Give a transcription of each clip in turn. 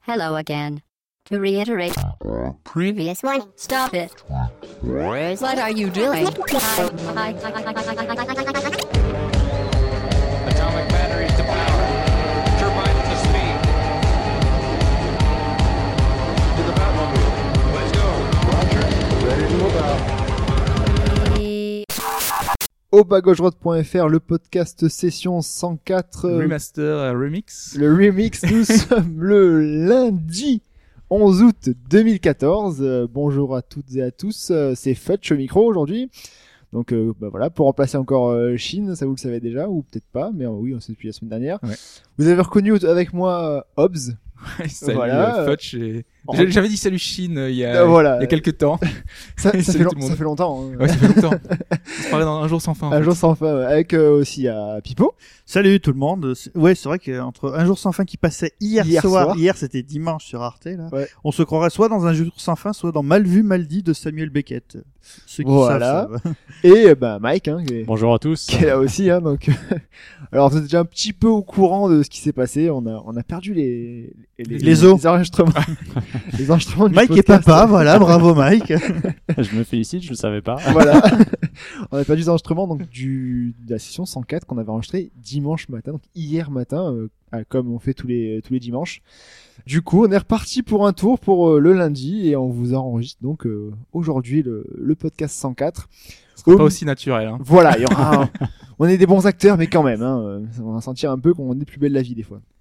Hello again. To reiterate, previous one, stop it. What are you doing? Atomic batteries to power. Turbines to speed. To the Batmobile. Let's go. Roger. Ready to move out. Au bas-gauche-droite.fr, le podcast session 104. Remaster, remix. Le remix, nous sommes le lundi 11 août 2014. Bonjour à toutes et à tous, c'est Fetch au micro aujourd'hui. Donc voilà, pour remplacer encore Shin, ça vous le savez déjà, ou peut-être pas, mais oui, on sait depuis la semaine dernière. Ouais. Vous avez reconnu avec moi Hobbs. Salut, Voilà. Fudge. J'avais dit salut Shin il y a quelques temps. Ça Salut fait tout le monde. ça fait longtemps. Hein. Ouais, ça fait longtemps. On se parlait dans Un jour sans fin. en Un fait. jour sans fin, avec aussi Pipo. Salut tout le monde. Ouais, c'est vrai qu'entre Un jour sans fin qui passait hier soir, hier c'était dimanche sur Arte là. Ouais. On se croirait soit dans Un jour sans fin, soit dans Mal vu mal dit de Samuel Beckett. Ceux qui savent. Et Mike, hein, bonjour à tous. Qui est là aussi, hein, donc. Alors vous êtes déjà un petit peu au courant de ce qui s'est passé. On a perdu les enregistrements. Les enregistrements du Mike podcast. est papa, voilà, bravo Mike. Je me félicite, je le savais pas. Voilà. On a perdu les enregistrements donc de la session 104 qu'on avait enregistré dimanche matin, donc hier matin, comme on fait tous les dimanches. Du coup, on est reparti pour un tour pour le lundi et on vous enregistre donc aujourd'hui le podcast 104. Ce sera pas aussi naturel. Hein. Voilà, il y aura. On est des bons acteurs, mais quand même, hein, on va sentir un peu qu'on est plus belle la vie des fois.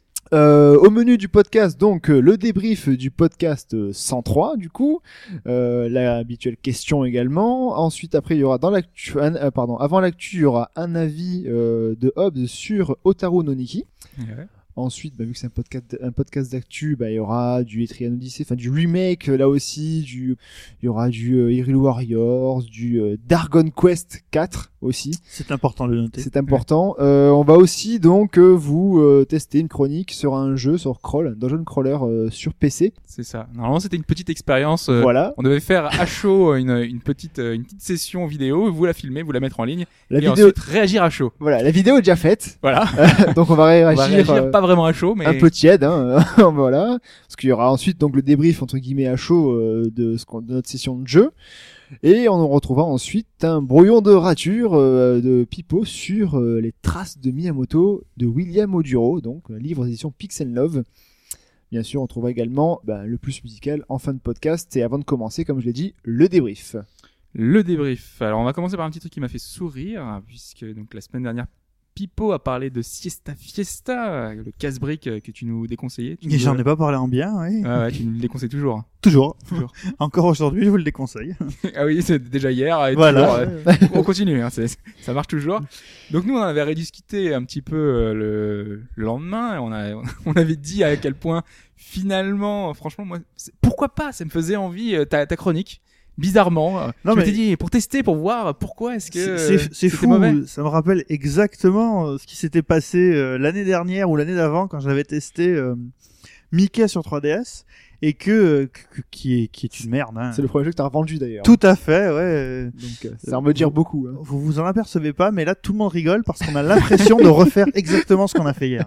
Au menu du podcast, donc le débrief du podcast 103 du coup, l'habituelle question également. Ensuite, après, il y aura dans l'actu, avant l'actu, il y aura un avis de Hobbs sur Otaru no Niki. Ouais. Ensuite, vu que c'est un podcast d'actu, il y aura du Etrian Odyssey, enfin du remake là aussi, il y aura du Hyrule Warriors, du Dragon Quest 4 aussi. C'est important de le noter. C'est important. Ouais. On va aussi donc vous tester une chronique sur un jeu sur Dungeon Crawler sur PC. C'est ça. Normalement, c'était une petite expérience. Voilà. On devait faire à chaud une petite session vidéo, vous la filmer, vous la mettre en ligne, ensuite réagir à chaud. Voilà, la vidéo est déjà faite. Voilà. Donc on va réagir. Pas vraiment à chaud, mais un peu tiède, hein. Voilà. Parce qu'il y aura ensuite donc le débrief entre guillemets à chaud de notre session de jeu. Et on retrouvera ensuite un brouillon de rature de Pipo sur les traces de Miyamoto de William Oduro, donc un livre d'édition Pixel Love. Bien sûr, on trouvera également le plus musical en fin de podcast. Et avant de commencer, comme je l'ai dit, le débrief. Le débrief. Alors, on va commencer par un petit truc qui m'a fait sourire, puisque donc la semaine dernière, Pipo a parlé de Siesta Fiesta, le casse-brique que tu nous déconseillais. Et j'en ai pas parlé en bien, oui. Ouais, tu nous le déconseilles toujours. Toujours. Encore aujourd'hui, je vous le déconseille. Ah oui, c'est déjà hier. Et voilà. Toujours, on continue, hein, ça marche toujours. Donc nous, on avait rediscuté un petit peu le lendemain. On avait dit à quel point, finalement, franchement, moi, pourquoi pas, ça me faisait envie ta chronique. Bizarrement, je m'étais dit pour tester, pour voir pourquoi est-ce que c'est fou, mauvais. Ça me rappelle exactement ce qui s'était passé l'année dernière ou l'année d'avant quand j'avais testé Mickey sur 3DS et qui est une merde. Hein. C'est le premier jeu que t'as revendu d'ailleurs. Tout à fait, ouais. Donc ça me dire beaucoup. Hein. Vous vous en apercevez pas, mais là tout le monde rigole parce qu'on a l'impression de refaire exactement ce qu'on a fait hier.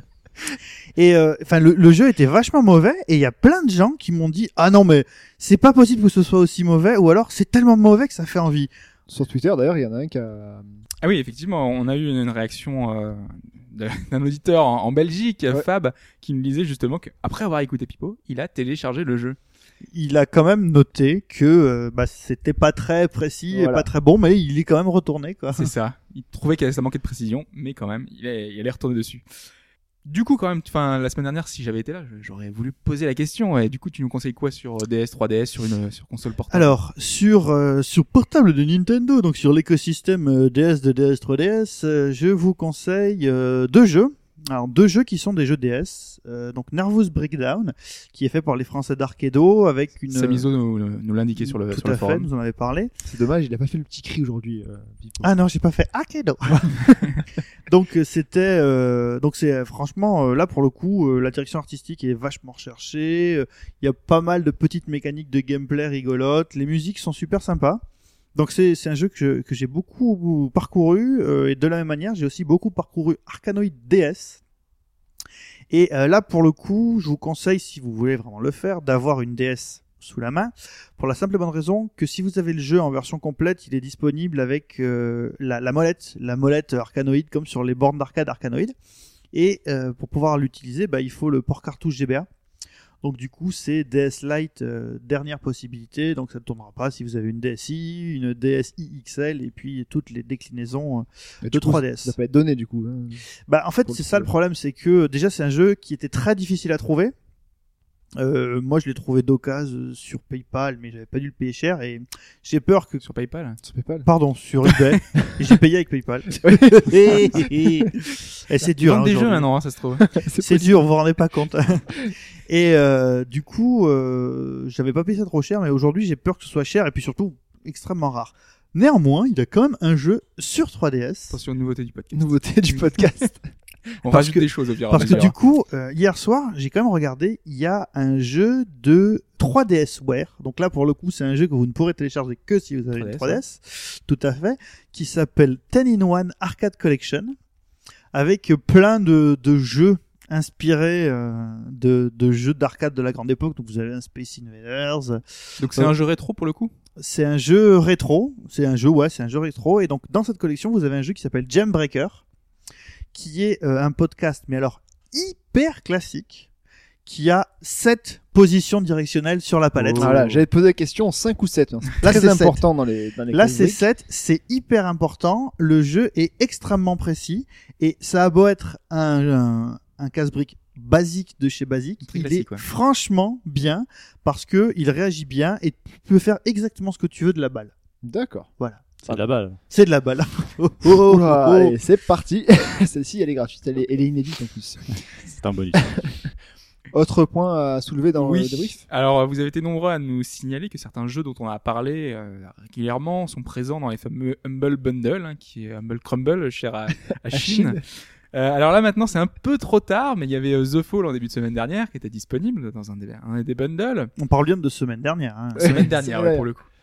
Et enfin le jeu était vachement mauvais et il y a plein de gens qui m'ont dit ah non mais c'est pas possible que ce soit aussi mauvais ou alors c'est tellement mauvais que ça fait envie. Sur Twitter d'ailleurs il y en a un qui a... Ah oui effectivement on a eu une réaction d'un auditeur en Belgique, ouais. Fab, qui me disait justement qu'après avoir écouté Pipo il a téléchargé le jeu. Il a quand même noté que c'était pas très précis et pas très bon mais il est quand même retourné quoi. C'est ça, il trouvait que ça manquait de précision mais quand même il est retourné dessus. Du coup, quand même, la semaine dernière, si j'avais été là, j'aurais voulu poser la question. Et du coup, tu nous conseilles quoi sur DS, 3DS, sur console portable? Alors, sur portable de Nintendo, donc sur l'écosystème DS de DS, 3DS, je vous conseille deux jeux. Alors, deux jeux qui sont des jeux DS. Donc, Nervous Breakdown, qui est fait par les Français d'Arkedo, avec une... Samizo nous l'indiquait sur le forum. Tout à fait, nous en avait parlé. C'est dommage, il a pas fait le petit cri aujourd'hui. Ah non, j'ai pas fait Arkedo. Donc, c'est franchement, là, pour le coup, la direction artistique est vachement recherchée. Il y a pas mal de petites mécaniques de gameplay rigolotes. Les musiques sont super sympas. Donc c'est un jeu que j'ai beaucoup parcouru et de la même manière j'ai aussi beaucoup parcouru Arkanoid DS Et là, pour le coup, je vous conseille, si vous voulez vraiment le faire, d'avoir une DS sous la main, pour la simple et bonne raison que si vous avez le jeu en version complète, il est disponible avec la molette Arkanoid, comme sur les bornes d'arcade Arkanoid. Et pour pouvoir l'utiliser, il faut le port cartouche GBA. Donc du coup, c'est DS Lite dernière possibilité, donc ça ne tournera pas si vous avez une DSi, une DSi XL et puis toutes les déclinaisons de 3DS. Ça peut être donné du coup. Hein. En fait, c'est ça le problème, c'est que déjà c'est un jeu qui était très difficile à trouver. Moi, je l'ai trouvé d'occasion sur PayPal, mais j'avais pas dû le payer cher et j'ai peur que Sur PayPal. Sur PayPal. pardon, sur eBay, et j'ai payé avec PayPal. Et c'est dur. Ils vendent des jeux aujourd'hui. maintenant, ça se trouve. C'est dur, vous vous rendez pas compte. Et du coup, j'avais pas payé ça trop cher, mais aujourd'hui j'ai peur que ce soit cher et puis surtout extrêmement rare. Néanmoins, il y a quand même un jeu sur 3DS. Attention, nouveauté du podcast. Nouveauté du podcast. On Parce rajoute que- des choses au fur et à Parce que mesure. du coup, hier soir, j'ai quand même regardé, il y a un jeu de 3DSware. Donc là, pour le coup, c'est un jeu que vous ne pourrez télécharger que si vous avez une 3DS, 3DS. Tout à fait. Qui s'appelle 10-in-1 Arcade Collection. Avec plein de jeux inspirés de jeux d'arcade de la grande époque. Donc vous avez un Space Invaders. Donc c'est un jeu rétro pour le coup. C'est un jeu rétro. C'est un jeu rétro. Et donc dans cette collection, vous avez un jeu qui s'appelle Jambreaker, qui est un podcast, mais alors hyper classique, qui a 7 positions directionnelles sur la palette. Voilà, j'allais te poser la question 5 ou 7. Hein. C'est Là, très c'est important dans les Là, c'est rubriques. 7, c'est hyper important. Le jeu est extrêmement précis et ça a beau être un casse-brique basique de chez Basique, Très il classique, est ouais. franchement bien parce que il réagit bien et tu peux faire exactement ce que tu veux de la balle. D'accord. C'est de la balle. C'est de la balle. Oh, Oula, allez, c'est parti. Celle-ci, elle est gratuite, elle est inédite en plus. C'est un bonus. Autre point à soulever dans le Oui. débrief. Alors, vous avez été nombreux à nous signaler que certains jeux dont on a parlé régulièrement sont présents dans les fameux Humble Bundle, qui est Humble Crumble, cher à Chine. Alors là, maintenant, c'est un peu trop tard, mais il y avait The Fall en début de semaine dernière qui était disponible dans un des bundles. On parle bien de semaine dernière. Hein. Semaine dernière, vrai. ouais, pour le coup.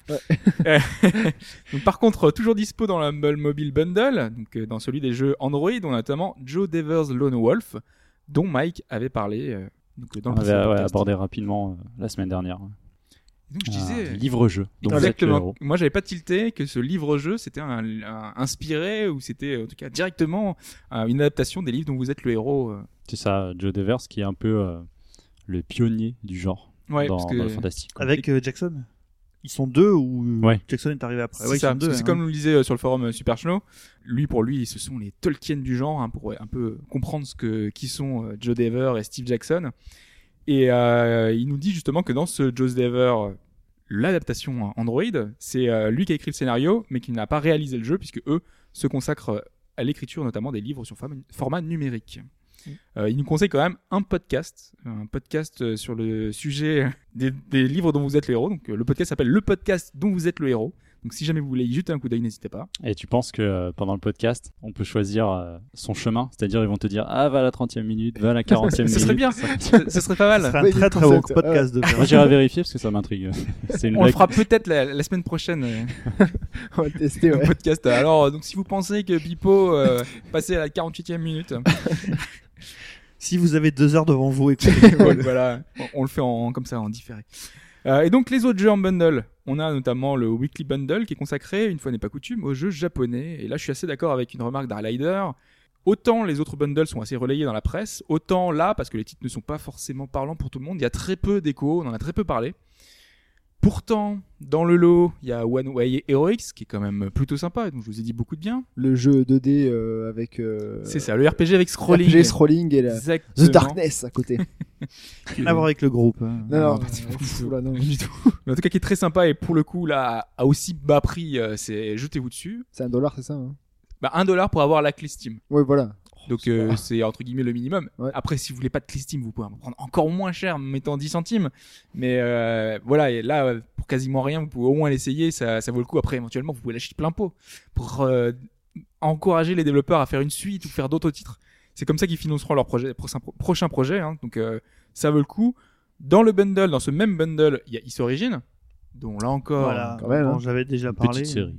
Donc, par contre, toujours dispo dans l'Humble Mobile Bundle, donc dans celui des jeux Android, on a notamment Joe Dever's Lone Wolf, dont Mike avait parlé dans On le avait précédent podcast. abordé rapidement la semaine dernière. Donc je disais, Livre-jeu. Donc vous êtes le exactement. héros. Moi, j'avais pas tilté que ce livre-jeu c'était un inspiré ou c'était en tout cas directement une adaptation des livres dont vous êtes le héros. C'est ça, Joe Devers qui est un peu le pionnier du genre Ouais, dans, parce que dans le fantastique. quoi. Avec Jackson. Ils sont deux ou Ouais. Jackson est arrivé après. c'est Ouais, ils ça. sont deux. Parce que c'est hein. comme nous le disait sur le forum Super Chno. Pour lui, ce sont les Tolkien du genre pour un peu comprendre qui sont Joe Dever et Steve Jackson. Et il nous dit justement que dans ce Joe Dever, l'adaptation Android, c'est lui qui a écrit le scénario, mais qui n'a pas réalisé le jeu, puisque eux se consacrent à l'écriture notamment des livres sur format numérique. Il nous conseille quand même un podcast sur le sujet des livres dont vous êtes le héros. Donc le podcast s'appelle Le podcast dont vous êtes le héros. Donc si jamais vous voulez y jeter un coup d'œil, n'hésitez pas. Et tu penses que pendant le podcast, on peut choisir son chemin, c'est-à-dire ils vont te dire va à la 30e minute, va à la 40e minute. Ce serait bien. Ce serait pas Ce mal. serait un Ouais, très il très bon concept. podcast de faire. Moi j'irai vérifier parce que ça m'intrigue. C'est une On le blague. fera peut-être la semaine prochaine. On va le tester, Un ouais. podcast. Alors, donc si vous pensez que Pipo passait à la 48e minute, Si vous avez 2 heures devant vous, écoutez. voilà, on le fait comme ça en différé. Et donc les autres jeux en bundle, on a notamment le Weekly Bundle qui est consacré, une fois n'est pas coutume, aux jeux japonais. Et là, je suis assez d'accord avec une remarque d'Harlider. Autant les autres bundles sont assez relayés dans la presse, autant là, parce que les titres ne sont pas forcément parlants pour tout le monde, il y a très peu d'écho, on en a très peu parlé. Pourtant, dans le lot, il y a One Way Heroics, qui est quand même plutôt sympa, dont je vous ai dit beaucoup de bien. Le jeu 2D avec C'est ça, le RPG avec scrolling. RPG scrolling et Exactement. The Darkness à côté. Rien à voir avec le groupe. hein. Non, pas c'est du tout. fou, là, non, du tout. Mais en tout cas, qui est très sympa et pour le coup, là, à aussi bas prix, c'est jetez-vous dessus. C'est $1, c'est ça hein $1 pour avoir la clé Steam. Ouais, voilà. Donc c'est entre guillemets le minimum. Ouais. Après, si vous voulez pas de clé Steam, vous pouvez en prendre encore moins cher en mettant 10 centimes. Mais voilà, et là, pour quasiment rien, vous pouvez au moins l'essayer, ça vaut le coup. Après, éventuellement, vous pouvez l'acheter plein pot pour encourager les développeurs à faire une suite ou faire d'autres titres. C'est comme ça qu'ils financeront leur prochain projet. Hein. Donc ça vaut le coup. Dans le bundle, dans ce même bundle, il y a Is Origin, dont là encore... Voilà. quand même, Bon, hein. j'avais déjà Une parlé. petite série.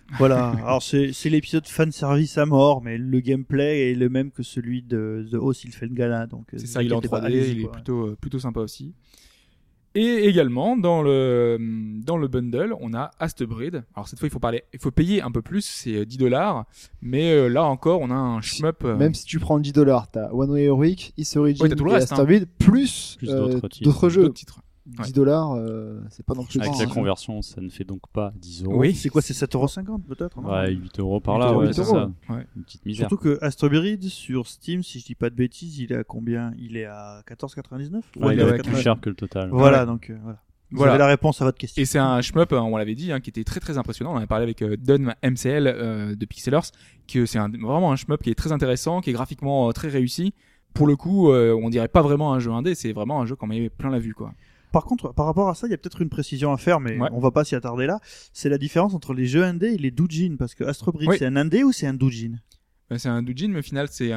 Voilà. Alors c'est l'épisode fan service à mort, mais le gameplay est le même que celui de The Host il fait le gala. Donc C'est ça, il est en inquiétez pas, 3D, allez-y, il est quoi. plutôt sympa aussi. Et également, dans le bundle, on a Astebreed. Alors cette fois, il faut payer un peu plus, c'est $10. Mais là encore, on a un shmup. Même si tu prends $10, t'as One Way Heroic, Is Origin Ouais, t'as tout le et reste, Asteroid, plus d'autres titres. d'autres jeux. d'autres titres. $10, c'est pas non plus Avec grand, la hein. conversion, ça ne fait donc pas 10 €. Oui. C'est quoi, c'est 7,50€ peut-être, non? Ouais, 8 € par 8 là, €, ouais, 8 c'est €. ça. Ouais. Une petite misère. Surtout que Astrebreed sur Steam, si je dis pas de bêtises, il est à combien? Il est à 14,99€? Ouais, il est est ouais, plus cher que le total. Voilà, Ouais. donc voilà. Vous Voilà. avez la réponse à votre question. Et c'est un shmup, on l'avait dit, qui était très très impressionnant. On avait parlé avec Don MCL de Pixelers, que c'est vraiment un shmup qui est très intéressant, qui est graphiquement très réussi. Pour le coup, on dirait pas vraiment un jeu indé, c'est vraiment un jeu qu'on met plein la vue, quoi. Par contre, par rapport à ça, il y a peut-être une précision à faire, mais Ouais. on va pas s'y attarder là. C'est la différence entre les jeux indés et les doujins, parce que Astrebreed, Oui. c'est un indé ou c'est un doujin? C'est un doujin, mais au final, c'est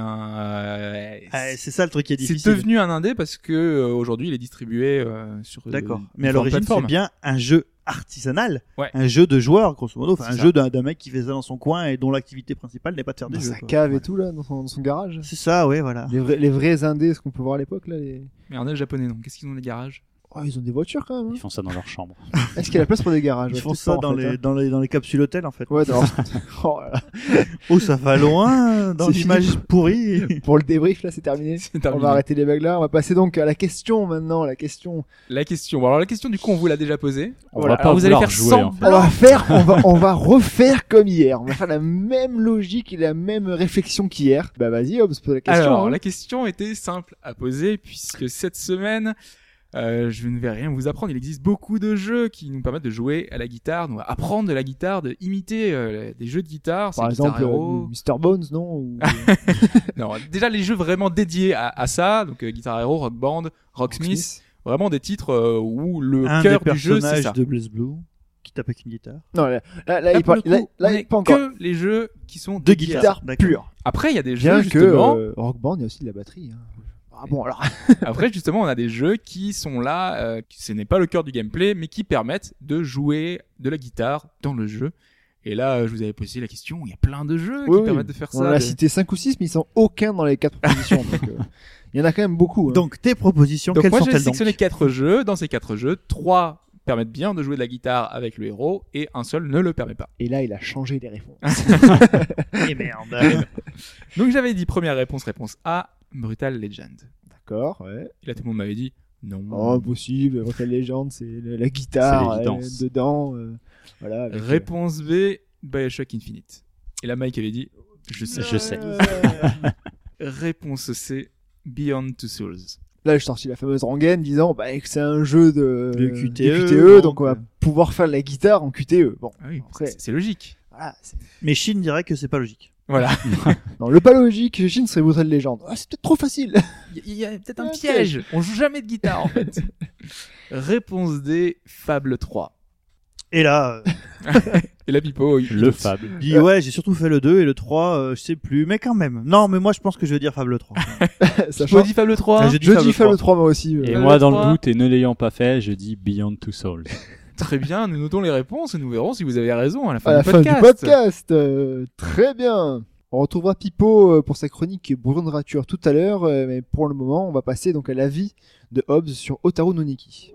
C'est ça le truc qui est c'est difficile. devenu un indé parce que aujourd'hui, il est distribué sur. D'accord. Mais différentes à l'origine, c'est plateformes. bien un jeu artisanal, Ouais. un jeu de joueur, grosso modo, enfin C'est un ça. jeu d'un mec qui fait ça dans son coin et dont l'activité principale n'est pas de faire Dans des jeux. sa quoi. cave Ouais. et tout, là, dans son garage. C'est ça, ouais, voilà. Les vrais indés, ce qu'on peut voir à l'époque, là. Mais un indé japonais, donc qu'est-ce qu'ils ont les garages? Oh, ils ont des voitures quand même. Ils font ça dans leur chambre. Hein. Est-ce qu'il y a la place pour des garages? Ils Ouais, font peut-être ça pas, dans en fait, les, hein. dans les capsules hôtels, en fait. Ouais, dans... oh, là là. Oh, ça va loin dans C'est l'image fini. pourrie. Pour le débrief, là, c'est terminé. C'est On terminé. va arrêter les blagues là. On va passer donc à la question maintenant. La question. La question. Bon, alors la question, du coup, on vous l'a déjà posée. On Voilà. va pas Alors, vous allez vouloir faire jouer, 100 en fait. On va refaire comme hier. On va faire la même logique et la même réflexion qu'hier. Bah vas-y, Hobbs, pose la question. Alors, hein. la question était simple à poser puisque cette semaine, je ne vais rien vous apprendre. Il existe beaucoup de jeux qui nous permettent de jouer à la guitare, nous apprendre de la guitare, de imiter des jeux de guitare. Par c'est Guitar exemple, Hero. Mr. Bones, non Ou- Non, déjà les jeux vraiment dédiés à ça, donc Guitar Hero, Rock Band, Rocksmith, vraiment des titres où le Un des cœur du jeu c'est personnages ça. de Blaze Blue qui tape avec une guitare. Non, là, Là, il pour parle. le coup, Là, on il est pas encore. que les jeux qui sont De dédiés à guitare. ça. D'accord. Pure. Après, il y a des Bien jeux justement. que Rock Band, il y a aussi de la batterie. Hein. Ah bon, alors. Après, justement, on a des jeux qui sont là, ce n'est pas le cœur du gameplay, mais qui permettent de jouer de la guitare dans le jeu. Et là, je vous avais posé la question, il y a plein de jeux Oui, qui oui. permettent de faire On ça. en a cité 5 ou 6, mais ils sont aucun dans les 4 propositions. Donc, il y en a quand même beaucoup. Hein. Donc, tes propositions, Donc quelles moi, j'ai sont-elles sélectionné donc 4 jeux. Dans ces 4 jeux, 3 permettent bien de jouer de la guitare avec le héros, et un seul ne le permet pas. Et là, il a changé les réponses. Eh merde. Donc j'avais dit première réponse, réponse A, Brutal Legend. D'accord, ouais. Et là, tout le monde m'avait dit non. Oh, impossible. Brutal Legend, c'est la guitare C'est l'évidence. dedans. Voilà. avec, Réponse B, Bioshock Infinite. Et là, Mike avait dit je sais. Je sais. Réponse C, Beyond Two Souls. Là, j'ai sorti la fameuse rengaine disant bah, que c'est un jeu de QTE, donc on va pouvoir faire de la guitare en QTE. Bon, Ah oui, après, c'est logique. voilà. Mais Shin dirait que c'est pas logique. Voilà. Non, le pas logique, Shin serait Brutal Legend. Ah, c'est peut-être trop facile. Il y a peut-être un Un piège. On joue jamais de guitare en fait. Réponse D, Fable 3. Et là, Et là, Pipo, Le Fable. je dis ouais, j'ai surtout fait le 2 et le 3, je sais plus, mais quand même. Non, mais moi je pense que je vais dire Fable 3. Sachant- Pipo dit Fable 3. Ah, je dis Fable 3 moi aussi. Et Fable moi, dans 3. le doute, et ne l'ayant pas fait, je dis Beyond Two Souls. Très bien, nous notons les réponses et nous verrons si vous avez raison à la fin, à la du, fin podcast. du podcast. Très bien. On retrouvera Pipo pour sa chronique Brouillon de rature tout à l'heure, mais pour le moment, on va passer donc à l'avis de Hobbs sur Otaru no Niki.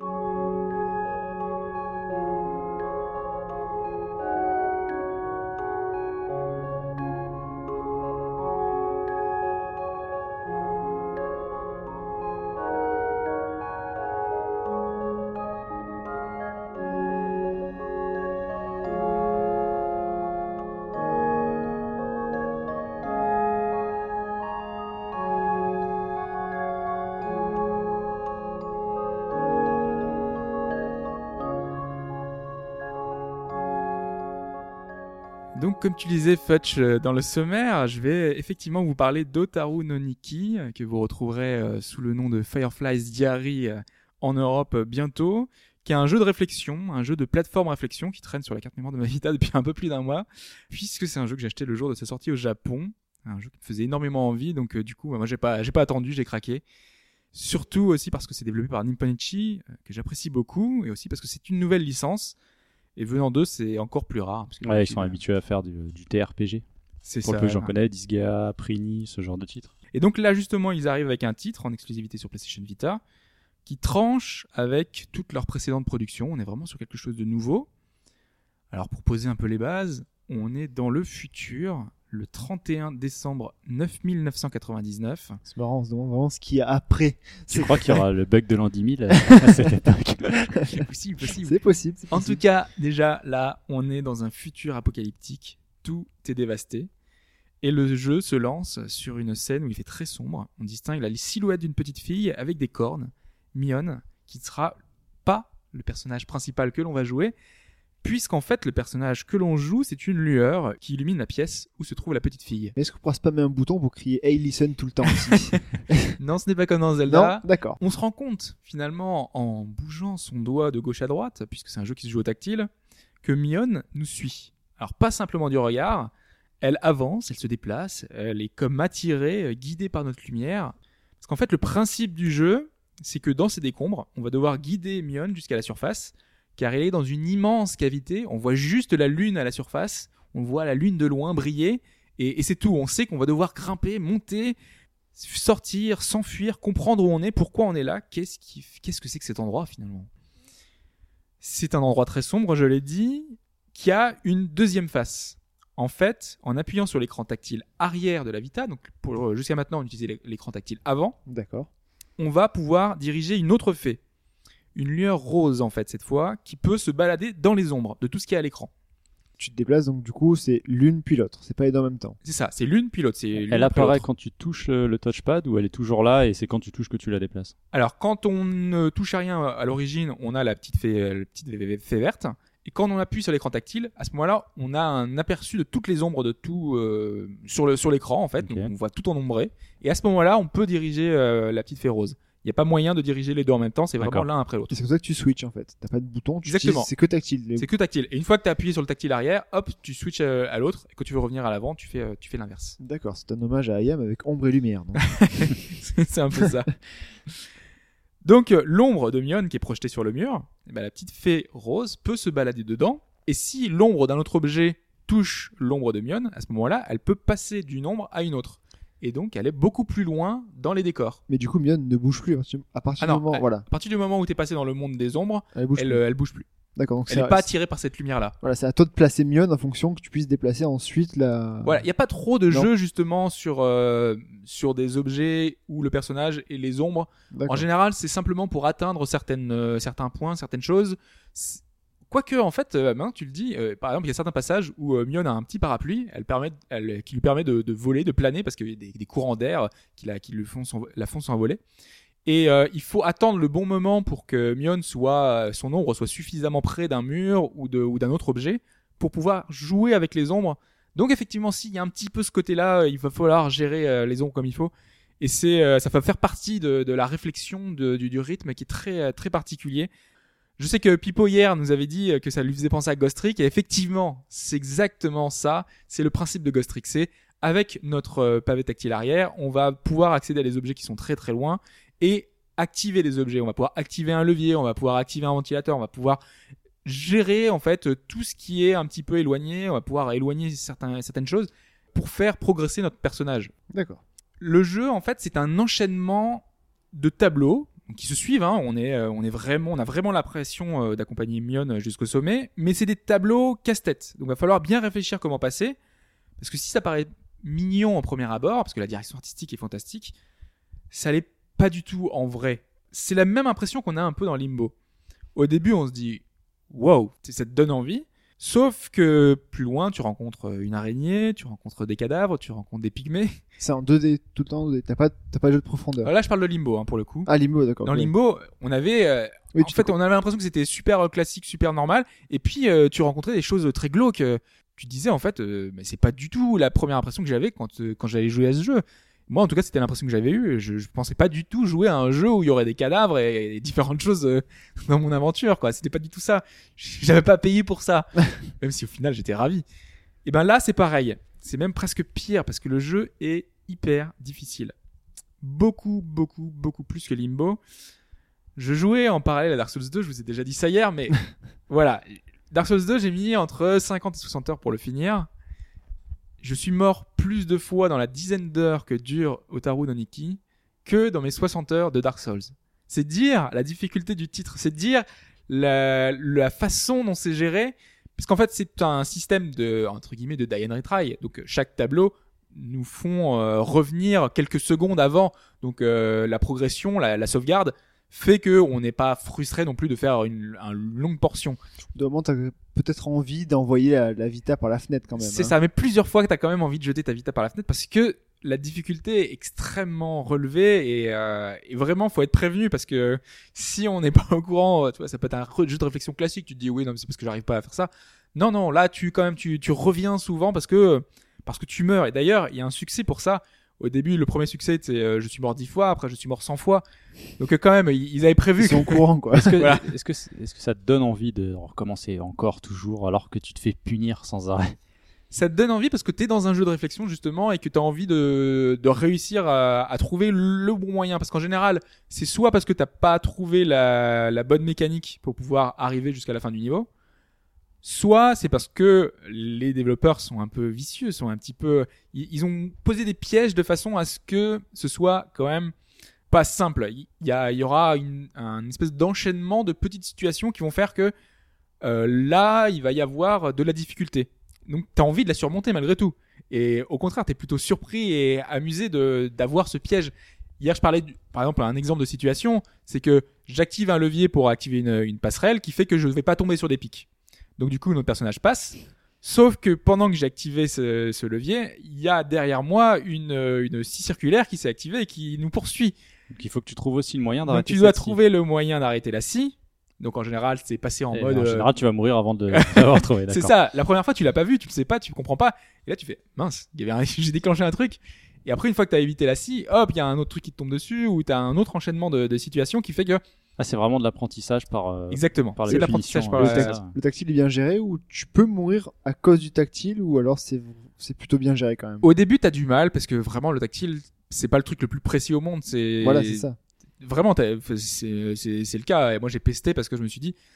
Donc, comme tu disais, Futch, dans le sommaire, je vais effectivement vous parler d'Otaru no Niki, que vous retrouverez sous le nom de Firefly's Diary en Europe bientôt, qui est un jeu de réflexion, un jeu de plateforme réflexion qui traîne sur la carte mémoire de ma Vita depuis un peu plus d'un mois, puisque c'est un jeu que j'ai acheté le jour de sa sortie au Japon, un jeu qui me faisait énormément envie, donc du coup, moi j'ai pas attendu, j'ai craqué. Surtout aussi parce que c'est développé par Nipponichi, que j'apprécie beaucoup, et aussi parce que c'est une nouvelle licence. Et venant d'eux, c'est encore plus rare. Parce que Ouais, ils sont habitués à faire du TRPG. C'est Pour ça. le peu, j'en connais, Disgaea, Prini, ce genre de titres. Et donc là, justement, ils arrivent avec un titre en exclusivité sur PlayStation Vita qui tranche avec toutes leurs précédentes productions. On est vraiment sur quelque chose de nouveau. Alors, pour poser un peu les bases, on est dans le futur, le 31 décembre 9999. C'est marrant, on se demande vraiment ce qu'il y a après. Tu crois qu'il y aura le bug de l'an 10 000 à cette époque? C'est possible. C'est possible. En tout cas, déjà, là, on est dans un futur apocalyptique. Tout est dévasté. Et le jeu se lance sur une scène où il fait très sombre. On distingue la silhouette d'une petite fille avec des cornes, Mion, qui ne sera pas le personnage principal que l'on va jouer, puisqu'en fait, le personnage que l'on joue, c'est une lueur qui illumine la pièce où se trouve la petite fille. Mais est-ce qu'on pourra spammer un bouton pour crier Hey listen tout le temps aussi? Non, ce n'est pas comme dans Zelda. Non, d'accord. On se rend compte, finalement, en bougeant son doigt de gauche à droite, puisque c'est un jeu qui se joue au tactile, que Mion nous suit. Alors, pas simplement du regard, elle avance, elle se déplace, elle est comme attirée, guidée par notre lumière. Parce qu'en fait, le principe du jeu, c'est que dans ces décombres, on va devoir guider Mion jusqu'à la surface, car elle est dans une immense cavité. On voit juste la lune à la surface, on voit la lune de loin briller, et c'est tout. On sait qu'on va devoir grimper, monter, sortir, s'enfuir, comprendre où on est, pourquoi on est là, qu'est-ce que c'est que cet endroit finalement. C'est un endroit très sombre, je l'ai dit, qui a une deuxième face. En fait, en appuyant sur l'écran tactile arrière de la Vita, donc jusqu'à maintenant on utilisait l'écran tactile avant, D'accord. on va pouvoir diriger une autre fée. Une lueur rose en fait cette fois, qui peut se balader dans les ombres de tout ce qui est à l'écran. Tu te déplaces donc du coup c'est l'une puis l'autre, c'est pas les deux en même temps. C'est ça, c'est l'une puis l'autre. Elle apparaît quand tu touches le touchpad ou elle est toujours là et c'est quand tu touches que tu la déplaces? Alors quand on ne touche à rien à l'origine, on a la petite fée verte. Et quand on appuie sur l'écran tactile, à ce moment-là, on a un aperçu de toutes les ombres de tout sur l'écran en fait. Okay. Donc on voit tout en ombré. Et à ce moment-là, on peut diriger la petite fée rose. Il n'y a pas moyen de diriger les deux en même temps, c'est vraiment D'accord. l'un après l'autre. Et c'est comme ça que tu switches en fait. T'as pas de bouton, Exactement. C'est que tactile. C'est que tactile. Et une fois que tu as appuyé sur le tactile arrière, hop, tu switches à l'autre. Et quand tu veux revenir à l'avant, tu fais l'inverse. D'accord, c'est un hommage à IAM avec ombre et lumière. Donc. C'est un peu ça. Donc l'ombre de Mion qui est projetée sur le mur, la petite fée rose peut se balader dedans. Et si l'ombre d'un autre objet touche l'ombre de Mion, à ce moment-là, elle peut passer d'une ombre à une autre. Et donc, elle est beaucoup plus loin dans les décors. Mais du coup, Mion ne bouge plus à partir du moment. Voilà. À partir du moment où tu es passé dans le monde des ombres, Elle bouge plus. elle bouge plus. D'accord. Donc Elle n'est pas attirée par cette lumière-là. Voilà, c'est à toi de placer Mion en fonction que tu puisses déplacer ensuite la. Voilà, il n'y a pas trop de Non. jeux justement sur des objets où le personnage et les ombres. D'accord. En général, c'est simplement pour atteindre certains points, certaines choses. Quoique, en fait, maintenant tu le dis, par exemple, il y a certains passages où Mion a un petit parapluie, qui lui permet de voler, de planer, parce qu'il y a des courants d'air qui la font s'envoler. Et il faut attendre le bon moment pour que Mion son ombre soit suffisamment près d'un mur ou d'un autre objet pour pouvoir jouer avec les ombres. Donc effectivement, s'il y a un petit peu ce côté-là, il va falloir gérer les ombres comme il faut. Et ça va faire partie de la réflexion du rythme qui est très, très particulier. Je sais que Pipo hier nous avait dit que ça lui faisait penser à Ghost Trick, et effectivement, c'est exactement ça. C'est le principe de Ghost Trick. C'est avec notre pavé tactile arrière, on va pouvoir accéder à des objets qui sont très très loin et activer des objets. On va pouvoir activer un levier, on va pouvoir activer un ventilateur, on va pouvoir gérer en fait tout ce qui est un petit peu éloigné. On va pouvoir éloigner certaines choses pour faire progresser notre personnage. D'accord. Le jeu, en fait, c'est un enchaînement de tableaux qui se suivent, hein. On a vraiment l'impression d'accompagner Mion jusqu'au sommet, mais c'est des tableaux casse-tête. Donc il va falloir bien réfléchir comment passer, parce que si ça paraît mignon en premier abord, parce que la direction artistique est fantastique, ça l'est pas du tout en vrai. C'est la même impression qu'on a un peu dans Limbo. Au début, on se dit wow, ça te donne envie. Sauf que plus loin, tu rencontres une araignée, tu rencontres des cadavres, tu rencontres des pygmées. C'est en 2D tout le temps. T'as pas de jeu de profondeur. Là, je parle de Limbo, hein, pour le coup. Ah, Limbo, d'accord. Dans Oui. Limbo, on avait, Oui, on avait l'impression que c'était super classique, super normal. Et puis, tu rencontrais des choses très glauques. Tu disais, en fait, mais c'est pas du tout la première impression que j'avais quand j'allais jouer à ce jeu. Moi, en tout cas, c'était l'impression que j'avais eue. Je pensais pas du tout jouer à un jeu où il y aurait des cadavres et différentes choses dans mon aventure, quoi. C'était pas du tout ça. J'avais pas payé pour ça. Même si au final, j'étais ravi. Et ben là, c'est pareil. C'est même presque pire parce que le jeu est hyper difficile. Beaucoup plus que Limbo. Je jouais en parallèle à Dark Souls 2, je vous ai déjà dit ça hier, mais voilà. Dark Souls 2, j'ai mis entre 50 et 60 heures pour le finir. Je suis mort plus de fois dans la dizaine d'heures que dure Otaru no Niki que dans mes 60 heures de Dark Souls. C'est dire la difficulté du titre, c'est dire la façon dont c'est géré, puisqu'en fait c'est un système de, entre guillemets, de die and retry. Donc chaque tableau nous font revenir quelques secondes avant, donc la progression, la sauvegarde fait que on n'est pas frustré non plus de faire une longue portion. De moment, t'as peut-être envie d'envoyer la Vita par la fenêtre quand même. C'est ça, mais plusieurs fois que t'as quand même envie de jeter ta Vita par la fenêtre parce que la difficulté est extrêmement relevée et vraiment faut être prévenu parce que si on n'est pas au courant, tu vois, ça peut être un jeu de réflexion classique. Tu te dis oui, non, mais c'est parce que j'arrive pas à faire ça. Non, là tu reviens souvent parce que tu meurs. Et d'ailleurs, il y a un succès pour ça. Au début, le premier succès, c'est je suis mort 10 fois, après je suis mort 100 fois. Donc quand même, ils avaient prévu. Ils sont au courant, quoi. Voilà. Est-ce que ça te donne envie de recommencer encore, toujours, alors que tu te fais punir sans arrêt? Ça te donne envie parce que t'es dans un jeu de réflexion justement et que t'as envie de réussir à trouver le bon moyen. Parce qu'en général, c'est soit parce que t'as pas trouvé la bonne mécanique pour pouvoir arriver jusqu'à la fin du niveau, soit c'est parce que les développeurs sont un peu vicieux, sont un petit peu, ils ont posé des pièges de façon à ce que ce soit quand même pas simple. Il y aura un espèce d'enchaînement de petites situations qui vont faire que là, il va y avoir de la difficulté. Donc t'as envie de la surmonter malgré tout. Et au contraire, t'es plutôt surpris et amusé d'avoir ce piège. Hier, je parlais, par exemple, un exemple de situation, c'est que j'active un levier pour activer une passerelle qui fait que je ne vais pas tomber sur des pics. Donc du coup, notre personnage passe. Sauf que pendant que j'ai activé ce levier, il y a derrière moi une scie circulaire qui s'est activée et qui nous poursuit. Donc il faut que tu trouves aussi le moyen Donc d'arrêter tu dois cette scie. trouver le moyen d'arrêter la scie. Donc en général, c'est passé en Et mode... En général, tu vas mourir avant de l'avoir trouvé. C'est D'accord. ça. La première fois, tu l'as pas vu, tu le sais pas, tu comprends pas. Et là, tu fais mince, j'ai déclenché un truc. Et après, une fois que t'as évité la scie, hop, il y a un autre truc qui te tombe dessus ou t'as un autre enchaînement de situations qui fait que Ah, c'est vraiment de l'apprentissage par. exactement. par la C'est de l'apprentissage définition, par ouais, la... c'est ça. Le tactile est bien géré ou tu peux mourir à cause du tactile ou alors c'est plutôt bien géré quand même. Au début, t'as du mal parce que vraiment le tactile, c'est pas le truc le plus précis au monde. C'est Voilà, c'est ça. Vraiment, c'est le cas. Et moi, j'ai pesté parce que je me suis dit.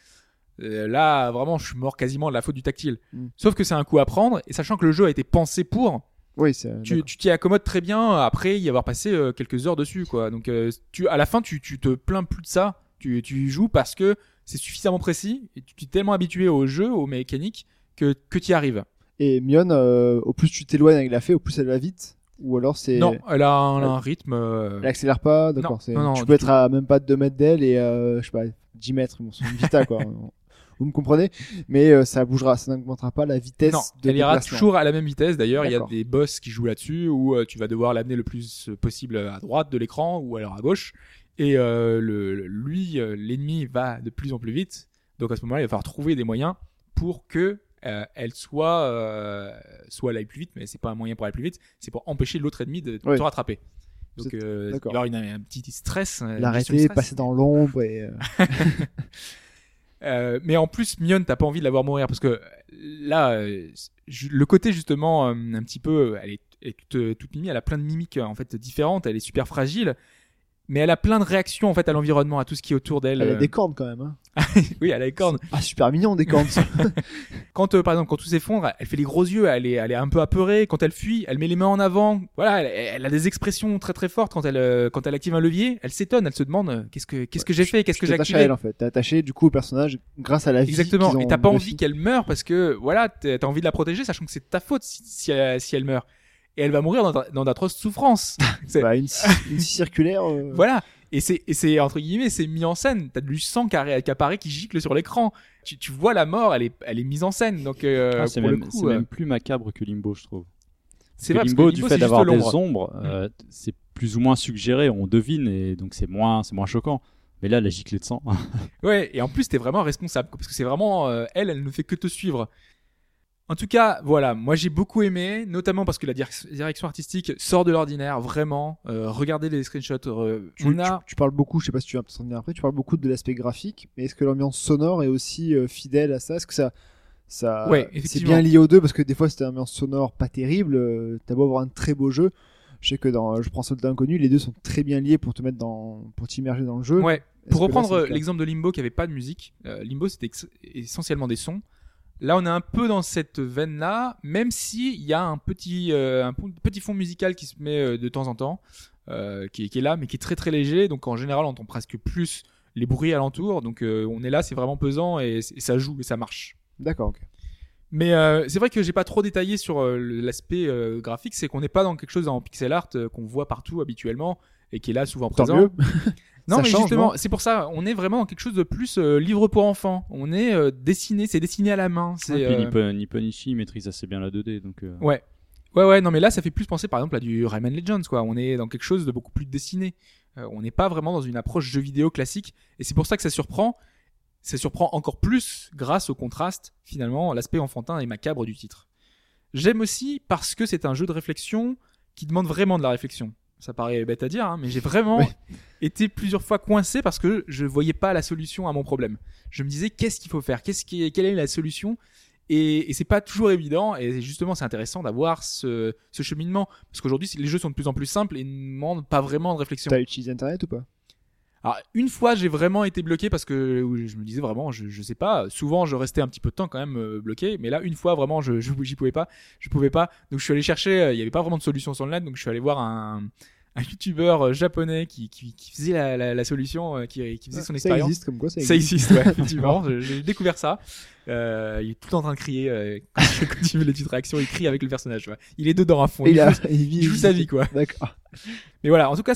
Là, vraiment, je suis mort quasiment de la faute du tactile. Sauf que c'est un coup à prendre, et sachant que le jeu a été pensé pour, Oui, c'est. tu t'y accommodes très bien après y avoir passé quelques heures dessus, quoi. Donc, à la fin, tu te plains plus de ça. Tu y joues parce que c'est suffisamment précis et tu t'es tellement habitué au jeu, aux mécaniques que tu y arrives. Et Mion, au plus tu t'éloignes avec la fée, au plus elle va vite. Ou alors c'est. Non, elle a un rythme. Elle accélère pas, d'accord. Non, tu du peux être tout. à même pas 2 mètres d'elle et je sais pas, 10 mètres, bon, c'est une Vita quoi. Vous me comprenez? Mais ça bougera, ça n'augmentera pas la vitesse Non, de elle ira déplacement. toujours à la même vitesse. D'ailleurs, il y a D'accord. des boss qui jouent là-dessus où tu vas devoir l'amener le plus possible à droite de l'écran ou alors à gauche. Et l'ennemi va de plus en plus vite. Donc à ce moment-là, il va falloir trouver des moyens pour que elle soit elle aille plus vite, mais c'est pas un moyen pour aller plus vite, c'est pour empêcher l'autre ennemi de Ouais. te rattraper. Donc C'est- il va y d'accord. avoir un petit stress. une gestion de L'arrêter, stress. passer dans l'ombre et. Mais en plus, Mion, t'as pas envie de la voir mourir parce que là, le côté justement un petit peu, elle est toute mimi, elle a plein de mimiques en fait différentes, elle est super fragile, mais elle a plein de réactions en fait à l'environnement, à tout ce qui est autour d'elle. Elle a des cornes quand même. Hein. Oui, elle a les cornes. Ah, super mignon des cornes. Quand par exemple quand tout s'effondre, elle fait les gros yeux, elle est un peu apeurée. Quand elle fuit, elle met les mains en avant. Voilà, elle a des expressions très très fortes quand elle active un levier. Elle s'étonne, elle se demande qu'est-ce que j'ai fait, qu'est-ce que j'ai T'attaches à activé. elle en fait. T'es attaché du coup au personnage grâce à la vie. Exactement. qu'ils Et ont t'as pas greffie. envie qu'elle meure parce que voilà, t'as envie de la protéger, sachant que c'est ta faute si elle meurt. Et elle va mourir dans d'atroces souffrances. C'est- Bah, une scie circulaire. Voilà. Et c'est entre guillemets, c'est mis en scène. T'as du sang qui apparaît, qui gicle sur l'écran. Tu vois la mort, elle est mise en scène. Donc C'est pour le même, coup, c'est même plus macabre que Limbo, je trouve. c'est Que vrai, parce Limbo, que du Limbo, fait c'est juste d'avoir des l'ombre. ombres, c'est plus ou moins suggéré, on devine, et donc c'est moins choquant. Mais là, la giclée de sang. Ouais, et en plus, t'es vraiment responsable, quoi, parce que c'est vraiment elle ne fait que te suivre. En tout cas, voilà, moi j'ai beaucoup aimé, notamment parce que la direction artistique sort de l'ordinaire, vraiment. Regardez les screenshots. Tu parles beaucoup, je sais pas si tu vas t'en venir après, tu parles beaucoup de l'aspect graphique, mais est-ce que l'ambiance sonore est aussi fidèle à ça? Est-ce que ça Ouais, c'est effectivement. bien lié aux deux? Parce que des fois c'était une ambiance sonore pas terrible, t'as beau avoir un très beau jeu. Je sais que je prends Soldat Inconnu, les deux sont très bien liés pour te mettre pour t'immerger dans le jeu. Ouais. Est-ce Pour que là, reprendre c'est le cas l'exemple de Limbo qui avait pas de musique, Limbo c'était essentiellement des sons. Là, on est un peu dans cette veine-là, même si il y a un petit fond musical qui se met de temps en temps, qui est là, mais qui est très très léger. Donc en général, on entend presque plus les bruits alentour. Donc on est là, c'est vraiment pesant et ça joue et ça marche. D'accord, ok. Mais c'est vrai que j'ai pas trop détaillé sur l'aspect graphique, c'est qu'on n'est pas dans quelque chose en pixel art qu'on voit partout habituellement et qui est là souvent Tant présent. mieux. Non, Ça mais change, justement, non c'est pour ça, on est vraiment dans quelque chose de plus livre pour enfants. On est dessiné, c'est dessiné à la main. C'est Puis Nipponishi maîtrise assez bien la 2D, donc. ouais, non, mais là, ça fait plus penser par exemple à du Rayman Legends, quoi. On est dans quelque chose de beaucoup plus dessiné. On n'est pas vraiment dans une approche jeu vidéo classique, et c'est pour ça que ça surprend. Ça surprend encore plus grâce au contraste, finalement, l'aspect enfantin et macabre du titre. J'aime aussi parce que c'est un jeu de réflexion qui demande vraiment de la réflexion. Ça paraît bête à dire, hein, mais j'ai vraiment été plusieurs fois coincé parce que je voyais pas la solution à mon problème. Je me disais, qu'est-ce qu'il faut faire? Quelle est la solution? Et c'est pas toujours évident, et justement c'est intéressant d'avoir ce cheminement, parce qu'aujourd'hui les jeux sont de plus en plus simples et ne demandent pas vraiment de réflexion. T'as utilisé Internet ou pas? Alors une fois j'ai vraiment été bloqué parce que je me disais vraiment je sais pas, souvent je restais un petit peu de temps quand même bloqué, mais là une fois vraiment j'y pouvais pas, donc je suis allé chercher, il y avait pas vraiment de solution sur le net, donc je suis allé voir un youtubeur japonais qui faisait la solution, qui faisait son expérience. Ça existe comme quoi ça Ça existe. existe, ouais, effectivement. J'ai découvert ça. Il est tout le temps en train de crier. Quand il veut les petites réactions, il crie avec le personnage. Tu vois. Il est dedans à fond. Et Il joue sa vie, quoi. D'accord. Mais voilà, en tout cas,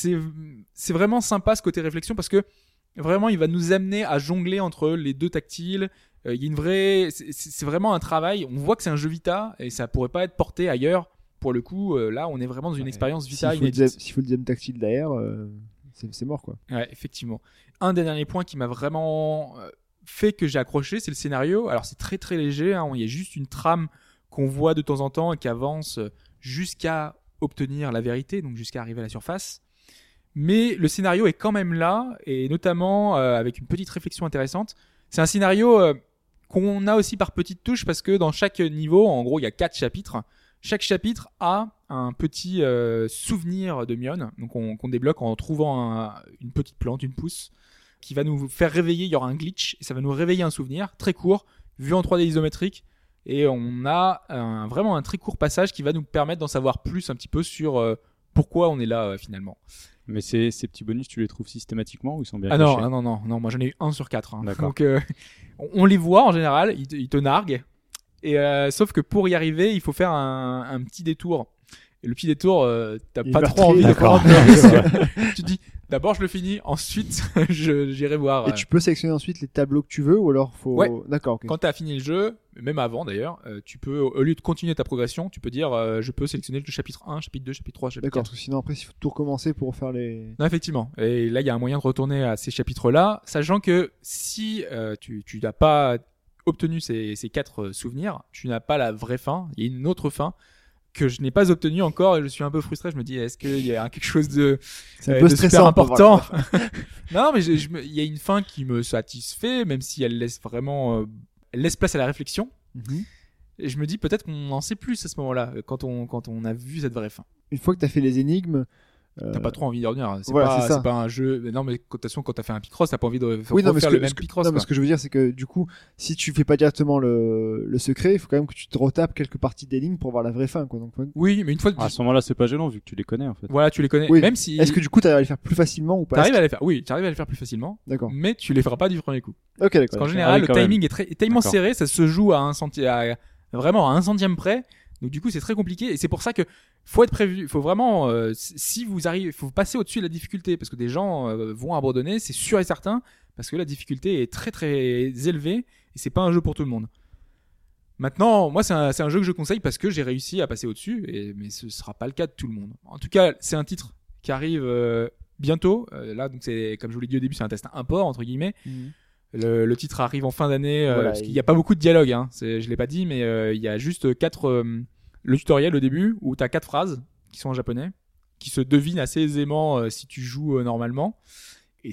c'est vraiment sympa ce côté réflexion parce que vraiment, il va nous amener à jongler entre les deux tactiles. Il y a une vraie, c'est vraiment un travail. On voit que c'est un jeu Vita et ça pourrait pas être porté ailleurs. Pour le coup, là, on est vraiment dans une expérience Vita inédite. S'il faut le deuxième tactile derrière, c'est mort, quoi. Ouais, effectivement. Un des derniers points qui m'a vraiment fait que j'ai accroché, c'est le scénario. Alors, c'est très très léger. Hein. Il y a juste une trame qu'on voit de temps en temps et qui avance jusqu'à obtenir la vérité, donc jusqu'à arriver à la surface. Mais le scénario est quand même là, et notamment avec une petite réflexion intéressante. C'est un scénario qu'on a aussi par petites touches, parce que dans chaque niveau, en gros, il y a 4 chapitres. Chaque chapitre a un petit souvenir de Mion, donc qu'on débloque en trouvant une petite plante, une pousse, qui va nous faire réveiller. Il y aura un glitch, et ça va nous réveiller un souvenir très court, vu en 3D isométrique, et on a vraiment un très court passage qui va nous permettre d'en savoir plus un petit peu sur pourquoi on est là finalement. Mais ces petits bonus, tu les trouves systématiquement ou ils sont bien Ah cachés? non, moi j'en ai eu 1 sur 4. Hein. D'accord. Donc on les voit en général, ils te narguent. Et sauf que pour y arriver, il faut faire un petit détour. Et le petit détour, t'as Il pas est trop envie de d'accord. prendre de risque. Tu te dis, d'abord je le finis, ensuite j'irai voir. Et tu peux sélectionner ensuite les tableaux que tu veux, ou alors faut. Ouais. D'accord, ok. Quand t'as fini le jeu, même avant d'ailleurs, tu peux, au lieu de continuer ta progression, tu peux dire, je peux sélectionner le chapitre 1, chapitre 2, chapitre 3, chapitre D'accord, 4. parce que sinon après, il faut tout recommencer pour faire les. Non, effectivement. Et là, il y a un moyen de retourner à ces chapitres-là, sachant que si tu n'as pas obtenu ces 4 souvenirs, tu n'as pas la vraie fin. Il y a une autre fin que je n'ai pas obtenue encore et je suis un peu frustré. Je me dis, est-ce qu'il y a quelque chose de, C'est un peu de stressant. super pour voir important? Non, mais il y a une fin qui me satisfait, même si elle laisse vraiment, elle laisse place à la réflexion. Mhm. Et je me dis peut-être qu'on en sait plus à ce moment-là, quand on a vu cette vraie fin. Une fois que t'as fait les énigmes. T'as pas trop envie d'y revenir. C'est voilà, c'est ça. c'est pas un jeu. Mais non, mais de toute façon, quand t'as fait un Picross, t'as pas envie de Oui, non, mais refaire le même Picross. non, mais quoi. ce que je veux dire, c'est que du coup, si tu fais pas directement le secret, il faut quand même que tu te retapes quelques parties des lignes pour voir la vraie fin, quoi. Donc, Oui, mais une fois que À ce moment-là, c'est pas gênant vu que tu les connais en fait. voilà, tu les connais. Oui. Même si est-ce que du coup, t'arrives à les faire plus facilement ou pas? t'arrives à les faire, oui, t'arrives à les faire plus facilement. D'accord. Mais tu les feras pas du premier coup. Ok, Parce d'accord. qu'en général, oui, quand le timing est tellement D'accord. serré, ça se joue à vraiment à 1 centième près. Donc du coup, c'est très compliqué et c'est pour ça que faut être prévu. Faut vraiment, si vous arrivez, faut passer au-dessus de la difficulté parce que des gens vont abandonner, c'est sûr et certain, parce que la difficulté est très très élevée et c'est pas un jeu pour tout le monde. Maintenant, moi, c'est un jeu que je conseille parce que j'ai réussi à passer au-dessus, mais ce sera pas le cas de tout le monde. En tout cas, c'est un titre qui arrive bientôt. Là, donc c'est comme je vous l'ai dit au début, c'est un test import entre guillemets. Mhm. Le titre arrive en fin d'année Voilà, parce qu'il n'y a pas beaucoup de dialogue. Hein. Je l'ai pas dit, mais il y a juste 4 le tutoriel au début où tu as 4 phrases qui sont en japonais, qui se devinent assez aisément si tu joues normalement. Et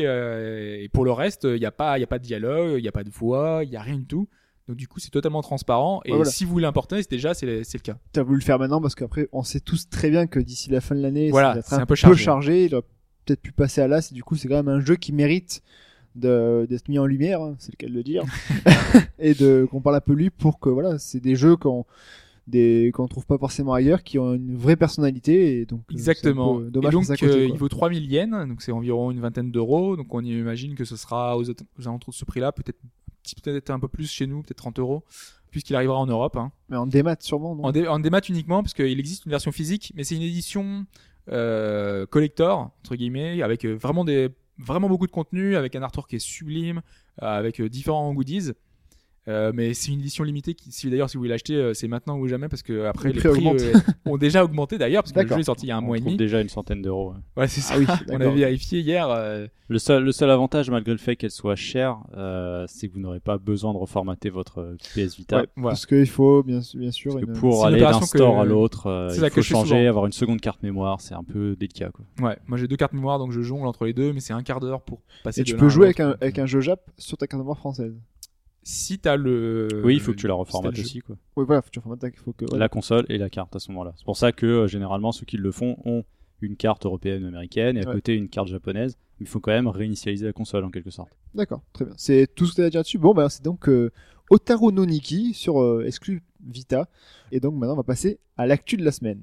et pour le reste, il n'y a pas de dialogue, il n'y a pas de voix, il n'y a rien du tout. Donc du coup, c'est totalement transparent. Et Ouais, voilà. si vous voulez l'importer, c'est le cas. T'as voulu le faire maintenant parce qu'après, on sait tous très bien que d'ici la fin de l'année, Voilà, ça va être c'est un un peu peu chargé. chargé. Il doit peut-être plus passer à l'as. Et du coup, c'est quand même un jeu qui mérite d'être mis en lumière, hein, c'est le cas de le dire, et qu'on parle un peu de lui pour que voilà, c'est des jeux qu'on trouve pas forcément ailleurs, qui ont une vraie personnalité, et donc Exactement. c'est un peu dommage Et donc que ça côté, quoi. il vaut 3000 yens, donc c'est environ une vingtaine d'euros. Donc on imagine que ce sera aux alentours de ce prix-là, peut-être un peu plus chez nous, peut-être 30 euros, puisqu'il arrivera en Europe. Hein. Mais en démat sûrement, non? En démat uniquement, parce qu'il existe une version physique, mais c'est une édition collector entre guillemets, avec vraiment beaucoup de contenu, avec un artwork qui est sublime, avec différents goodies. Mais c'est une édition limitée d'ailleurs si vous voulez l'acheter c'est maintenant ou jamais, parce que après les prix ont déjà augmenté d'ailleurs, parce que le jeu est sorti il y a un mois et demi. Déjà une centaine d'euros. Ouais, c'est ça. Ah oui, on avait vérifié hier. Le seul avantage, malgré le fait qu'elle soit chère, c'est que vous n'aurez pas besoin de reformater votre PS Vita. Ouais, Voilà. parce qu'il faut bien sûr Parce que une... pour c'est une aller d'un opération store à que- l'autre, c'est il ça faut que je fais changer, souvent. avoir une seconde carte mémoire, c'est un peu délicat, quoi. Ouais, moi j'ai 2 cartes mémoire, donc je jongle entre les deux, mais c'est un quart d'heure pour passer. Et de tu l'un peux à jouer l'autre. avec un jeu Jap sur ta carte mémoire française. Si t'as le. Oui, il faut que tu la si t'as reformates le jeu. aussi, quoi. Oui, voilà, faut que tu reformates il faut que... voilà. La console et la carte à ce moment-là. C'est pour ça que généralement ceux qui le font ont une carte européenne ou américaine et à Ouais. côté une carte japonaise. Mais il faut quand même réinitialiser la console en quelque sorte. D'accord, très bien. C'est tout ce que tu as à dire dessus. Bon, bah, c'est donc Otaru no Niki sur Exclu Vita. Et donc maintenant, on va passer à l'actu de la semaine.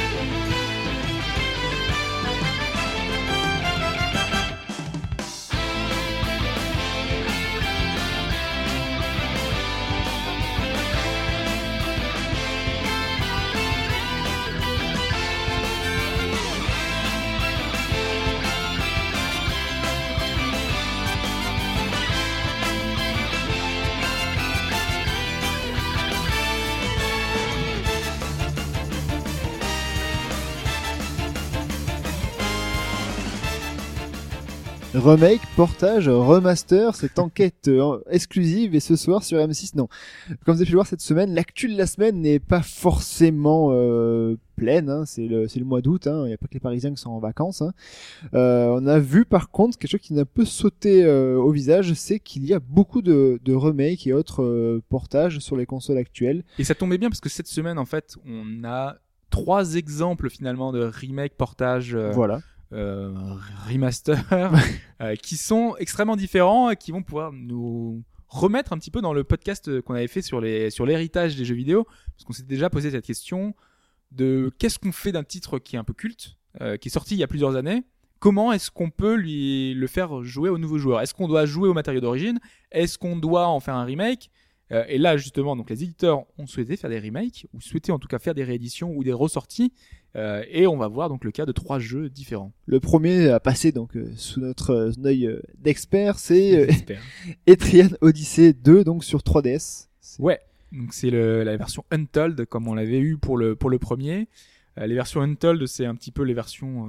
Remake, portage, remaster, cette enquête exclusive, et ce soir sur M6. Non, comme vous avez pu le voir cette semaine, l'actu de la semaine n'est pas forcément pleine, hein. C'est le mois d'août, hein. Il n'y a pas que les Parisiens qui sont en vacances, hein. On a vu par contre quelque chose qui nous a un peu sauté au visage, c'est qu'il y a beaucoup de remakes et autres portages sur les consoles actuelles. Et ça tombait bien parce que cette semaine, en fait, on a 3 exemples finalement de remake, portage, Voilà. remaster, qui sont extrêmement différents et qui vont pouvoir nous remettre un petit peu dans le podcast qu'on avait fait sur l'héritage des jeux vidéo, parce qu'on s'était déjà posé cette question de qu'est-ce qu'on fait d'un titre qui est un peu culte, qui est sorti il y a plusieurs années. Comment est-ce qu'on peut le faire jouer aux nouveaux joueurs? Est-ce qu'on doit jouer au matériau d'origine? Est-ce qu'on doit en faire un remake? Et là, justement, donc les éditeurs ont souhaité faire des remakes, ou souhaité en tout cas faire des rééditions ou des ressorties. Et on va voir donc le cas de 3 jeux différents. Le premier à passer donc sous notre œil d'expert, c'est J'espère. Etrian Odyssey 2, donc sur 3DS. Ouais, donc c'est la version Untold comme on l'avait eu pour le premier. Les versions Untold, c'est un petit peu les versions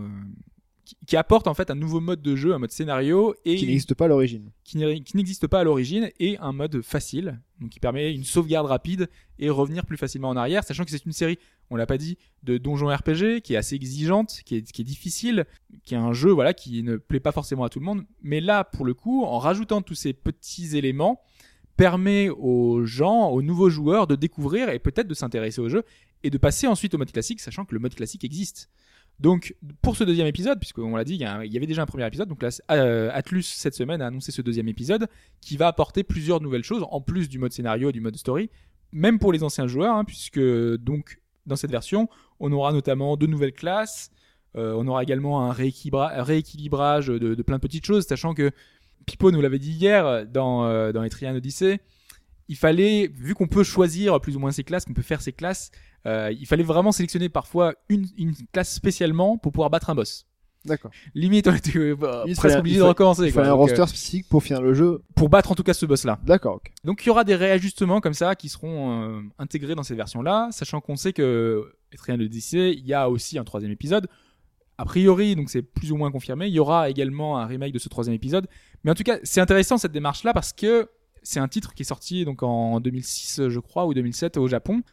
qui apportent en fait un nouveau mode de jeu, un mode scénario et Qui n'existe pas à l'origine. qui n'existe pas à l'origine, et un mode facile, donc qui permet une sauvegarde rapide et revenir plus facilement en arrière, sachant que c'est une série, on l'a pas dit, de donjons RPG qui est assez exigeante, qui est difficile, qui est un jeu voilà qui ne plaît pas forcément à tout le monde, mais là pour le coup, en rajoutant tous ces petits éléments, permet aux gens, aux nouveaux joueurs de découvrir et peut-être de s'intéresser au jeu et de passer ensuite au mode classique, sachant que le mode classique existe. Donc, pour ce deuxième épisode, puisqu'on l'a dit, il y avait déjà un premier épisode, donc là, Atlus, cette semaine, a annoncé ce deuxième épisode, qui va apporter plusieurs nouvelles choses, en plus du mode scénario et du mode story, même pour les anciens joueurs, hein, puisque, donc, dans cette version, on aura notamment 2 nouvelles classes, on aura également un rééquilibrage de plein de petites choses, sachant que Pipo nous l'avait dit hier, dans Etrian Odyssey, il fallait, vu qu'on peut choisir plus ou moins ses classes, qu'on peut faire ses classes, il fallait vraiment sélectionner parfois une classe spécialement pour pouvoir battre un boss. D'accord. Limite, on était Il presque fallait- obligé il de fa- recommencer. Il quoi. fallait un Donc, roster spécifique pour finir le jeu. pour battre en tout cas ce boss-là. D'accord, ok. Donc il y aura des réajustements comme ça qui seront intégrés dans cette version-là, sachant qu'on sait que Etrian Odyssey, il y a aussi un 3e épisode. A priori, donc c'est plus ou moins confirmé, il y aura également un remake de ce 3e épisode. Mais en tout cas, c'est intéressant cette démarche-là parce que c'est un titre qui est sorti donc en 2006, je crois, ou 2007 au Japon.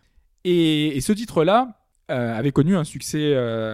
Et ce titre-là avait connu un succès,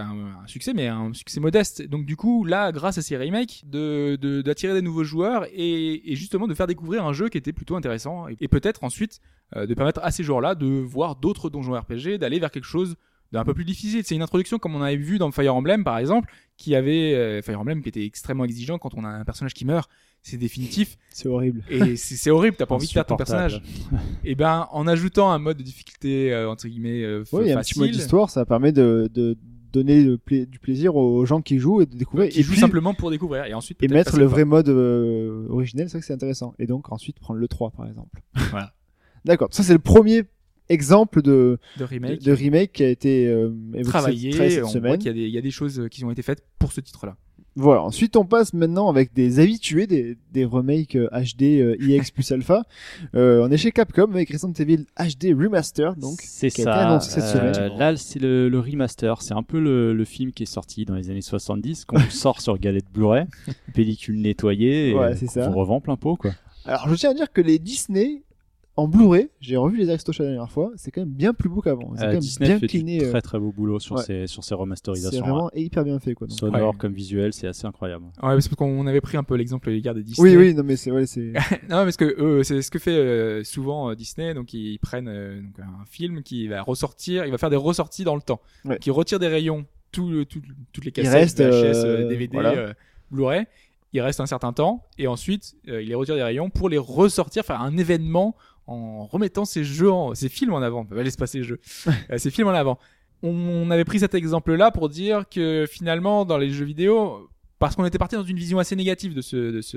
mais un succès modeste. Donc du coup, là, grâce à ces remakes, d'attirer des nouveaux joueurs et justement de faire découvrir un jeu qui était plutôt intéressant et peut-être ensuite de permettre à ces joueurs-là de voir d'autres donjons RPG, d'aller vers quelque chose d'un peu plus difficile. C'est une introduction comme on avait vu dans Fire Emblem par exemple, qui avait Fire Emblem qui était extrêmement exigeant quand on a un personnage qui meurt, c'est définitif C'est horrible. et c'est horrible, t'as pas envie de perdre ton personnage. Et ben en ajoutant un mode de difficulté entre guillemets Oui, il y a un petit mode facile, d'histoire, ça permet de donner du plaisir aux gens qui jouent et de découvrir. qui et joue puis- simplement pour découvrir et ensuite Et peut-être mettre passer le pas. vrai mode originel, c'est vrai que c'est intéressant. Et donc ensuite prendre le 3 par exemple. Voilà. D'accord, ça c'est le premier exemple de de remake remake qui a été évoqué travaillé, cette on voit semaine. qu'il y a des choses qui ont été faites pour ce titre-là. Voilà, ensuite on passe maintenant avec des habitués des remakes HD EX plus alpha. On est chez Capcom avec Resident Evil HD Remastered, donc c'est qui a été ça. annoncé cette semaine. Là, c'est le remaster. C'est un peu le film qui est sorti dans les années 70, qu'on sort sur galette Blu-ray, pellicule nettoyée, et Ouais, c'est ça. on revend plein pot, quoi. Alors je tiens à dire que les Disney en Blu-ray, j'ai revu les Aristochats la dernière fois, c'est quand même bien plus beau qu'avant. C'est quand même Disney bien fait cleané. du très très beau boulot sur ouais. ces C'est remasterisations. vraiment hyper bien fait quoi. Donc. Sonore Ouais. comme visuel, c'est assez incroyable. Ouais, parce qu'on avait pris un peu l'exemple les gars de Disney. Oui, non mais c'est c'est Non, parce que c'est ce que fait souvent Disney. Donc ils prennent donc un film qui va ressortir, il va faire des ressorties dans le temps, Ouais. qui retire des rayons toutes les cassettes, reste, VHS, DVD, voilà. Blu-ray. Il reste un certain temps et ensuite il les retire des rayons pour les ressortir, faire un événement en remettant ces films en avant. On va laisser passer les jeux, ces films en avant. On avait pris cet exemple-là pour dire que finalement dans les jeux vidéo, parce qu'on était parti dans une vision assez négative de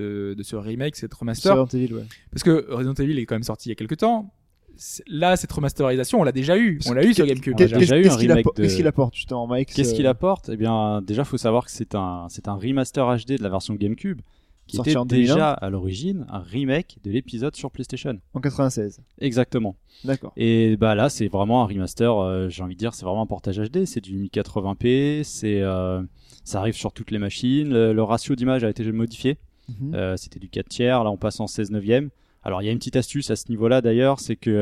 ce remake, cette remaster. Resident Evil, ouais. Parce que Resident Evil est quand même sorti il y a quelques temps. Là, cette remasterisation, on l'a déjà eu. On l'a eu sur GameCube. Qu'est-ce déjà. déjà eu un remake de- Qu'est-ce qu'il apporte justement, Mike Qu'est-ce qu'il apporte ? Eh bien, déjà, faut savoir que c'est un remaster HD de la version GameCube, qui Sorti était en 2001. déjà à l'origine un remake de l'épisode sur PlayStation. En 96. Exactement. D'accord. Et bah là, c'est vraiment un remaster. J'ai envie de dire, c'est vraiment un portage HD. C'est du 1080p. Ça arrive sur toutes les machines. Le ratio d'image a été modifié. Mhm. C'était du 4/3. Là, on passe en 16/9. Alors, il y a une petite astuce à ce niveau-là d'ailleurs, c'est que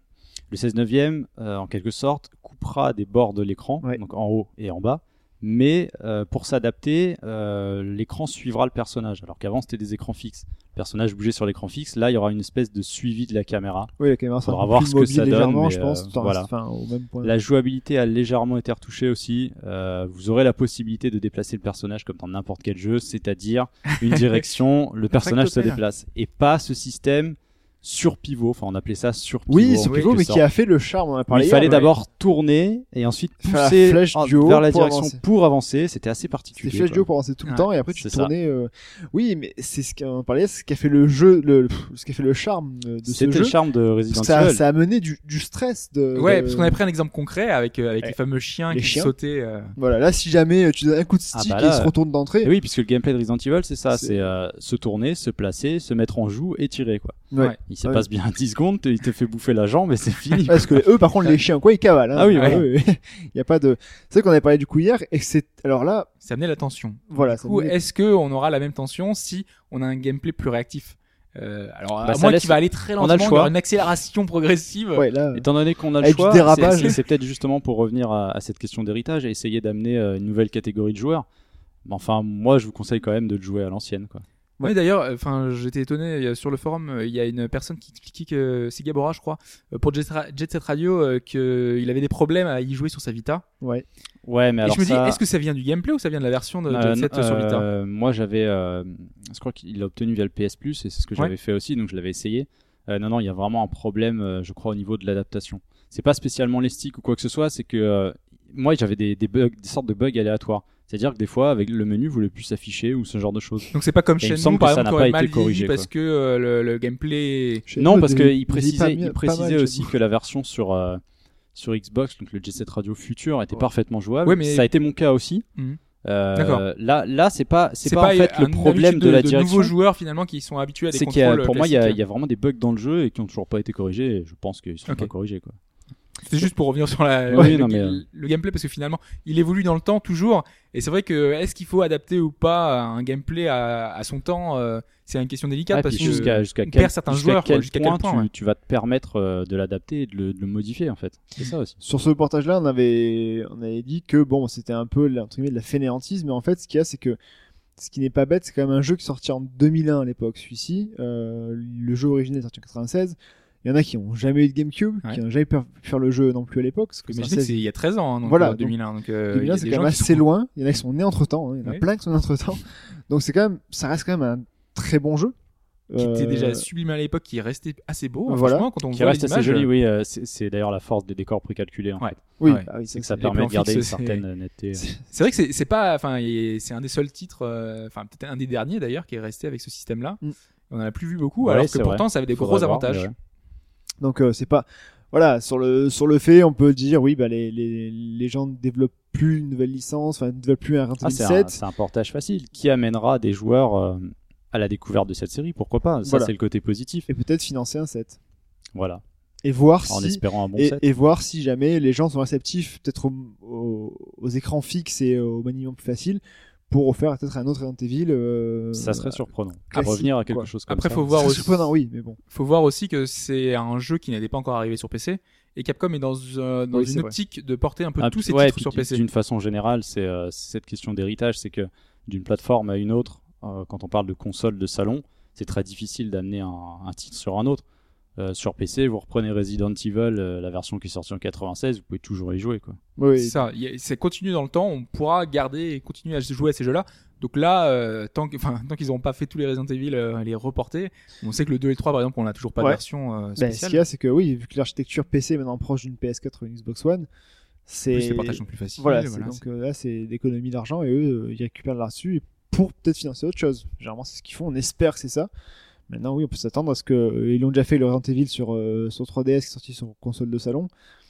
le 16/9, en quelque sorte, coupera des bords de l'écran, Ouais. donc en haut et en bas. Mais pour s'adapter, l'écran suivra le personnage. Alors qu'avant, c'était des écrans fixes. Le personnage bougeait sur l'écran fixe. Là, il y aura une espèce de suivi de la caméra. Oui, la caméra sera Faudra un peu voir plus ce que mobile ça donne, légèrement, mais, je pense, voilà. enfin, au même point. La jouabilité a légèrement été retouchée aussi. Vous aurez la possibilité de déplacer le personnage comme dans n'importe quel jeu, c'est-à-dire une direction, le personnage se tractopelle. déplace. Et pas ce système sur pivot. Enfin, on appelait ça sur pivot. Oui, en sur quelque pivot, mais sorte. qui a fait le charme, on en a Où parlé il fallait hier, d'abord tourner et ensuite Faire la pousser flèche du haut vers la pour direction avancer. pour avancer. C'était assez C'était particulier. flèche du haut quoi. pour avancer tout le Ouais, temps et après tu c'est ça. tournais. Oui, mais c'est ce qu'on parlait, ce qui a fait le jeu, ce qui a fait le charme de ce C'était jeu. le charme de Parce Resident que ça, Evil. ça a amené du stress de. Ouais, de- parce qu'on avait pris un exemple concret avec les fameux chiens Les qui chiens. sautaient. Voilà, là, si jamais tu donnes un coup de stick bah et là, il se retourne d'entrée. Et oui, puisque le gameplay de Resident Evil, c'est ça, C'est- c'est se tourner, se placer, se mettre en joue et tirer quoi. Ouais. Il se Ouais. passe bien 10 secondes, il te fait bouffer la jambe et c'est fini. Parce que eux, par contre, les chiens, quoi, ils cavalent. Hein. Ah oui, ouais. Il y a pas de. C'est vrai qu'on avait parlé du coup hier et que c'est. Alors là, Ça amenait la tension. voilà. Du ça coup, nous- est-ce que on aura la même tension si on a un gameplay plus réactif Alors, Bah, à ça moins laisse- qu'il va aller très on lentement, a le il y choix. aura une accélération progressive. Ouais, là. Étant donné qu'on a le Avec du choix, dérapage. c'est peut-être justement pour revenir à cette question d'héritage et essayer d'amener une nouvelle catégorie de joueurs. Mais enfin, moi, je vous conseille quand même de le jouer à l'ancienne, quoi. Ouais. Oui, d'ailleurs, enfin, j'étais étonné sur le forum, il y a une personne qui expliquait que c'est Gabora, je crois, pour Jet Set Radio, qu'il avait des problèmes à y jouer sur sa Vita. Ouais. Ouais, mais Et alors je me ça... dis, est-ce que ça vient du gameplay ou ça vient de la version de Jet Set sur Vita Moi, j'avais, je crois qu'il l'a obtenu via le PS Plus et c'est ce que Ouais. j'avais fait aussi, donc je l'avais essayé. Non, il y a vraiment un problème, je crois, au niveau de l'adaptation. C'est pas spécialement les sticks ou quoi que ce soit, c'est que moi, j'avais des bugs, des sortes de bugs aléatoires. C'est-à-dire que des fois, avec le menu, voulait plus s'afficher ou ce genre de choses. Donc c'est pas comme Et il me Shenmue, semble par que ça exemple, qui n'a aurait pas mal été corrigé, vieilli parce quoi. que le gameplay... Chez Non, nous, parce des- qu'il des- précisait, pas il précisait mal, aussi chez nous. que la version sur Xbox, donc le Jet Set Radio futur, était Ouais. parfaitement jouable. Ouais, mais- Ça a été mon cas aussi. Mhm. D'accord. Là, c'est pas en fait le une problème habitude de la de direction. nouveaux joueurs finalement qui sont habitués à des C'est qu'il y contrôles a, pour moi, il y classiques. a vraiment des bugs dans le jeu et qui ont toujours pas été corrigés. Et je pense qu'ils seront Ok. pas corrigés, quoi. C'était juste pour revenir sur Oui, non, mais, le gameplay parce que finalement il évolue dans le temps toujours et c'est vrai que est-ce qu'il faut adapter ou pas un gameplay à son temps, c'est une question délicate Ouais, parce puis que jusqu'à on quel, perd certains jusqu'à joueurs, quel quoi, jusqu'à quel point, point, tu vas te permettre de l'adapter et de le modifier en fait. C'est ça aussi. Sur ce portage-là, on avait dit que bon, c'était un peu entre guillemets de la fainéantise, mais en fait, ce qu'il y a, c'est que ce qui n'est pas bête, c'est quand même un jeu qui est sorti en 2001 à l'époque. Celui-ci, le jeu original est sorti en 96. Il y en a qui ont jamais eu de GameCube, Ouais. qui n'ont jamais pu faire le jeu non plus à l'époque. Parce que Imaginez c'est que un c'est il y a 13 ans, hein, donc Voilà, 2001. Donc, 2001, il y a c'est des quand gens même qui assez sont- loin. Il y en a qui sont nés entre temps. Il y en a Oui. plein qui sont nés entre temps. Donc ça reste quand même un très bon jeu. qui était déjà Euh, sublimé à l'époque, qui restait assez beau. hein, Voilà. Franchement, quand on Qui voit reste les assez images, joli, oui. C'est d'ailleurs la force des décors précalculés. En Ouais. fait. Oui, Ouais. bah oui, C'est que ça les permet plans de garder fixes, une c'est- certaine netteté. c'est vrai que c'est pas, enfin, c'est un des seuls titres, enfin peut-être un des derniers d'ailleurs, qui est resté avec ce système-là. Mm. On en a plus vu beaucoup, Ouais, alors que c'est pourtant vrai. ça avait des Faudrait gros voir, avantages. mais ouais. Donc c'est pas voilà sur le fait on peut dire oui bah les gens ne développent plus une nouvelle licence, enfin ne développent plus un Resident Ah, Evil 7. c'est un portage facile qui amènera des joueurs à la découverte de cette série. Pourquoi pas? Ça, Voilà. c'est le côté positif. Et peut-être financer un 7 Voilà. et voir En si espérant un bon et, set. et voir si jamais les gens sont réceptifs peut-être aux écrans fixes et au maniement plus facile pour faire peut-être un autre Resident Evil. Ça serait surprenant. classique, Revenir à quelque quoi. chose comme Après, ça. faut voir C'est aussi. surprenant, oui, mais bon. Faut voir aussi que c'est un jeu qui n'était pas encore arrivé sur PC et Capcom est dans Oui, c'est une vrai. optique de porter un peu Ah, tous ces ouais, titres puis sur PC. D'une façon générale, c'est cette question d'héritage, c'est que d'une plateforme à une autre, quand on parle de console de salon, c'est très difficile d'amener un titre sur un autre. Sur PC, vous reprenez Resident Evil, la version qui est sortie en 96, vous pouvez toujours y jouer, quoi. Oui, C'est ça, c'est continu dans le temps, on pourra garder et continuer à jouer à ces jeux-là. Donc là, tant qu'ils n'auront pas fait tous les Resident Evil, les reporter, on sait que le 2 et le 3, par exemple, on n'a toujours pas de Ouais. version Ben, ce spéciale. qu'il y a, c'est que oui, vu que l'architecture PC est maintenant proche d'une PS4 ou une Xbox One, c'est Plus les portages sont plus faciles. voilà, voilà, donc là c'est d'économie d'argent et eux ils récupèrent là-dessus pour peut-être financer autre chose. Généralement c'est ce qu'ils font, on espère que c'est ça. Maintenant oui, on peut s'attendre à ce que ils l'ont déjà fait le Resident Evil sur 3DS qui est sorti sur console de salon.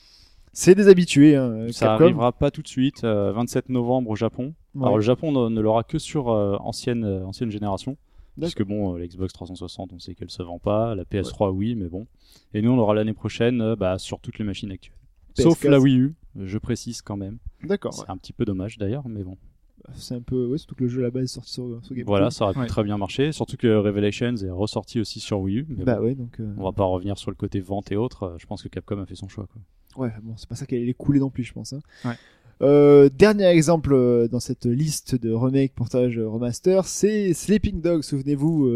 C'est des habitués hein, Ça Capcom. arrivera pas tout de suite, 27 novembre au Japon. Ouais. Alors le Japon ne l'aura que sur ancienne génération. D'accord. Puisque bon, la Xbox 360, on sait qu'elle se vend pas, la PS3 oui, mais bon. Et nous on l'aura l'année prochaine sur toutes les machines actuelles. PS4. Sauf la Wii U, je précise quand même. D'accord. C'est un petit peu dommage d'ailleurs, mais bon. C'est un peu surtout que le jeu à la base est sorti sur GameCube. Voilà, ça aurait pu Ouais. très bien marcher. Surtout que Revelations est ressorti aussi sur Wii U. Mais Bah bon, ouais, donc on va pas revenir sur le côté vente et autres. Je pense que Capcom a fait son choix, quoi. ouais, bon, c'est pas ça qui allait les couler non plus, je pense. Hein. Ouais. Dernier exemple dans cette liste de remake, portage, remaster, c'est Sleeping Dogs. Souvenez-vous,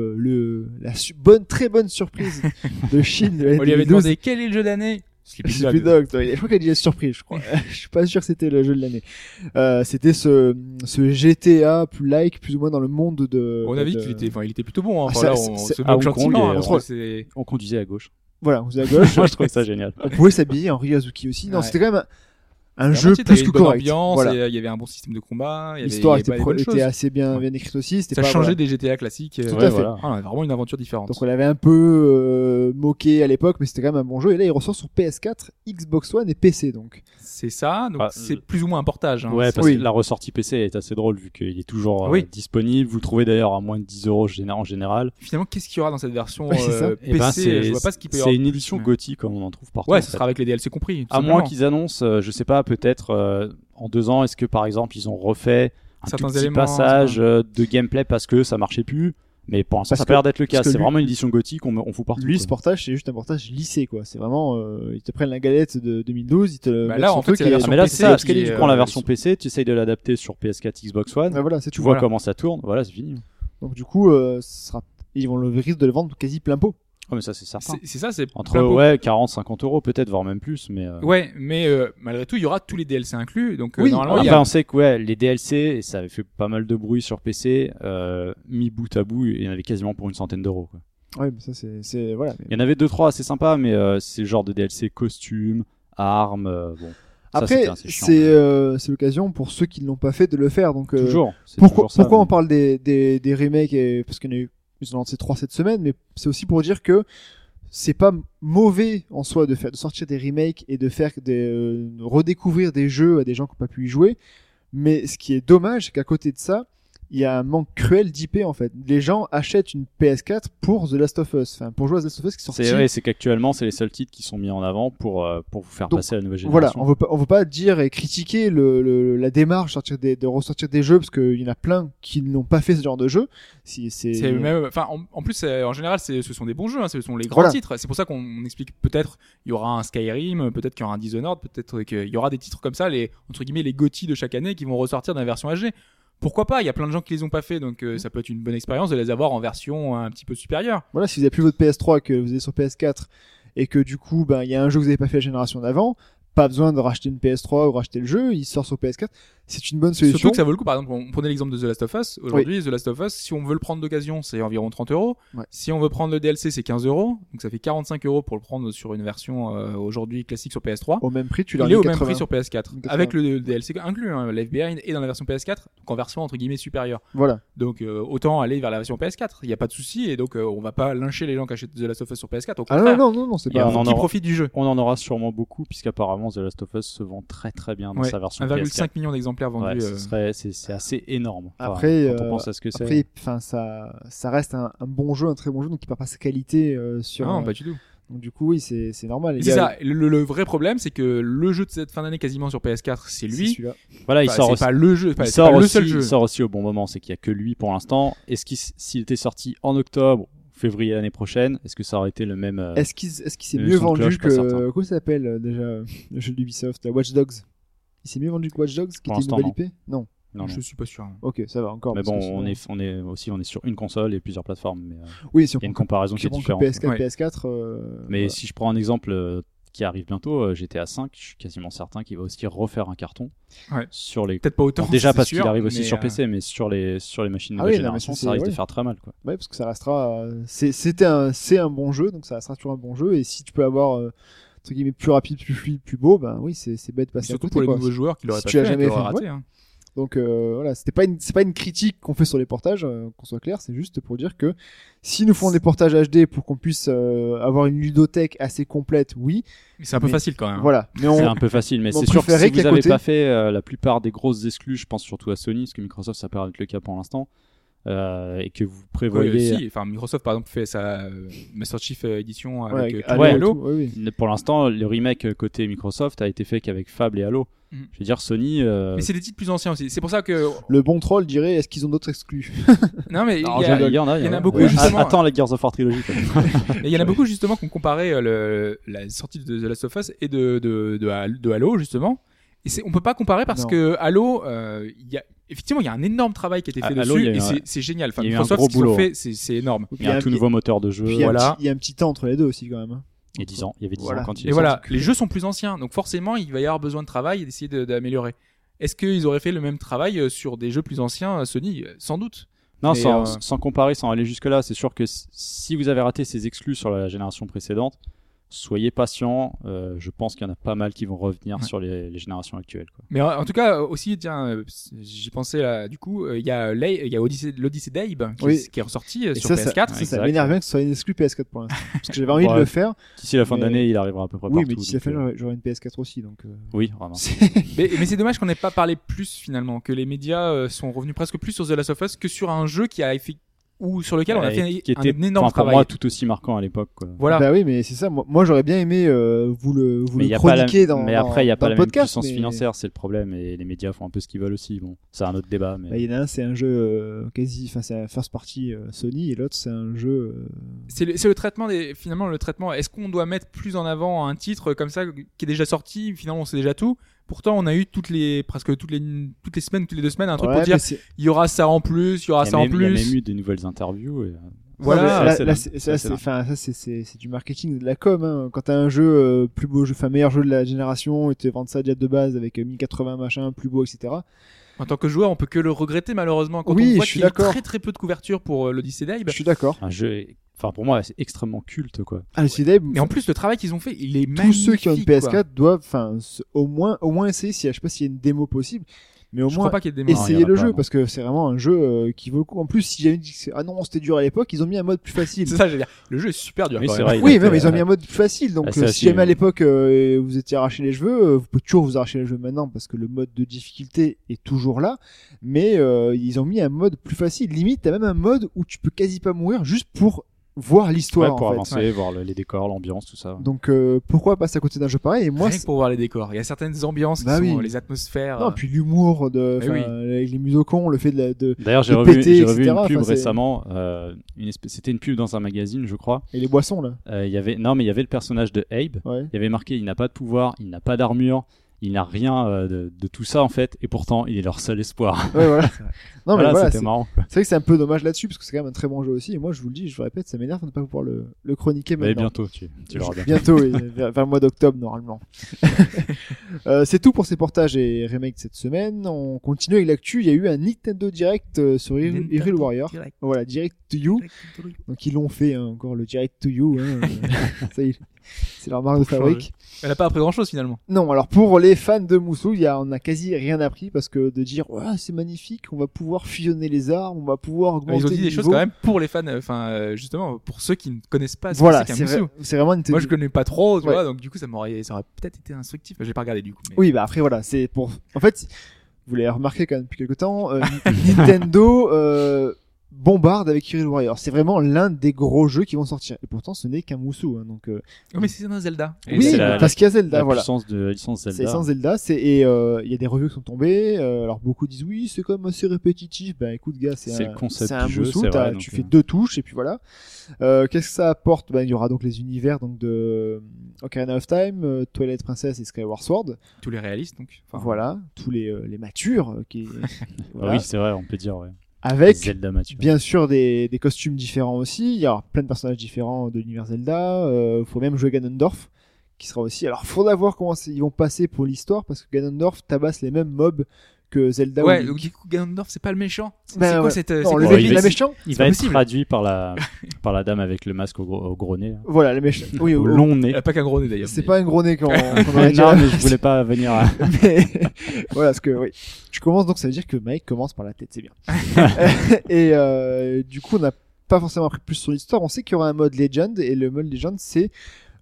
très bonne surprise de Chine de l'année On lui avait 2012. demandé quel est le jeu d'année. Sleeping Dogs. Je crois qu'elle dit surprise, je crois. Je suis pas sûr que c'était le jeu de l'année. C'était ce GTA plus ou moins dans le monde de. On a vu de- qu'il était, il était plutôt bon. Hein. Ah, Enfin, ça, là, c'est- on c'est- se Ah, moque Hong Kong gentiment. est- Parce que c'est- On conduisait à gauche. Voilà, vous êtes à gauche. Moi je trouvais ça génial. On pouvait s'habiller en Ryozuki aussi. Non, Ouais. c'était quand même un C'était jeu gentil, plus t'avais que une bonne correct. ambiance, Voilà. et il y avait un bon système de combat. il y avait- L'histoire il y avait des bonnes était choses. assez bien Ouais. écrite aussi. C'était Ça pas, changeait voilà. des GTA classiques. Tout Ouais, à fait. voilà. On avait vraiment une aventure différente. Donc on l'avait un peu moqué à l'époque, mais c'était quand même un bon jeu. Et là, il ressort sur PS4, Xbox One et PC. Donc C'est ça, donc Ah, c'est plus ou moins un portage. Hein. Ouais, C'est- parce Oui. que la ressortie PC est assez drôle vu qu'il est toujours Oui. disponible. Vous le trouvez d'ailleurs à moins de 10 € en général. Finalement, qu'est-ce qu'il y aura dans cette version Ouais, c'est ça. Et ben, PC Je vois pas ce qu'il peut y c'est avoir. une de édition plus, mais- GOTY comme on en trouve partout. Ouais, en ce fait. sera avec les DLC compris. tout À moins simplement. qu'ils annoncent, je sais pas, peut-être en 2 ans, est-ce que par exemple ils ont refait un Certains tout petit éléments, passage de gameplay parce que ça marchait plus. Mais pour l'instant, Parce ça a que- pas l'air d'être le cas. parce que C'est lui- vraiment une édition gothique on fout partout. lui, quoi. ce portage, c'est juste un portage lissé, quoi. C'est vraiment, ils te prennent la galette de 2012, ils te Bah mettent là, son en fait, truc c'est la et- Ah, version mais là, PC c'est ça, parce qui que est, tu prends la euh, version PC, tu essayes de l'adapter sur PS4, Xbox One, Ouais, voilà, c'est tu tout. vois Voilà. comment ça tourne, voilà, c'est fini. Donc du coup, ils vont le risque de le vendre quasi plein pot. Oh, mais ça, c'est certain. C'est ça, c'est Entre plein pot. 40-50 € peut-être, voire même plus. Mais Ouais, mais malgré tout, il y aura tous les DLC inclus. Donc Oui, normalement, il après, y a on sait que les DLC, et ça avait fait pas mal de bruit sur PC, mis bout à bout, il y en avait quasiment pour une centaine d'euros. Quoi. Ouais, mais ça, c'est voilà. Mais- Il y en avait 2-3 assez sympas, mais c'est le genre de DLC costumes, armes, bon. Ça, Après, c'était assez chiant. c'est l'occasion pour ceux qui ne l'ont pas fait de le faire. Donc Toujours. c'est pourquoi toujours ça, on mais- parle des remakes parce qu'il y en a eu, ils ont lancé 3 cette semaine, mais c'est aussi pour dire que c'est pas mauvais en soi de sortir des remakes et de faire redécouvrir des jeux à des gens qui n'ont pas pu y jouer. Mais ce qui est dommage, c'est qu'à côté de ça, il y a un manque cruel d'IP en fait. Les gens achètent une PS4 pour The Last of Us, enfin pour jouer à The Last of Us qui est sorti. C'est vrai, c'est qu'actuellement, c'est les seuls titres qui sont mis en avant pour vous faire Donc, passer à la nouvelle Voilà, génération. on veut pas dire et critiquer la démarche de ressortir des jeux parce qu'il y en a plein qui n'ont pas fait ce genre de jeu. C'est même, enfin, en plus, en général, ce sont des bons jeux, hein, ce sont les grands Voilà. titres. C'est pour ça qu'on explique peut-être il y aura un Skyrim, peut-être qu'il y aura un Dishonored, peut-être qu'il y aura des titres comme ça, les entre guillemets les GOTY de chaque année qui vont ressortir dans la version HD. Pourquoi pas? Il y a plein de gens qui les ont pas fait, donc ça peut être une bonne expérience de les avoir en version un petit peu supérieure. Voilà, si vous avez plus votre PS3 que vous êtes sur PS4 et que du coup, ben, il y a un jeu que vous avez pas fait la génération d'avant, pas besoin de racheter une PS3 ou racheter le jeu, il sort sur PS4. C'est une bonne solution. Surtout que ça vaut le coup. Par exemple, on prenait l'exemple de The Last of Us. Aujourd'hui, The Last of Us, si on veut le prendre d'occasion, c'est environ 30€. Ouais. Si on veut prendre le DLC, c'est 15€. Donc ça fait 45€ pour le prendre sur une version aujourd'hui classique sur PS3. Au même prix, tu l'as Il est au mis même 80. prix sur PS4. 80. Avec le DLC inclus, hein, l'FBI est dans la version PS4, donc en version entre guillemets supérieure. Voilà. Donc autant aller vers la version PS4. Il n'y a pas de souci et donc on va pas lyncher les gens qui achètent The Last of Us sur PS4. Au Ah contraire, non, c'est Et pas. on en qui aura- profitent du jeu. On en aura sûrement beaucoup, puisqu'apparemment The Last of Us se vend très très bien dans Ouais, sa version 1,5 PS4. million d'exemplaires vendus. Ouais, c'est assez énorme. Enfin, Après, quand on pense à ce que c'est. Après, enfin, ça reste un bon jeu, un très bon jeu, donc il perd pas sa qualité sur. Non, pas du tout. Donc du coup, oui, c'est normal. Et Il c'est y a- ça. Le vrai problème, c'est que le jeu de cette fin d'année quasiment sur PS4, c'est c'est lui. celui-là. Voilà, il Enfin, sort c'est aussi. pas le jeu, Il c'est sort pas le aussi, seul jeu. il sort aussi au bon moment, c'est qu'il y a que lui pour l'instant. Est-ce s'il était sorti en octobre, février l'année prochaine, est-ce que ça aurait été le même Est-ce qu'il s'est le mieux son de vendu cloche, pas certain. que comment ça s'appelle déjà le jeu d'Ubisoft, Watch Dogs? Il s'est mieux vendu que Watch Dogs, qui Pour était une l'instant, nouvelle IP? Non. Non, non. Je suis pas sûr. Ok, ça va encore. Mais parce bon, que sinon- on est sur une console et plusieurs plateformes. Mais Oui, si on il y a une prend comparaison qui est que différente. PS4, Ouais. PS4. Mais voilà. si je prends un exemple qui arrive bientôt, GTA 5, je suis quasiment certain qu'il va aussi refaire un carton Ouais. sur les. Peut-être pas autant. Bon, déjà c'est parce qu'il sûr, arrive aussi mais, sur PC, mais sur les machines de Ah nouvelle oui, non, mais génération, ça, ça risque c'est- de faire très mal, quoi. Ouais, parce que ça restera. C'est un bon jeu, donc ça restera toujours un bon jeu. Et si tu peux avoir entre guillemets plus rapide, plus fluide, plus beau, ben oui, c'est bête de passer à Surtout côté, pour les quoi. nouveaux joueurs qui l'auraient Si pas tu l'as fait, jamais qui l'auraient fait, raté. ouais. hein. Donc voilà, c'est pas une critique qu'on fait sur les portages, qu'on soit clair, c'est juste pour dire que si nous font des portages HD pour qu'on puisse avoir une ludothèque assez complète, oui, Mais c'est un peu Mais- facile quand même. voilà. Mais C'est on un peu facile, mais on c'est sûr que préférait si vous qu'à n'avez côté- pas fait la plupart des grosses exclus, je pense surtout à Sony, parce que Microsoft ça paraît être le cas pour l'instant, et que vous prévoyez. Si, enfin Microsoft par exemple fait sa Master Chief édition ouais, avec Halo ouais, et Halo. tout, oui, oui. Pour l'instant, le remake côté Microsoft a été fait qu'avec Fable et Halo. Mhm. Je veux dire, Sony. Mais c'est des titres plus anciens aussi. C'est pour ça que Le bon troll dirait est-ce qu'ils ont d'autres exclus? non mais Non, il y a- il y en a, il y en a beaucoup, Ouais. justement. Attends la Gears of War trilogie. quoi. Et il y en a beaucoup justement qui ont comparé la sortie de The Last of Us et de Halo justement. Et on peut pas comparer parce Non. que Halo, effectivement, il y a un énorme travail qui a été fait Halo, il y dessus a eu et c'est génial. Enfin, il y a eu un Microsoft, gros ce qu'ils ont boulot. fait, c'est énorme. Il y a un tout nouveau moteur de jeu. Puis il y a un voilà. petit- il y a un petit temps entre les deux aussi quand même. Hein. Il y a 10 ans. Il y avait 10 Voilà. ans quand il Et est voilà, sorti. les jeux sont plus anciens, donc forcément, il va y avoir besoin de travail et d'essayer d'améliorer. Est-ce qu'ils auraient fait le même travail sur des jeux plus anciens, Sony? Sans doute. Non, Mais, sans comparer, sans aller jusque-là, c'est sûr que si vous avez raté ces exclus sur la génération précédente, soyez patient. Je pense qu'il y en a pas mal qui vont revenir Ouais. sur les générations actuelles. Quoi. Mais en tout cas, aussi, tiens, j'y pensais là, du coup, il y a l'Odyssey d'Abe Oui. qui est ressorti Et sur ça, PS4. ça exact. m'énerve bien que ce soit une exclu PS4 pour l'instant. Parce que j'avais envie de Ouais. le faire. D'ici la fin Mais- d'année, il arrivera à peu près Oui, partout. mais d'ici la donc, fin, j'aurai une PS4 aussi. Donc, Oui, vraiment. Mais c'est dommage qu'on n'ait pas parlé plus finalement, que les médias sont revenus presque plus sur The Last of Us que sur un jeu qui a fait ou sur lequel on a fait qui était un énorme enfin, pour travail. moi tout aussi marquant à l'époque. Quoi. Voilà. Bah oui, mais c'est ça. Moi j'aurais bien aimé vous le Mais il y a pas chroniquer la, dans. mais après il y a dans pas le la même podcast, puissance mais- financière, c'est le problème, et les médias font un peu ce qu'ils veulent aussi. Bon, c'est un autre débat, mais Bah, il y en a un, c'est un jeu quasi, enfin c'est un first party Sony, et l'autre c'est un jeu. C'est le traitement finalement le traitement. Est-ce qu'on doit mettre plus en avant un titre comme ça qui est déjà sorti? Finalement, on sait déjà tout. Pourtant, on a eu presque toutes les semaines, toutes les 2 semaines, un truc Ouais, pour dire mais c'est- il y aura ça en plus, il y aura ça en il y a même plus. eu des nouvelles interviews. Et, Voilà. Non, mais là, c'est là, dingue. c'est- Ça, ça, c'est c'est, dingue. enfin, ça, c'est du marketing, de la com. Hein. Quand t'as un jeu plus beau jeu, enfin meilleur jeu de la génération, et te vendent ça déjà de base avec 1080 machin, plus beau, etc. En tant que joueur, on peut que le regretter malheureusement quand Oui, on voit je suis qu'il y a d'accord. très très peu de couverture pour l'Odyssey d'Abe. Je suis d'accord. un jeu, enfin pour moi, c'est extrêmement culte, quoi. Ah, le CD, Mais en plus, le travail qu'ils ont fait, il est tous magnifique. ceux qui ont une quoi. PS4 doivent, enfin, au moins essayer. Si, je sais pas s'il y a une démo possible, mais au Je moins crois pas qu'il y ait des démos. Non, il y essayez en a le pas, jeu non. parce que c'est vraiment un jeu qui vaut le coup. En plus, si j'avais dit que ah non c'était dur à l'époque, ils ont mis un mode plus facile. C'est ça, je veux dire. Le jeu est super dur. Oui, quand c'est même. vrai. Oui, il a mais fait, ils ont mis un mode plus facile. Donc Ah, ça, si si, jamais à oui. l'époque vous étiez arraché les cheveux, vous pouvez toujours vous arracher les cheveux maintenant parce que le mode de difficulté est toujours là. Mais ils ont mis un mode plus facile. Limite, t'as même un mode où tu peux quasi pas mourir juste pour voir l'histoire. Ouais, pour en fait. avancer, voir les décors, l'ambiance, tout ça. Donc pourquoi passer à côté d'un jeu pareil? Et moi, Rien que pour voir les décors. Il y a certaines ambiances Bah qui sont oui. les atmosphères. non, puis l'humour de, Mais oui. avec les musocons, le fait de D'ailleurs, j'ai de revu, péter, j'ai revu etc. une pub Enfin, c'est- récemment. C'était une pub dans un magazine, je crois. et les boissons là. Il y avait le personnage de Abe. Ouais. Il y avait marqué, il n'a pas de pouvoir, il n'a pas d'armure, il n'a rien de tout ça en fait, et pourtant il est leur seul espoir. Ouais, voilà. Non, mais Voilà, voilà, c'était marrant. Quoi. c'est vrai que c'est un peu dommage là-dessus parce que c'est quand même un très bon jeu aussi. Et moi, je vous le dis, je vous le répète, ça m'énerve de ne pas pouvoir le chroniquer Mais maintenant. bientôt, tu l'auras bien. Bientôt, oui, vers le mois d'octobre normalement. C'est tout pour ces portages et remakes cette semaine. On continue avec l'actu. Il y a eu un Nintendo Direct sur Hyrule Warrior. Voilà, Direct to You. Donc ils l'ont fait encore le Direct to You. Hein. Ça y est, c'est leur marque de fabrique. Elle a pas appris grand chose finalement. Non, alors pour les fans de Musou, on a quasi rien appris parce que de dire ouais, c'est magnifique, on va pouvoir fusionner les armes, on va pouvoir augmenter Ils ont dit le des choses niveau. quand même pour les fans, justement pour ceux qui ne connaissent pas ce Voilà, que c'est c'est, qu'un Musou. c'est vraiment Nintendo. Moi je connais pas trop, tu Ouais. vois, donc du coup ça aurait peut-être été instructif. J'ai pas regardé du coup. Mais... Oui, bah après voilà, c'est pour. En fait, vous l'avez remarqué quand même depuis quelque temps, Nintendo bombarde avec Hyrule Warrior. C'est vraiment l'un des gros jeux qui vont sortir. Et pourtant, ce n'est qu'un Musou. Hein, donc. Oh, mais c'est dans Zelda. Et Oui, c'est la- parce qu'il y a Zelda, La voilà. puissance de licence C'est Zelda. sans Zelda, et il y a des reviews qui sont tombées. Alors beaucoup disent oui, c'est comme assez répétitif. Ben écoute gars, C'est le concept c'est un du jeu, Musou, c'est vrai, tu donc, fais 2 touches et puis voilà. Qu'est-ce que ça apporte? Ben il y aura donc les univers donc de Ocarina of Time, Twilight Princess et Skyward Sword. tous les réalistes donc. Enfin, Voilà, tous les matures qui voilà. Oui, c'est vrai, on peut dire. Ouais. Avec Zelda mature. bien sûr des costumes différents aussi. Il y aura plein de personnages différents de l'univers Zelda. Faut même jouer Ganondorf qui sera aussi. Alors faudra voir comment ils vont passer pour l'histoire parce que Ganondorf tabasse les mêmes mobs que Zelda. Ouais, ou Link. donc du coup Ganondorf c'est pas le méchant. C'est Ben, quoi ouais. cette Non, c'est le quoi mec, il il va- est méchant. Il c'est va pas être possible. traduit par la dame avec le masque au gros nez. Là. Voilà, les méchants. Oui, Au au- long nez. Elle a pas qu'un gros nez d'ailleurs. c'est mais- pas un gros nez qu'on aurait dit. Non, mais je voulais pas venir à... Mais voilà, parce que oui. Tu commences donc ça veut dire que Mike commence par la tête, c'est bien. Et du coup, on n'a pas forcément appris plus sur l'histoire. On sait qu'il y aura un mode Legend et le mode Legend c'est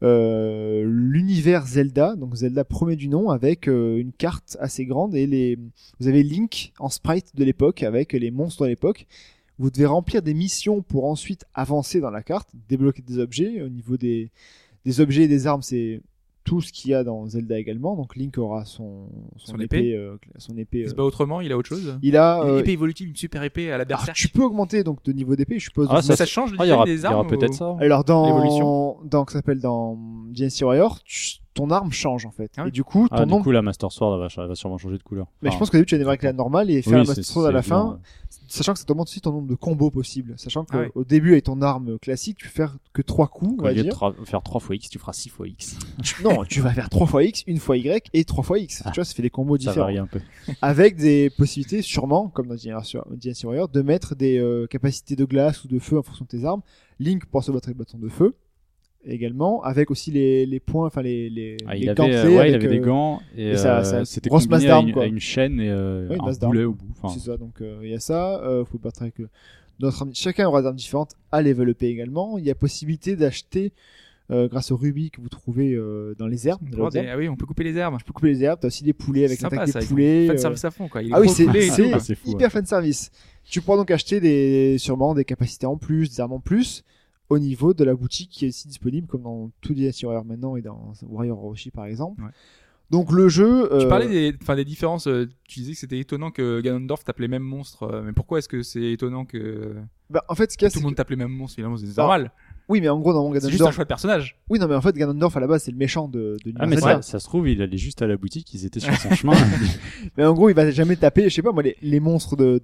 l'univers Zelda, donc Zelda premier du nom avec une carte assez grande et vous avez Link en sprite de l'époque avec les monstres de l'époque. Vous devez remplir des missions pour ensuite avancer dans la carte, débloquer des objets. Au niveau des objets et des armes, c'est tout ce qu'il y a dans Zelda également. Donc Link aura son Son épée. son épée. Il se bat autrement, il a autre chose. Il a Une épée évolutive, une super épée à la alors, berserk. tu peux augmenter donc de niveau d'épée, je suppose. Ah, Mais ça change le Ah, il y aura, design des il y aura armes. peut-être ou- ça. Alors L'évolution. dans que ça s'appelle dans Dynasty Warrior, ton arme change en fait. Ah ouais. Et du coup, ton Ah, du nombre. coup, la Master Sword elle va sûrement changer de couleur. Mais je Enfin, pense qu'au début tu vas démarrer avec la normale et faire oui, la c'est- Master Sword à c'est la évident, fin, sachant que ça t'augmente aussi ton nombre de combos possibles. Sachant Ah ouais. qu'au début avec ton arme classique, tu peux faire que 3 coups, on Au va lieu de dire. faire 3 fois X, tu feras 6 fois X. Non, tu vas faire 3 fois X, 1 fois Y et 3 fois X. Ah. Tu vois, ça fait des combos Ça différents. varie un peu. Avec des possibilités sûrement, comme dans Dynasty Warrior, de mettre des capacités de glace ou de feu en fonction de tes armes. Link pour se battre avec le bâton de feu. Également, avec aussi les points, enfin les Ah, les il gantelets avait, ouais, il avec, avait des gants et, et ça c'était grosse masse combiné d'armes, à, quoi. à une chaîne et Oui, une un masse d'armes. boulet au bout. Enfin, C'est ça, donc il y a ça. Faut battre avec notre arme. Chacun aura des armes différentes à level up également. Il y a possibilité d'acheter grâce au rubis que vous trouvez dans les herbes. dans les herbes. Ah oui, on peut couper les herbes. Tu peux couper les herbes. T'as aussi des poulets avec Sympa, l'attaque ça, des ils poulets. font Fan service à fond quoi. Il est Ah oui, gros c'est poulet et c'est tout. c'est fou, hyper fan service. Tu pourras donc acheter sûrement des capacités en plus, des armes en plus au niveau de la boutique qui est aussi disponible comme dans tout Dynasty Warrior maintenant et dans Warrior Orochi par exemple. Ouais. Donc le jeu. Tu parlais des différences. Tu disais que c'était étonnant que Ganondorf tape les mêmes monstres. Mais pourquoi est-ce que c'est étonnant que Bah, en fait, ce qu'il y a, tout c'est le monde que- tape les mêmes monstres Finalement, c'est Non. normal. oui, mais en gros, dans mon C'est juste un Ganondorf. choix de personnage. Oui, non, mais en fait, Ganondorf à la base, c'est le méchant de Ah, mais l'univers Zelda. ça se trouve, il allait juste à la boutique, ils étaient sur son chemin. Mais en gros, il va jamais taper, je sais pas moi, les monstres de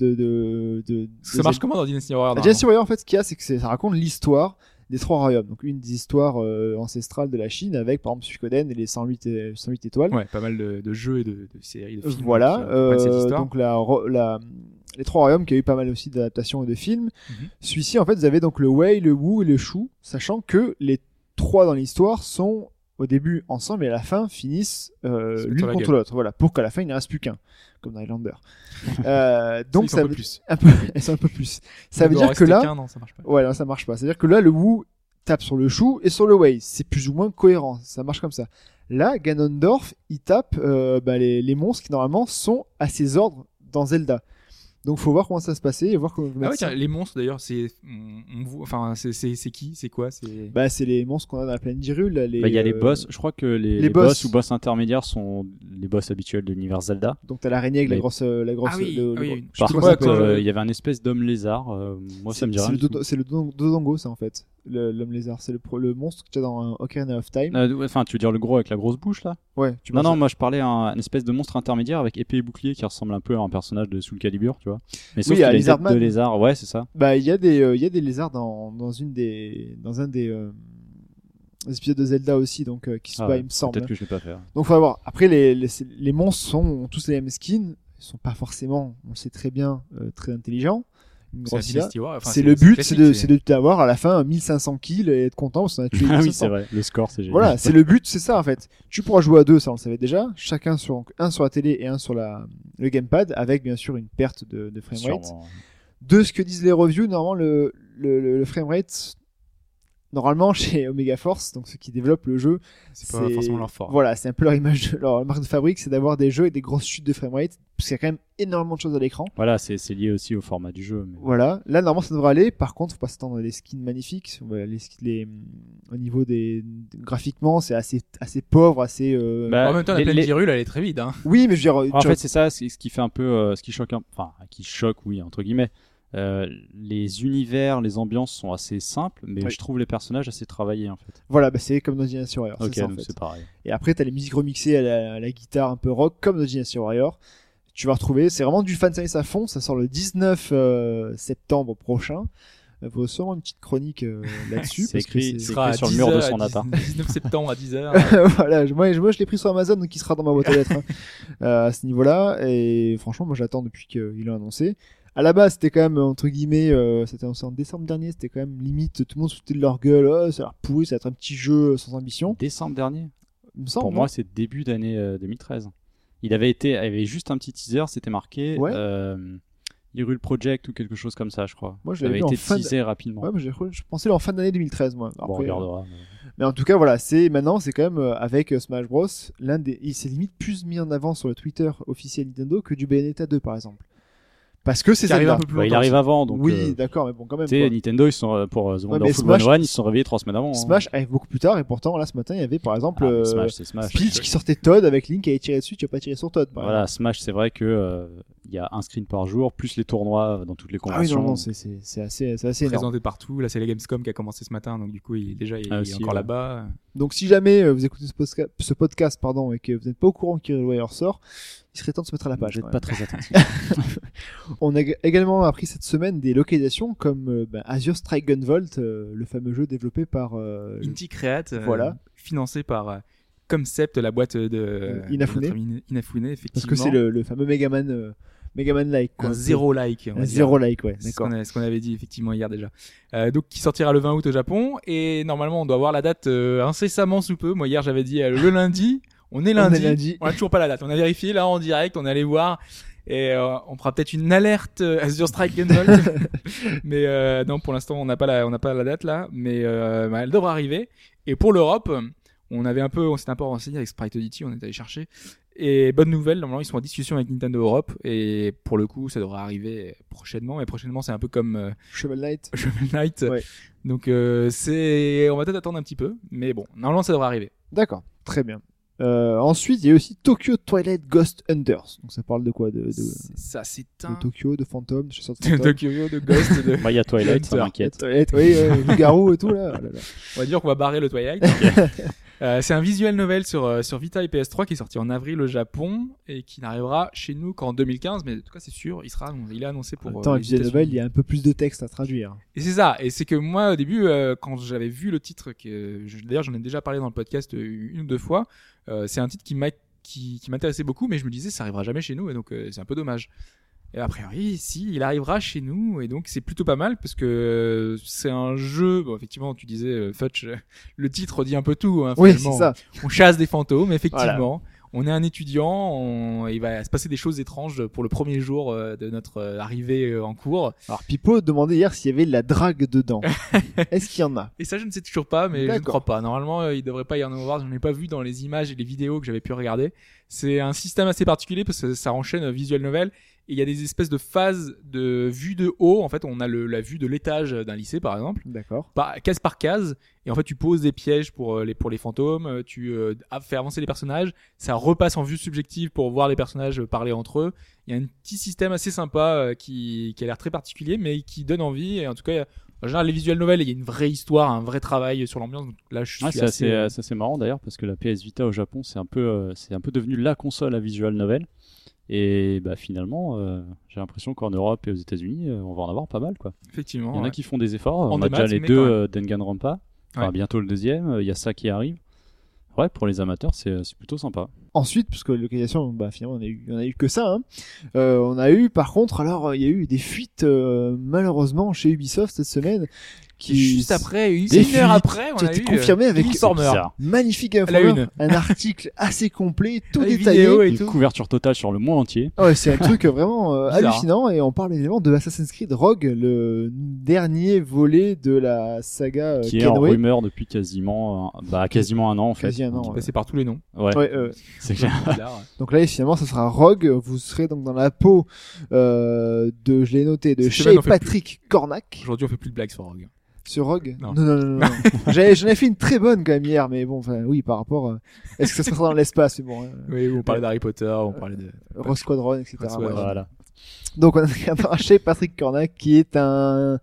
Ça marche comment dans Dynasty Warrior Dynasty Warrior, en fait, ce qu'il y a, c'est que ça raconte l'histoire des 3 royaumes. Donc, une des histoires ancestrales de la Chine avec, par exemple, Suikoden et les 108 étoiles. Ouais, pas mal de jeux et de séries, de films. Voilà. qui reprennent cette histoire. Donc, les 3 royaumes qui a eu pas mal aussi d'adaptations et de films. Mhm. Celui-ci, en fait, vous avez donc le Wei, le Wu et le Shu, sachant que les 3 dans l'histoire sont au début ensemble et à la fin finissent Se mettent l'une sur la contre gueule. l'autre. Voilà, pour qu'à la fin il ne reste plus qu'un, comme dans Highlander. Donc Donc ça ça un peu veut plus. un peu, elles sont un peu plus. Ça veut Il doit dire que rester là, qu'un, non, ça marche pas. ouais, non, ça marche pas. C'est-à-dire que là, le Wu tape sur le Shu et sur le Wei. C'est plus ou moins cohérent. Ça marche comme ça. Là, Ganondorf, il tape les monstres qui normalement sont à ses ordres dans Zelda. Donc faut voir comment ça se passait et voir comment Ah ouais, tiens, les monstres d'ailleurs, enfin, c'est qui, c'est quoi, c'est. bah c'est les monstres qu'on a dans la plaine d'Hyrule. Là, Bah, il y a les boss, je crois que les boss ou boss intermédiaires sont les boss habituels de l'univers Zelda. Donc t'as l'araignée avec la Mais- grosse Ah oui, le- oui, le- oui. je sais Par plus contre, comment ça s'appelle. il y avait un espèce d'homme lézard. Moi, ça me dit rien. C'est le Dodongo, ça en fait. L'homme lézard, c'est le monstre que tu as dans Ocarina of Time. Enfin, tu veux dire le gros avec la grosse bouche là Ouais, tu Non, penses- non, moi je parlais à un espèce de monstre intermédiaire avec épée et bouclier qui ressemble un peu à un personnage de Soul Calibur, tu vois. Mais sauf Oui, qu'il à a une tête Lizardman. de lézard, ouais, c'est ça. Bah, il y a des lézards dans un des épisodes de Zelda aussi, donc qui se Ah bat, ouais, il me semble. Peut-être que je l'ai pas fait. Donc, faut voir. Après, les monstres ont tous les mêmes skins. Ils sont pas forcément, on le sait très bien, très intelligents. Une C'est un grosse IA. Dynasty Warrior. Enfin, C'est le but, classique, c'est d'avoir à la fin 1500 kills et être content parce qu'on a tué Ah oui, 1500. c'est vrai. Le score, c'est génial. Voilà, c'est le but, c'est ça en fait. Tu pourras jouer à deux, ça on le savait déjà. Chacun un sur la télé et un sur le gamepad, avec bien sûr une perte de framerate. Sûrement. De ce que disent les reviews, normalement le framerate, normalement chez Omega Force, donc ceux qui développent le jeu, c'est pas forcément leur fort. Voilà, c'est un peu leur image, leur marque de fabrique, c'est d'avoir des jeux avec des grosses chutes de framerate, parce qu'il y a quand même énormément de choses à l'écran. Voilà, c'est lié aussi au format du jeu. Mais... Voilà, là normalement ça devrait aller. Par contre, faut pas s'attendre à des skins magnifiques. Voilà, au niveau graphiquement, c'est assez pauvre, assez. Bah, En même temps, la plaine virule, elle est très vide. Hein. Oui, mais je veux dire, En fait, c'est ça, c'est ce qui fait un peu, ce qui choque, enfin, qui choque, oui, entre guillemets. Les univers, les ambiances sont assez simples, mais Oui. je trouve les personnages assez travaillés en fait. voilà, bah, c'est comme dans Dynasty Warrior. Ok, c'est ça, en donc fait. c'est pareil. Et après, t'as les musiques remixées à la guitare un peu rock, comme dans Dynasty Warrior. Tu vas retrouver, c'est vraiment du fanservice à fond. Ça sort le 19 septembre prochain. Il faut sûrement une petite chronique là-dessus. C'est parce que écrit- c'est- c'est écrit sur le mur de son appart. 19 septembre à 10h. voilà, moi je l'ai pris sur Amazon, donc il sera dans ma boîte aux lettres hein, à ce niveau-là. Et franchement, moi j'attends depuis qu'ils l'ont annoncé. À la base, c'était quand même entre guillemets, c'était annoncé en décembre dernier, c'était quand même limite tout le monde se foutait de leur gueule. Oh, ça a l'air pourri, ça va être un petit jeu sans ambition. Décembre dernier. Il me semble. Pour non moi, c'est début d'année 2013. Il avait juste un petit teaser, c'était marqué Ouais. Hyrule Project ou quelque chose comme ça, je crois. Moi, je Ça l'avais avait vu en été fin de- teasé rapidement. Ouais, mais je pensais en fin d'année 2013, moi. Bon, on Après, regardera. mais en tout cas, voilà, maintenant, c'est quand même avec Smash Bros. Il s'est limite plus mis en avant sur le Twitter officiel Nintendo que du Bayonetta 2, par exemple. Parce que c'est Qui arrive Zelda. un peu plus Bah, il longtemps. arrive avant, donc. Oui, d'accord, mais bon, quand même. Tu sais, quoi. Nintendo, ils sont pour The mais Wonderful Smash- 101, ils se sont réveillés 3 semaines avant. hein. Smash arrive beaucoup plus tard, et pourtant, là, ce matin, il y avait, par exemple, Ah, mais Smash, c'est Smash. Peach qui sortait Todd avec Link qui allait tirer dessus, tu vas pas tirer sur Todd. par Voilà, Smash, c'est vrai que il y a un screen par jour, plus les tournois dans toutes les exemple. Ah oui, conventions. non, non, c'est assez énorme. Présenté partout. Là, c'est la Gamescom qui a commencé ce matin, donc du coup, il est aussi, encore ouais. là-bas. Donc, si jamais vous écoutez ce podcast, pardon, et que vous n'êtes pas au courant que Hyrule Warrior sort, il serait temps de se mettre à la page. Vous quand n'êtes pas même. très attentif. On a également appris cette semaine des localisations comme Azure Strike Gunvolt, le fameux jeu développé par Inti Create, Voilà. financé par Concept, la boîte de Inafune. notre ami Inafune, parce effectivement. que c'est le fameux Megaman-like. quoi. un zéro like. on va Un dire. zéro like, ouais, C'est ce d'accord. qu'on avait dit effectivement hier déjà. Donc qui sortira le 20 août au Japon et normalement on doit avoir la date incessamment sous peu. Moi hier j'avais dit le lundi. On est lundi. On a toujours pas la date. On a vérifié là en direct. On est allé voir et on fera peut-être une alerte Azure Strike Gunvolt. Mais non pour l'instant on n'a pas la date là. Mais elle devrait arriver. Et pour l'Europe on s'était un peu renseigné avec Sprite Oddity. On est allé chercher. Et bonne nouvelle, normalement ils sont en discussion avec Nintendo Europe et pour le coup ça devrait arriver prochainement. Et prochainement c'est un peu comme Shovel Knight. Shovel Knight. Ouais. Donc on va peut-être attendre un petit peu, mais bon, normalement ça devrait arriver. D'accord, très bien. Ensuite, il y a aussi Tokyo Twilight Ghost Hunters. Donc ça parle de quoi de Ça c'est de Tokyo, de fantômes, de chasseurs de de fantômes. Tokyo, de Ghost, de... Moi, il y a Twilight, ça Hunter. m'inquiète. Twilight, oui, loup-garou et tout là. Oh là là. On va dire qu'on va barrer le Twilight. C'est un visual novel sur Vita et PS3 qui est sorti en avril au Japon et qui n'arrivera chez nous qu'en 2015, mais en tout cas c'est sûr, il est annoncé pour En même temps, les visual États-Unis. novel, il y a un peu plus de texte à traduire. Et c'est ça, et c'est que moi au début quand j'avais vu le titre d'ailleurs j'en ai déjà parlé dans le podcast une ou deux fois, c'est un titre qui m'intéressait beaucoup, mais je me disais ça arrivera jamais chez nous et donc c'est un peu dommage. Et a priori, si, il arrivera chez nous et donc c'est plutôt pas mal parce que c'est un jeu. Bon, effectivement, tu disais Futch, le titre dit un peu tout. Hein, Oui, c'est finalement. ça. On chasse des fantômes, effectivement. On est un étudiant, il va se passer des choses étranges pour le premier jour de notre arrivée en cours. Alors Pipo demandait hier s'il y avait de la drague dedans. Est-ce qu'il y en a? Et ça, je ne sais toujours pas, mais je ne D'accord. crois pas. Normalement, il devrait pas y en avoir. Je n'en ai pas vu dans les images et les vidéos que j'avais pu regarder. C'est un système assez particulier parce que ça enchaîne visual novel. Et il y a des espèces de phases de vue de haut. En fait, on a la vue de l'étage d'un lycée, par exemple. D'accord. Case par case, et en fait tu poses des pièges pour les fantômes, tu fais avancer les personnages, ça repasse en vue subjective pour voir les personnages parler entre eux. Il y a un petit système assez sympa qui a l'air très particulier mais qui donne envie, et en tout cas En général, les visual novels, il y a une vraie histoire, un vrai travail sur l'ambiance. Donc là, je suis Ouais, c'est assez... assez marrant d'ailleurs parce que la PS Vita au Japon c'est un peu devenu la console à visual novel et bah finalement j'ai l'impression qu'en Europe et aux États-Unis on va en avoir pas mal quoi. Effectivement. Il y en a ouais. qui font des efforts. En On a déjà démat, les mais deux quand même. Danganronpa, enfin Ouais. bientôt le deuxième. Il y a ça qui arrive. Ouais, pour les amateurs c'est plutôt sympa. Ensuite, parce que la localisation, bah, finalement, on a eu que ça. Hein. On a eu, par contre, alors, il y a eu des fuites, malheureusement, chez Ubisoft cette semaine. Et juste après, Des une heure fuites après, on qui a étaient eu confirmées avec Stormer. Bizarre. magnifique la info, une. un article assez complet, tout Les détaillé. vidéos et Une tout. couverture totale sur le mois entier. Ouais, c'est un truc vraiment Bizarre. hallucinant et on parle évidemment de Assassin's Creed Rogue, le dernier volet de la saga Qui est en Kenway. rumeur depuis quasiment un an en fait. Quasi un an, Donc, ouais. Passé par tous les noms. ouais, Ouais, c'est clair. Bizarre. donc là, finalement, ça sera Rogue. Vous serez donc dans la peau de, je l'ai noté, de Cette chez semaine, on fait Patrick Cornac. Aujourd'hui, on fait plus de blagues sur Rogue. Sur Rogue Non. Non. J'en ai fait une très bonne quand même hier, mais bon, enfin, oui, par rapport. Est-ce que ça se passera dans l'espace? Mais bon, Oui, on parlait d'Harry Potter, on parlait de... Rogue Squadron, etc. Rogue Squadron. ouais. Voilà. Donc, on a chez Patrick Cornac, qui est un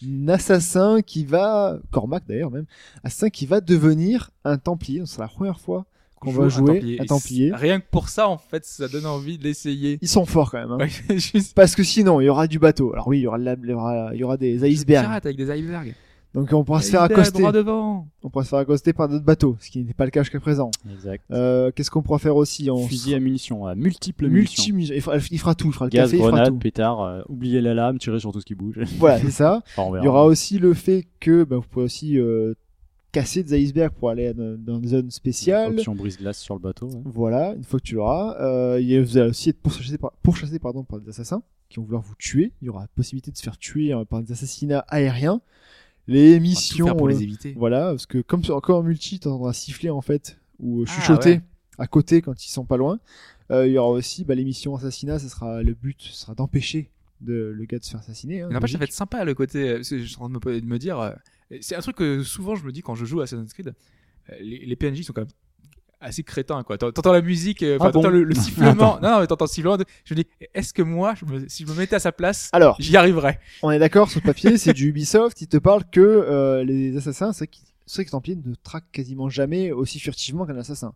assassin qui va, Cormac d'ailleurs même, assassin qui va devenir un Templier. Donc, c'est la première fois qu'on va jouer un Templier. Rien que pour ça, en fait, ça donne envie de l'essayer. Ils sont forts quand même. Hein. Ouais, juste... Parce que sinon, il y aura du bateau. Alors oui, il y aura des icebergs. Pirate avec des icebergs. Donc on pourra se faire Iceberg accoster. droit devant. On pourra se faire accoster par d'autres bateaux, ce qui n'était pas le cas jusqu'à présent. Exact. Qu'est-ce qu'on pourra faire aussi? Fusil à munitions, à multiples munitions. Il fera tout. Il fera le Gaz, café, il fera grenade, tout. pétard, oubliez la lame, tirez sur tout ce qui bouge. Voilà, c'est ça. Enfin, on verra. Il y aura aussi le fait que vous pouvez aussi casser des icebergs pour aller dans des zones spéciales. Option brise-glace sur le bateau. Ouais. Voilà, une fois que tu l'auras. Vous allez aussi être pourchassé par des assassins qui vont vouloir vous tuer. Il y aura la possibilité de se faire tuer par des assassinats aériens. Les On va tout missions, faire pour les éviter. voilà, parce que comme encore en multi, t'entendras siffler en fait ou Ah, chuchoter ouais. à côté quand ils sont pas loin. Il y aura aussi les missions assassinat. Le but sera d'empêcher le gars de se faire assassiner. Hein, Mais n'empêche, ça logique. va être sympa le côté. Parce que je suis en train de me dire. C'est un truc que souvent je me dis quand je joue à Assassin's Creed. Les PNJ sont quand même assez crétins, quoi. T'entends la musique, Ah bon t'entends le sifflement. non, mais t'entends le sifflement. Je me dis, est-ce que moi, si je me mettais à sa place, Alors, j'y arriverais? on est d'accord sur le papier, c'est du Ubisoft. Il te parle que les assassins, c'est vrai que Templier ne traque quasiment jamais aussi furtivement qu'un assassin.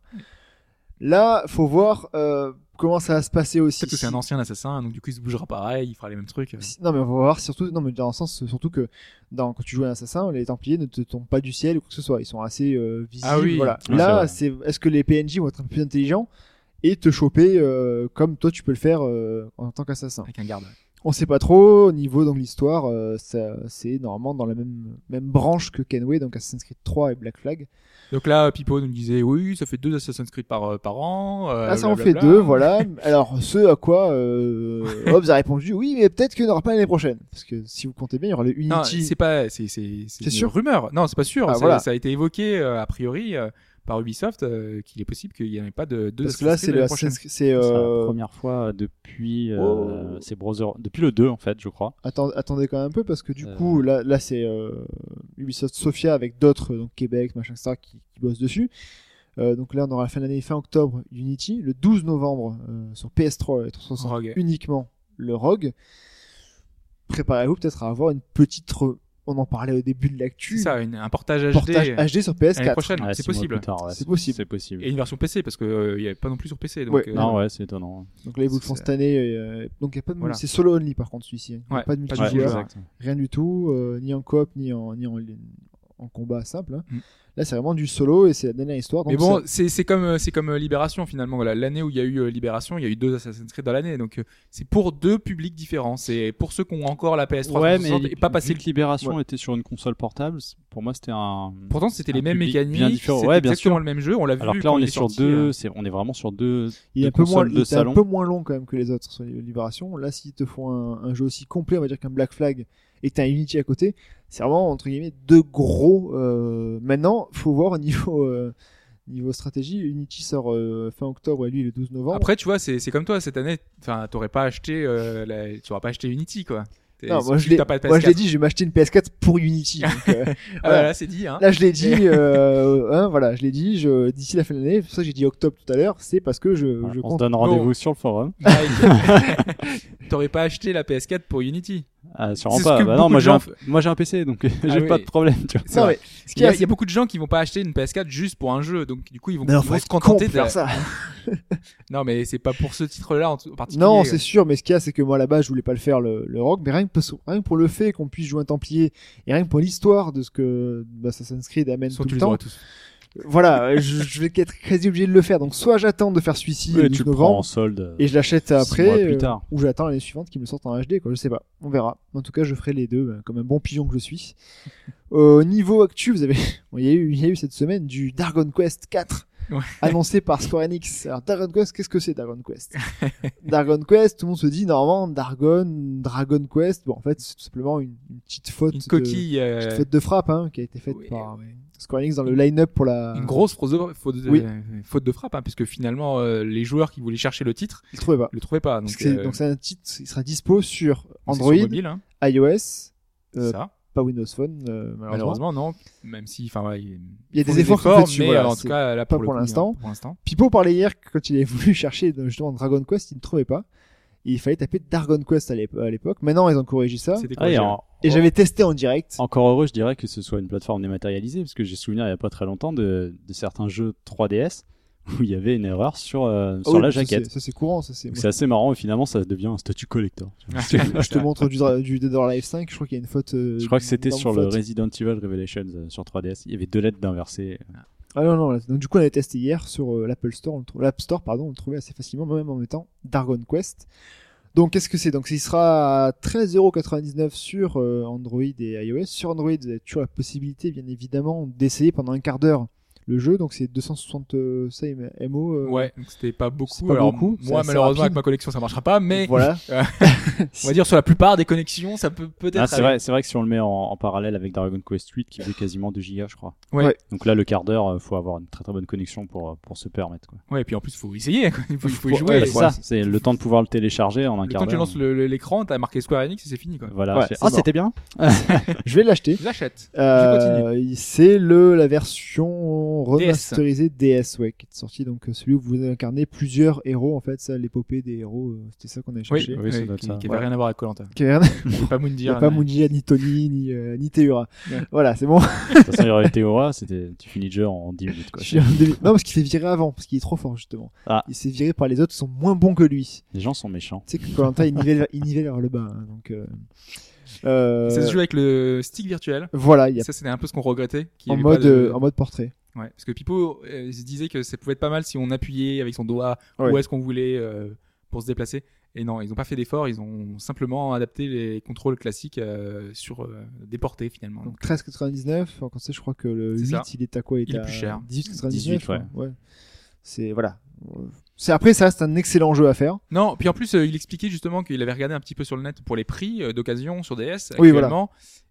Là, faut voir comment ça va se passer aussi. Peut-être que c'est un ancien assassin, donc du coup il se bougera pareil, il fera les mêmes trucs. Non, mais on va voir surtout, non, mais dans le sens surtout que quand tu joues un assassin, les Templiers ne te tombent pas du ciel ou quoi que ce soit. Ils sont assez visibles. Ah oui. Voilà. Oui, Là, c'est est-ce que les PNJ vont être un peu plus intelligents et te choper comme toi tu peux le faire en tant qu'assassin? Avec un garde. On sait pas trop. Au niveau donc l'histoire, c'est normalement dans la même branche que Kenway, donc Assassin's Creed 3 et Black Flag. Donc là, Pipo nous disait, oui, ça fait 2 Assassin's Creed par an. Là, ça en fait blablabla. 2, voilà. Alors, ce à quoi Hobbs a répondu, oui, mais peut-être qu'il n'y en aura pas l'année prochaine. Parce que si vous comptez bien, il y aura le Non, Unity. c'est pas, c'est une sûr rumeur. Non, c'est pas sûr. Ah, voilà. Ça a été évoqué a priori par Ubisoft qu'il est possible qu'il n'y en ait pas de Parce que là, c'est le prochaine. Assassin's Creed. C'est, C'est la première fois depuis c'est Brother depuis le 2 en fait, je crois. Attendez quand même un peu parce que du Euh. coup là c'est Ubisoft Sofia avec d'autres donc Québec machin etc qui bossent dessus. Donc là on aura la fin d'année fin octobre Unity, le 12 novembre sur PS3 et 360 Rogue. uniquement le Rogue. Préparez-vous peut-être à avoir une petite on en parlait au début de l'actu. C'est ça, un portage HD. Portage HD sur L'année PS4. prochaine, Ouais, c'est 6 mois possible. plus tard, ouais, C'est possible. C'est possible. Et une version PC parce que il y avait pas non plus sur PC. Donc, Ouais. Non ouais, c'est étonnant. Donc là ils vous le font cette année. Donc il y a pas de Voilà. c'est solo only par contre celui-ci. Il y a Ouais, pas de pas de multijoueur. multijoueur. exact. Rien du tout, ni en coop, ni en combat simple. Hein. Mm. Là, c'est vraiment du solo et c'est la dernière histoire. Donc Mais bon, ça- c'est comme Libération finalement. Voilà, l'année où il y a eu Libération, il y a eu 2 Assassin's Creed dans l'année. Donc c'est pour 2 publics différents. C'est pour ceux qui ont encore la PS3 Ouais, 360 et pas passé vu le. que Libération Ouais. était sur une console portable, pour moi c'était un. Pourtant, c'était un les mêmes public mécaniques. bien différent. C'était Ouais, bien exactement sûr. le même jeu. On l'a vu. Alors que quand là on il est sur sorti, deux, on est vraiment sur deux. il est deux un peu moins, consoles il de était un salon. peu moins long quand même que les autres sur les Libération. Là, s'ils te font un jeu aussi complet, on va dire qu'un Black Flag et que t'as un Unity à côté, c'est vraiment entre guillemets 2 gros. Maintenant, faut voir au niveau stratégie. Unity sort fin octobre et lui le 12 novembre. Après, tu vois, c'est comme toi cette année. Enfin, t'aurais pas acheté, tu auras pas acheté Unity, quoi. non, moi si je l'ai, t'as pas de moi je l'ai PS4. dit, je vais m'acheter une PS4 pour Unity. Donc, Ah, voilà. voilà, c'est dit, hein. Là, je l'ai dit, voilà, je l'ai dit, d'ici la fin de l'année, c'est pour ça que j'ai dit octobre tout à l'heure, c'est parce que je Voilà, on se compte. donne rendez-vous sur le forum. t'aurais pas acheté la PS4 pour Unity. Ah, sûrement C'est ce pas. que Bah non, beaucoup moi de j'ai un, gens moi j'ai un PC, donc j'ai oui. pas de problème. Tu vois. C'est Non, vrai. mais ce Il qu'il y a, y a beaucoup de gens qui vont pas acheter une PS4 juste pour un jeu, donc du coup ils vont, Mais non, ils faut vont être se contenter con de pour faire ça. Non, mais c'est pas pour ce titre-là en particulier. Non, c'est sûr, mais ce qu'il y a, c'est que moi là-bas, je voulais pas le faire le rock, mais rien que pour le fait qu'on puisse jouer un Templier et rien que pour l'histoire de ce que Assassin's Creed amène Soit tout tu le les temps. aurais tous. Voilà, je vais être quasi obligé de le faire. Donc soit j'attends de faire celui-ci Ouais, le tu 12 le prends novembre en solde. et je l'achète 6 mois après, plus tard. ou j'attends l'année suivante qu'il me sorte en HD, quoi. Je sais pas, on verra. En tout cas, je ferai les deux, comme un bon pigeon que je suis. Au niveau actu, vous avez, bon, il y a eu cette semaine du Dragon Quest 4. Ouais. Annoncé par Square Enix. Alors Dragon Quest, qu'est-ce que c'est Dragon Quest? Dragon Quest, tout le monde se dit normalement Dragon Quest. Bon, en fait, c'est tout simplement une petite faute, Une coquille, petite faute de frappe, hein, qui a été faite oui, par ouais. Square Enix dans le line-up pour la. une grosse Oui. faute de frappe, hein, puisque finalement les joueurs qui voulaient chercher le titre Ils le trouvaient pas. le trouvaient pas. Donc Donc c'est un titre, il sera dispo sur c'est Android, sur mobile, hein, iOS, ça. pas Windows Phone, malheureusement. Malheureusement, non. Même si, enfin, ouais, Il y a faut des efforts qui sont faits dessus, mais voilà, en c'est tout cas, là, pas pour, pour le coup, l'instant. hein, pour l'instant. Pipo parlait hier que quand il avait voulu chercher justement Dragon Quest, il ne trouvait pas. Il fallait taper Dragon Quest à l'époque. Maintenant, ils ont corrigé ça. C'était Ah, et corrigé. Et j'avais testé en direct. Encore heureux, je dirais que ce soit une plateforme dématérialisée, parce que j'ai souvenir il y a pas très longtemps de certains jeux 3DS où il y avait une erreur sur Ah sur oui, la ça, jaquette. Ça c'est courant, ça c'est. Donc c'est assez marrant et finalement ça devient un statut collector. Je te montre du Dead or Alive 5. Je crois qu'il y a une faute. Je crois que c'était énorme sur le faute. Resident Evil Revelations sur 3DS. Il y avait 2 lettres d'inversé. Ah non non. Donc du coup, on avait testé hier sur l'Apple Store, l'App Store, pardon. On le trouvait assez facilement, même en mettant Dragon Quest. Donc qu'est-ce que c'est? Donc il sera à 13,99€ sur Android et iOS. Sur Android, vous avez toujours la possibilité, bien évidemment, d'essayer pendant un quart d'heure le jeu. Donc c'est 265 MO. Ouais, donc c'était pas c'est beaucoup. pas Alors beaucoup, c'est moi, assez malheureusement, avec rapide. ma connexion, ça marchera pas, mais Voilà. on va dire sur la plupart des connexions, ça peut peut-être. Ah, c'est aller. vrai que si on le met en parallèle avec Dragon Quest 8 qui faisait quasiment 2 gigas je crois. Ouais. Ouais. Donc là le quart d'heure faut avoir une très très bonne connexion pour se permettre quoi. Ouais, et puis en plus, faut essayer. Quoi. Il faut y Ouais, jouer. Ouais, ouais, c'est voilà. ça, c'est le temps de pouvoir le télécharger en un Le quart temps que tu d'heure. lances l'écran, t'as marqué Square Enix et c'est fini, quoi. Voilà. Ouais, c'est- c'est Ah, mort. c'était bien. Je vais l'acheter. Je l'achète. Je continue. C'est la version remasterisée DS, ouais, qui est sortie. Donc celui où vous incarnez plusieurs héros, en fait, ça, l'épopée des héros, c'était ça qu'on avait Oui, cherché. Oui, ça doit être qui ça. avait Voilà. rien à voir avec Koh-Lanta. Qui avait rien- Pas Il n'y Moundir. a pas Mungia, ni Tony, ni Teura. Ouais. Voilà, c'est bon. De toute façon, il y aurait Théora, tu finis le jeu en 10 minutes quoi. Je suis un demi- Non, parce qu'il fait virer avant, parce qu'il est trop fort, justement. Ah. Il s'est viré par les autres qui sont moins bons que lui. Les gens sont méchants. Tu sais que Koh-Lanta, il nivelle vers le bas. Hein, donc, Ça se joue avec le stick virtuel. voilà, il y a Ça, c'était un peu ce qu'on regrettait. qu'il y en avait mode, pas de- en mode portrait. Ouais, parce que Pipo se disait que ça pouvait être pas mal si on appuyait avec son doigt Ouais. où est-ce qu'on voulait pour se déplacer. Et non, ils n'ont pas fait d'effort, ils ont simplement adapté les contrôles classiques sur des portées finalement. Donc 13,99. Quand c'est, je crois que le C'est 8, ça. il est à quoi? Il est à plus cher. 18,99. 18, ouais. Ouais. C'est, voilà. C'est, après, ça reste un excellent jeu à faire. Non, puis en plus, il expliquait justement qu'il avait regardé un petit peu sur le net pour les prix d'occasion sur DS Oui, actuellement.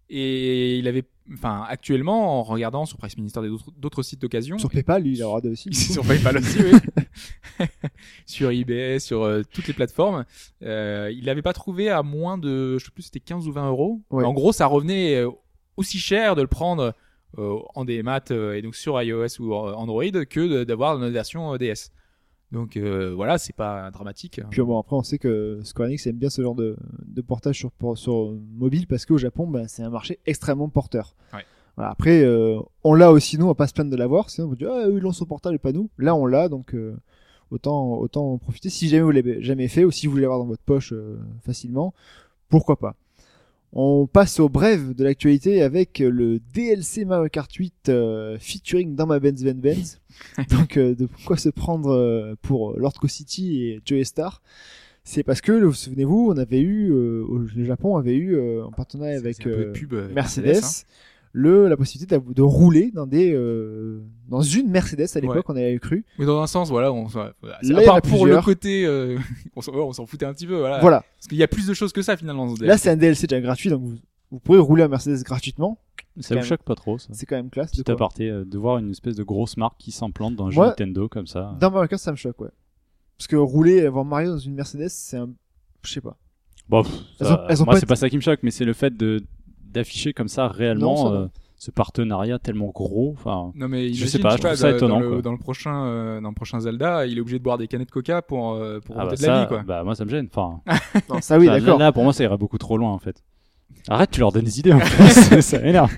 Et il avait, enfin, actuellement, en regardant sur Price Minister et d'autres sites d'occasion, Sur PayPal, lui, il aura aussi. sur PayPal aussi, oui. Sur eBay, sur toutes les plateformes. Il n'avait pas trouvé à moins de, je sais plus, c'était 15 ou 20 euros. Ouais. En gros, ça revenait aussi cher de le prendre en démat et donc sur iOS ou Android que d'avoir notre version DS. Donc voilà, c'est pas dramatique. Puis bon, après, on sait que Square Enix aime bien ce genre de portage sur mobile parce qu'au Japon, bah, c'est un marché extrêmement porteur. Ouais. Voilà, après, on l'a aussi, nous, on va pas se plaindre de l'avoir. Sinon, on va dire, ah, eux, ils l'ont sur portable et pas nous. Là, on l'a, donc autant en profiter. Si jamais vous l'avez jamais fait ou si vous voulez l'avoir dans votre poche facilement, pourquoi pas. On passe au bref de l'actualité avec le DLC Mario Kart 8 featuring dans ma Benz Benz Benz. Donc de pourquoi se prendre pour Lord City et Joey Star. C'est parce que, vous souvenez-vous, on avait eu, le Japon avait eu, en partenariat avec C'est un peu de pub, Mercedes, hein. la possibilité de rouler dans dans une Mercedes à l'époque, Ouais. on avait cru. Mais dans un sens, voilà, Là, à il y en part a pour plusieurs. le côté, on s'en foutait un petit peu, voilà. Voilà. Parce qu'il y a plus de choses que ça finalement dans ce Là, DLC. c'est un DLC déjà gratuit, donc vous pourrez rouler en Mercedes gratuitement. Ça me choque pas trop ça. C'est quand même classe. de Petit quoi. aparté, de voir une espèce de grosse marque qui s'implante dans un jeu Ouais. Nintendo comme ça. Dans Mario Kart, ça me choque, ouais. Parce que rouler, avoir Mario dans une Mercedes, c'est un, je sais pas. Bon, Elles ont moi pas c'est pas ça qui me choque, mais c'est le fait d'afficher comme ça réellement Non, ça va. ce partenariat tellement gros. Enfin, Non mais Je sais imagine, pas, je trouve ça étonnant, quoi. dans le prochain Zelda, il est obligé de boire des canettes de Coca pour ah bah remonter de la ça, vie quoi. bah moi ça me gêne. Enfin, Non, ça oui, enfin, d'accord. là, pour moi, ça irait beaucoup trop loin en fait. Arrête, tu leur donnes des idées en plus, ça m'énerve.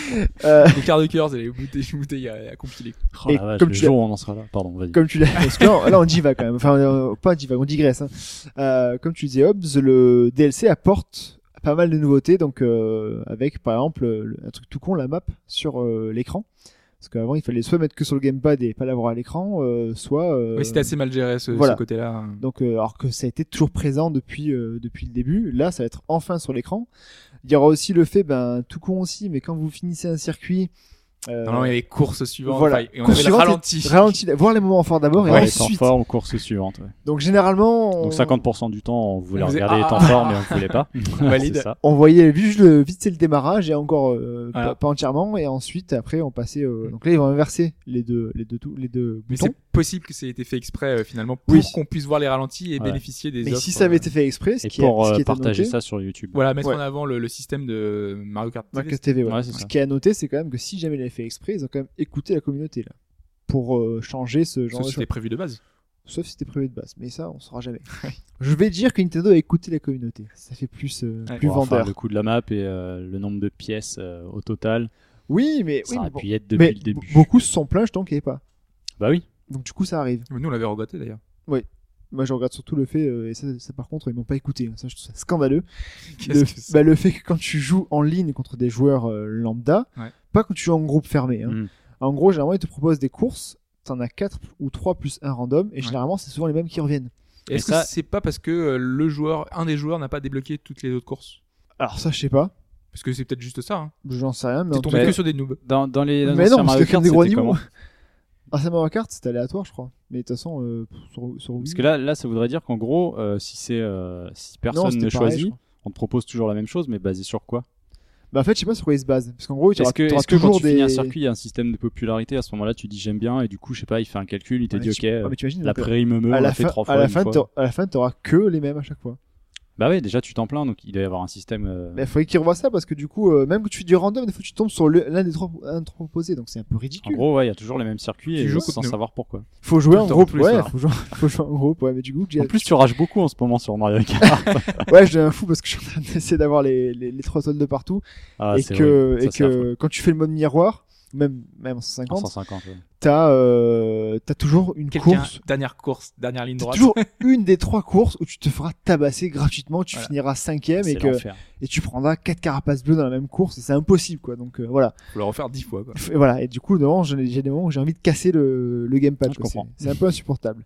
Les quarts de cœur, c'est les bouteilles à compiler. Oh Et la vache, comme le tu jour où on en sera là. Pardon, vas-y. Comme tu l'as, parce que là on divague quand même. Enfin, pas divague, on digresse. Hein. Comme tu disais, Hobbs, le DLC apporte pas mal de nouveautés. Donc, avec par exemple un truc tout con, la map sur l'écran. Parce qu'avant, il fallait soit mettre que sur le gamepad et pas l'avoir à l'écran, soit. Oui, c'était assez mal géré voilà. ce côté-là. Donc, alors que ça a été toujours présent depuis le début, là, ça va être enfin sur l'écran. Il y aura aussi le fait, tout con aussi, mais quand vous finissez un circuit, Non, il y avait les courses suivantes. voilà. Enfin, et on Course avait le suivante ralenti. voir les moments forts d'abord et Ouais, les temps ensuite. forts, course suivante. Ouais. Donc généralement, Donc 50% du temps, on voulait On faisait regarder les ah, temps ah, forts, mais on voulait pas. Valide. C'est ça. on voyait juste vite le démarrage et encore Voilà. pas entièrement, et ensuite après on passait. Donc là ils vont inverser les deux Mais boutons. c'est possible que ça ait été fait exprès finalement pour Oui. qu'on puisse voir les ralentis et Ouais. bénéficier des Mais offres. si ça avait été fait exprès, ce Et qui pour ce qui est à partager noter, ça sur YouTube. Voilà, mettre Ouais. en avant le système de Mario Kart TV. Marc TV, ouais. Ouais, c'est Ce ça. qui est à noter, c'est quand même que si jamais ils l'avaient fait exprès, ils ont quand même écouté la communauté là pour changer ce genre Sauf de si choses. c'était prévu de base. Sauf si c'était prévu de base, mais ça on saura jamais. Je vais dire que Nintendo a écouté la communauté. Ça fait plus plus Bon, enfin, vendeur. le coût de la map et le nombre de pièces au total, Oui, mais ça aurait bon. pu y être depuis Mais le début. beaucoup se sont plaints tant qu'il n'y avait pas. Bah oui. Donc du coup ça arrive. Mais nous, on l'avait regretté d'ailleurs. Moi, je regarde surtout le fait, et ça par contre, ils m'ont pas écouté. Ça, je trouve ça scandaleux. Qu'est-ce que c'est Le fait que quand tu joues en ligne contre des joueurs lambda, Ouais. pas quand tu joues en groupe fermé. Hein. Mm. En gros, généralement, ils te proposent des courses. T'en as 4 ou 3 plus un random, et Ouais. généralement, c'est souvent les mêmes qui reviennent. Et Est-ce Mais ça- que c'est pas parce que un des joueurs n'a pas débloqué toutes les autres courses? Alors ça, je sais pas. Parce que c'est peut-être juste ça. Hein. J'en sais rien, mais T'es en tout tombé cas. que sur des noobs. Dans les Mais anciens non, parce Mario qu'il y a Kart, des gros c'était niveaux. comment Ah, c'est Mario Kart, c'était aléatoire, je crois. Mais de toute façon, sur Wii. Parce que là, ça voudrait dire qu'en gros, si personne c'était ne pareil, je choisit, crois. on te propose toujours la même chose, mais basé sur quoi? Bah, en fait, je sais pas sur quoi ils se basent. Parce qu'en gros, tu Est-ce auras que, t'auras est-ce que quand toujours tu finis un des. circuit, il y a un système de popularité, à ce moment-là, tu dis j'aime bien, et du coup, je sais pas, il fait un calcul, il te Ouais, dit mais ok, tu- mais tu imagines, la donc, prairie me meurt, à on la l'a fait fin, 3 fois. à la une fin, fois. à la fin, t'auras que les mêmes à chaque fois. Bah ouais, déjà tu t'en plains, donc il doit y avoir un système. Mais il faudrait qu'ils revoient ça parce que du coup, même que tu fais du random, des fois tu tombes sur l'un des trois proposés, donc c'est un peu En ridicule. gros, ouais, il y a toujours les mêmes circuits Tu et joues sans contre nous. savoir pourquoi. Faut jouer tout en le temps, groupe, tous les ouais, soirs. faut jouer en groupe, ouais, mais du coup, En plus, tu rages beaucoup en ce moment sur Mario Kart. ouais, je deviens fou parce que je suis en train d'essayer d'avoir les trois soldes de partout Ah, et c'est que horrible. Ça, c'est affreux. quand tu fais le mode miroir, même en En 150, 150, ouais. t'as toujours une Quelqu'un, course. dernière ligne T'as droite. toujours une des trois courses où tu te feras tabasser gratuitement, tu Voilà. finiras 5ème C'est l'enfer. et tu prendras 4 carapaces bleues dans la même course, et c'est impossible quoi. Donc voilà. Faut le refaire 10 fois, quoi. Et voilà, et du coup, non, j'ai des moments où j'ai envie de casser le gamepad. Ah, je quoi. comprends. C'est un peu insupportable.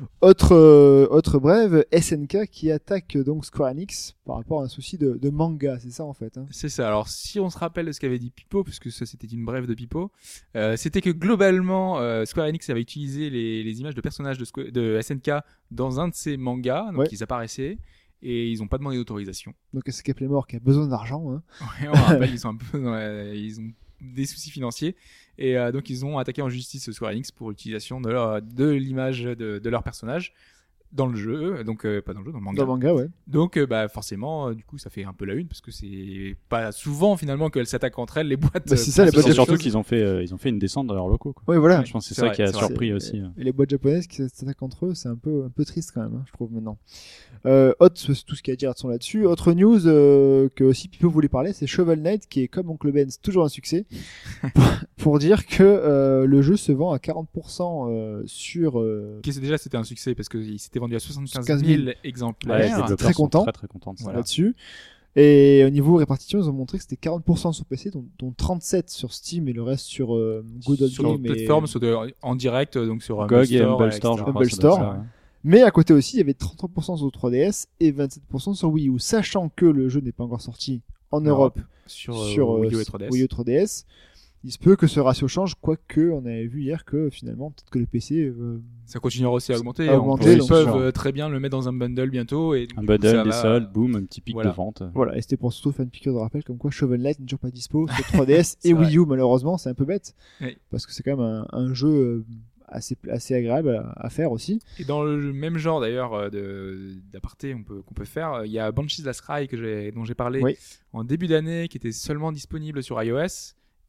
Autre brève, SNK qui attaque donc Square Enix par rapport à un souci de manga, c'est ça en fait. Hein. C'est ça. Alors, si on se rappelle de ce qu'avait dit Pipo, puisque ça c'était une brève de Pipo, c'était que globalement, Square Enix avait utilisé les images de personnages de SNK dans un de ses mangas, donc Ouais. ils apparaissaient, et ils n'ont pas demandé d'autorisation. Donc SNK Playmore qui a besoin d'argent. Hein. Ouais, on rappelle, ils sont un peu ils ont des soucis financiers, et donc ils ont attaqué en justice Square Enix pour utilisation de l'image de leur personnage dans le jeu, donc pas dans le jeu, dans le manga. Dans le manga, ouais. Donc forcément, du coup, ça fait un peu la une parce que c'est pas souvent finalement qu'elles s'attquent entre elles les boîtes. Bah, c'est ça, les pour boîtes ce C'est genre surtout de qu'ils ont fait une descente dans leurs locaux. Quoi. Ouais, voilà. Ouais. Je pense que c'est C'est ça vrai, qui a c'est vrai. surpris aussi. Et les boîtes japonaises qui s'attaquent entre eux, c'est un peu triste quand même, hein, je trouve maintenant. C'est tout ce qu'il y a à dire là-dessus. Autre news que aussi Pipo voulait parler, c'est Shovel Knight qui est comme Oncle Ben, c'est toujours un succès. pour dire que le jeu se vend à 40% sur. Déjà, c'était un succès parce qu'il s'était vendu à 75 15 000 000 Ouais, les exemplaires. développeurs très sont content. Très contents de ça. Voilà. là-dessus. Et au niveau répartition, ils ont montré que c'était 40% sur PC, dont 37 sur Steam et le reste sur Good Old sur leur Game et- plateforme, en direct, donc sur GOG et Store, Humble Store, je etc. crois. Humble ça doit être Store. ça, ouais. Mais à côté aussi, il y avait 33% sur 3DS et 27% sur Wii U. Sachant que le jeu n'est pas encore sorti en Europe sur Wii U et 3DS. Il se peut que ce ratio change, quoique on avait vu hier que finalement, peut-être que le PC... Ça continuera aussi à augmenter. À augmenter, Ils donc, peuvent sûr. très bien le mettre dans un bundle bientôt. Et Un du coup, ça bundle, des va- soldes, boum, un petit pic Voilà. de vente. Voilà, et c'était pour surtout faire une piqûre de rappel comme quoi Shovel Knight n'est toujours pas dispo sur 3DS C'est et vrai. Wii U malheureusement, c'est un peu bête. Oui. Parce que c'est quand même un jeu assez agréable à faire aussi. Et dans le même genre d'ailleurs d'aparté qu'on peut faire, il y a Banshees Last Cry dont j'ai parlé Oui. en début d'année, qui était seulement disponible sur iOS,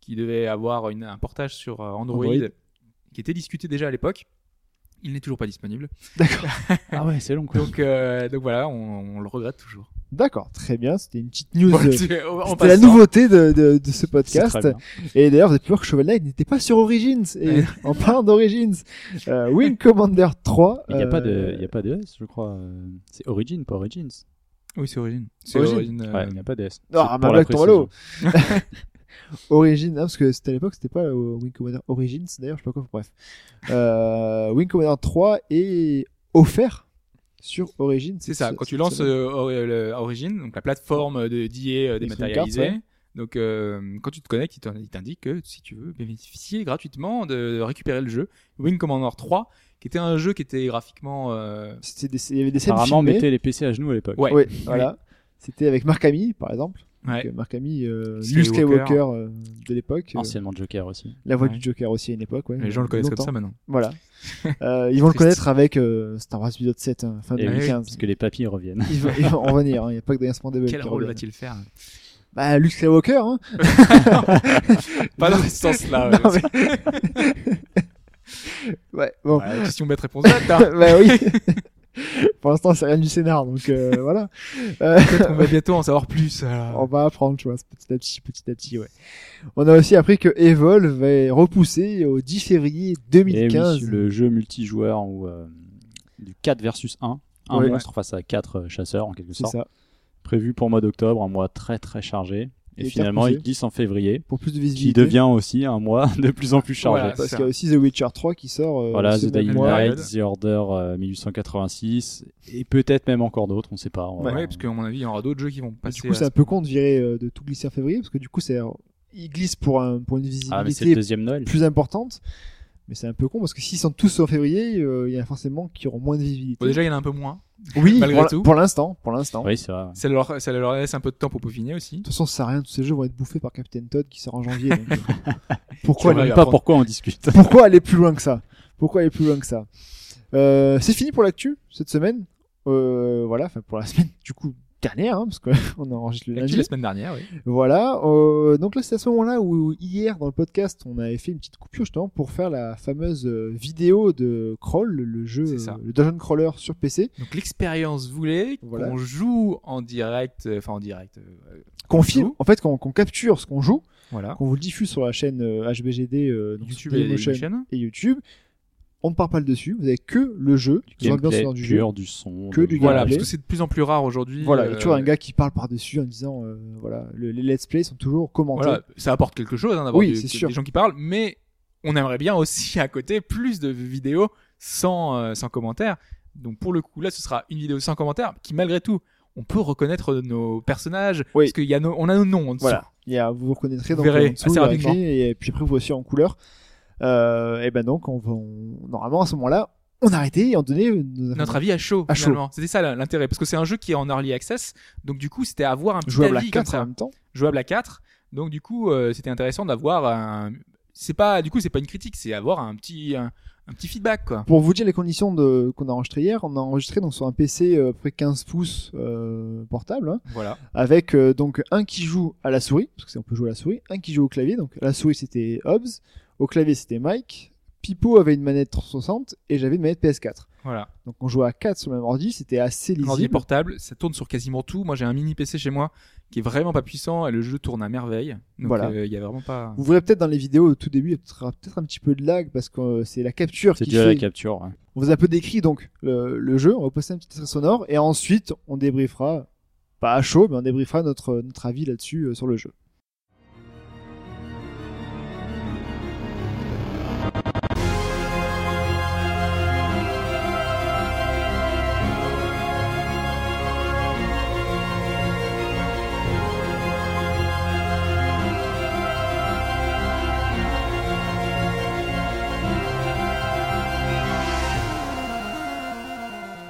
qui devait avoir un portage sur Android, Android. qui était discuté déjà à l'époque. Il n'est toujours pas disponible. D'accord. Ah ouais, c'est long quoi. Donc voilà, on le regrette toujours. D'accord, très bien. C'était une petite news. Bon, C'était en la passant, nouveauté de ce C'est podcast. très bien. Et d'ailleurs, vous avez pu voir que Shovel Knight n'était pas sur Origins. Et en parlant d'Origins, Wing Commander 3. Il n'y a pas de S, je crois. C'est Origin, pas Origins. Oui, c'est Origin. C'est Origin. Origin. Ouais, il n'y a pas de S. Ah, C'est ma pour la blague tombe à l'eau. précision. Origins, parce que c'était à l'époque, c'était pas Wing Commander Origins, d'ailleurs, je sais pas quoi, bref. Wing Commander 3 est offert sur Origins. C'est ça. Quand tu lances Origin, donc la plateforme d'IA dématérialisée. Electronic Arts, Donc quand tu te connectes, il t'indique que si tu veux bénéficier gratuitement de récupérer le jeu Wing Commander 3, qui était un jeu qui était graphiquement il y avait des scènes Apparemment, on filmées. mettait les PC à genoux à l'époque. Ouais. Oui, voilà. C'était avec Mark Hamill, par exemple. Ouais. Donc, Mark Hamill, Luke Skywalker. Skywalker de l'époque. Anciennement Joker aussi. La voix Ouais. du Joker aussi à une époque. Ouais, Les gens le connaissent longtemps. comme ça maintenant. Voilà. Ils vont le Triste. connaître avec Star Wars épisode 7, hein, fin Et oui, 2015. parce que les papiers reviennent. Ils vont en revenir, il n'y a pas que Dance Mandable Quel qui rôle reviennent. va-t-il faire Bah, Luke Skywalker, hein. Pas dans ce sens-là. Non, ouais. Ouais, bon. Ouais, question bête réponse bête. Hein. Bah oui. Pour l'instant, c'est rien du scénar, donc voilà. Peut-être qu'on va bientôt en savoir plus. alors. On va apprendre, tu vois, petit à petit, ouais. On a aussi appris que Evolve est repoussé au 10 février Et 2015. oui, le jeu multijoueur où, du 4 versus 1. Un Ouais. monstre face à 4 chasseurs, en quelque C'est sorte. ça. Prévu pour le mois d'octobre, un mois très très chargé. Et Et finalement, repoussé. il glisse en février, Pour plus de qui visibilité. devient aussi un mois de plus en plus chargé. Voilà. Parce ça. qu'il y a aussi The Witcher 3 qui sort. Voilà, ce The même Dying mois. Ouais. Light, The Order 1886, et peut-être même encore d'autres, on sait pas. On va- Ouais, parce qu'à mon avis, il y aura d'autres jeux qui vont Du passer. coup, c'est un peu con de virer de tout glisser en février, parce que du coup, il glisse pour une Ah, mais c'est le visibilité deuxième Noël. plus importante. Mais c'est un peu con, parce que s'ils sont tous en février, il y a forcément qui auront moins de visibilité. Bon, déjà, il y en a un peu moins. oui, malgré tout. pour l'instant. De Oui, c'est vrai. Ça leur laisse un peu de temps pour peaufiner aussi. toute façon, ça sert à rien, tous ces jeux vont être bouffés par Captain Todd qui sort en janvier. donc, pourquoi, Tu vois, aller, il va Pas prendre- pourquoi on discute. pourquoi aller plus loin que ça C'est fini pour l'actu cette semaine. Voilà, enfin pour la semaine du coup dernière, hein, parce qu'on enregistre le L'actu lundi. la semaine dernière, oui. Voilà. Donc là, c'est à ce moment-là où hier dans le podcast, on avait fait une petite coupure justement pour faire la fameuse vidéo de Crawl, le jeu, C'est ça. le dungeon crawler sur PC, Donc l'expérience voulait Voilà. qu'on joue en direct, qu'on On filme, joue. en fait, qu'on capture ce qu'on joue, voilà. qu'on vous le diffuse sur la chaîne HBGD, donc YouTube sur et Dailymotion Dailymotion. et YouTube. On ne parle pas le dessus, vous avez que le jeu, l'ambiance Gameplay sonore du jeu. pur, du son. Que du Voilà, gameplay. parce que c'est de plus en plus rare aujourd'hui. Voilà, il y a toujours un gars qui parle par-dessus en disant, voilà, les let's play sont toujours commentés. Voilà, ça apporte quelque chose hein, d'avoir Oui, c'est sûr. des gens qui parlent, mais on aimerait bien aussi à côté plus de vidéos sans commentaires. Donc pour le coup, là, ce sera une vidéo sans commentaires qui, malgré tout, on peut reconnaître nos personnages Oui. parce on a nos noms en dessous. Voilà. Vous vous reconnaîtrez Vous donc verrez en dessous, assez il y a rapidement. écrit, et puis après vous voici en couleur. Et ben donc normalement à ce moment-là, on arrêtait et on donnait Notre avis à chaud, À chaud. finalement. C'était ça l'intérêt, parce que c'est un jeu qui est en early access, donc du coup, c'était avoir un petit jouable à avis comme 4 en ça. même temps. Jouable à 4. Donc du coup, c'était intéressant d'avoir un. C'est pas une critique, c'est avoir un petit feedback quoi. Pour vous dire les conditions qu'on a enregistré hier, on a enregistré donc sur un PC à peu près 15 pouces portable, hein, Voilà. avec donc un qui joue à la souris, parce que on peut jouer à la souris, un qui joue au clavier, donc à la souris c'était Hobbs, au clavier c'était Mike, Pipo avait une manette 360 et j'avais une manette PS4. Voilà. Donc on jouait à 4 sur le même ordi, c'était assez Un ordi lisible. portable, ça tourne sur quasiment tout. Moi, j'ai un mini PC chez moi qui est vraiment pas puissant et le jeu tourne à merveille. Donc Voilà. il y a vraiment pas. Vous verrez peut-être dans les vidéos au tout début, il y aura peut-être un petit peu de lag parce que c'est la capture C'est qui dû à la fait. capture. Ouais. On vous a un peu décrit donc le jeu, on va passer un petit extrait sonore et ensuite on débriefera, pas à chaud, mais on débriefera notre avis là-dessus sur le jeu.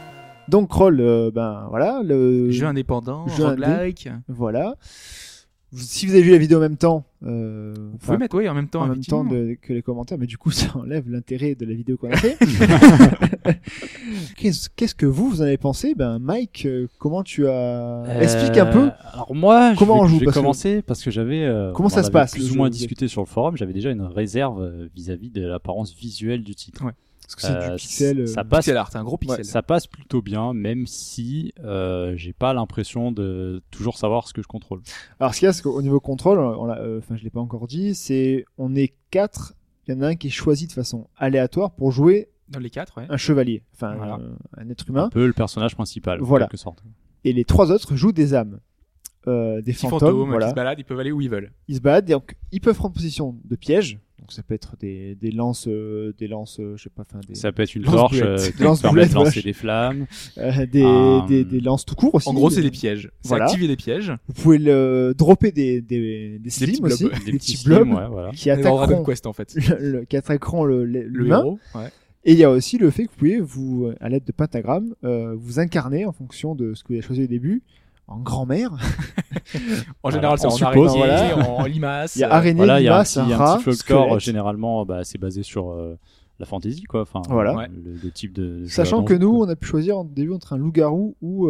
Donc Crawl, ben voilà, le Jeu indépendant, Jeu indé. roguelike. voilà. Si vous avez vu la vidéo en même temps, Vous pouvez mettre en même temps. en même temps effectivement. que les commentaires, mais du coup ça enlève l'intérêt de la vidéo qu'on a fait. Qu'est-ce que vous en avez pensé? Mike, comment tu as explique un peu. Alors moi, Comment on joue, je vais parce que- commencer parce que j'avais Comment ça on se avait passe, le plus jeu, ou moins vous discuté sur le forum. J'avais déjà une réserve vis-à-vis de l'apparence visuelle du titre. Ouais. Parce que c'est du pixel. Ça passe, Pixel art, c'est un gros pixel. ça passe plutôt bien, même si j'ai pas l'impression de toujours savoir ce que je contrôle. Alors ce qu'il y a, c'est qu'au niveau contrôle, je l'ai pas encore dit, c'est on est 4. Il y en a un qui est choisi de façon aléatoire pour jouer Dans les 4, ouais. un chevalier, Voilà. un être Un humain, peu le personnage principal, Voilà. en quelque sorte. et les 3 autres jouent des âmes, des Petits fantômes, fantômes qui voilà. se baladent, ils peuvent aller où ils veulent. Ils se baladent, et donc ils peuvent prendre position de piège. Donc ça peut être des lances, je sais pas, Ça peut être une Lance torche boulettes. qui Lance permet de boulettes, lancer voilà. des flammes. des lances tout court aussi. En gros, c'est des pièges. C'est Voilà. activer des pièges. Vous pouvez dropper des slimes petits aussi, blobs. des petits slimes, blobs ouais, voilà. qui Dans Dragon attaqueront, Quest, en fait. qui attaqueront Le l'humain. héros. Ouais. Et il y a aussi le fait que vous pouvez, vous, à l'aide de pentagrammes, vous incarner en fonction de ce que vous avez choisi au début, en grand-mère. En général, c'est en en suppose, araignée, voilà. en limace. Il y a araignée, Voilà, il y a un limace, petit rat, folklore squelette. généralement, c'est basé sur la fantasy, quoi. Enfin, Voilà. Ouais. le type de. Sachant jeu à que donjon, nous, quoi. on a pu choisir en début entre un loup-garou ou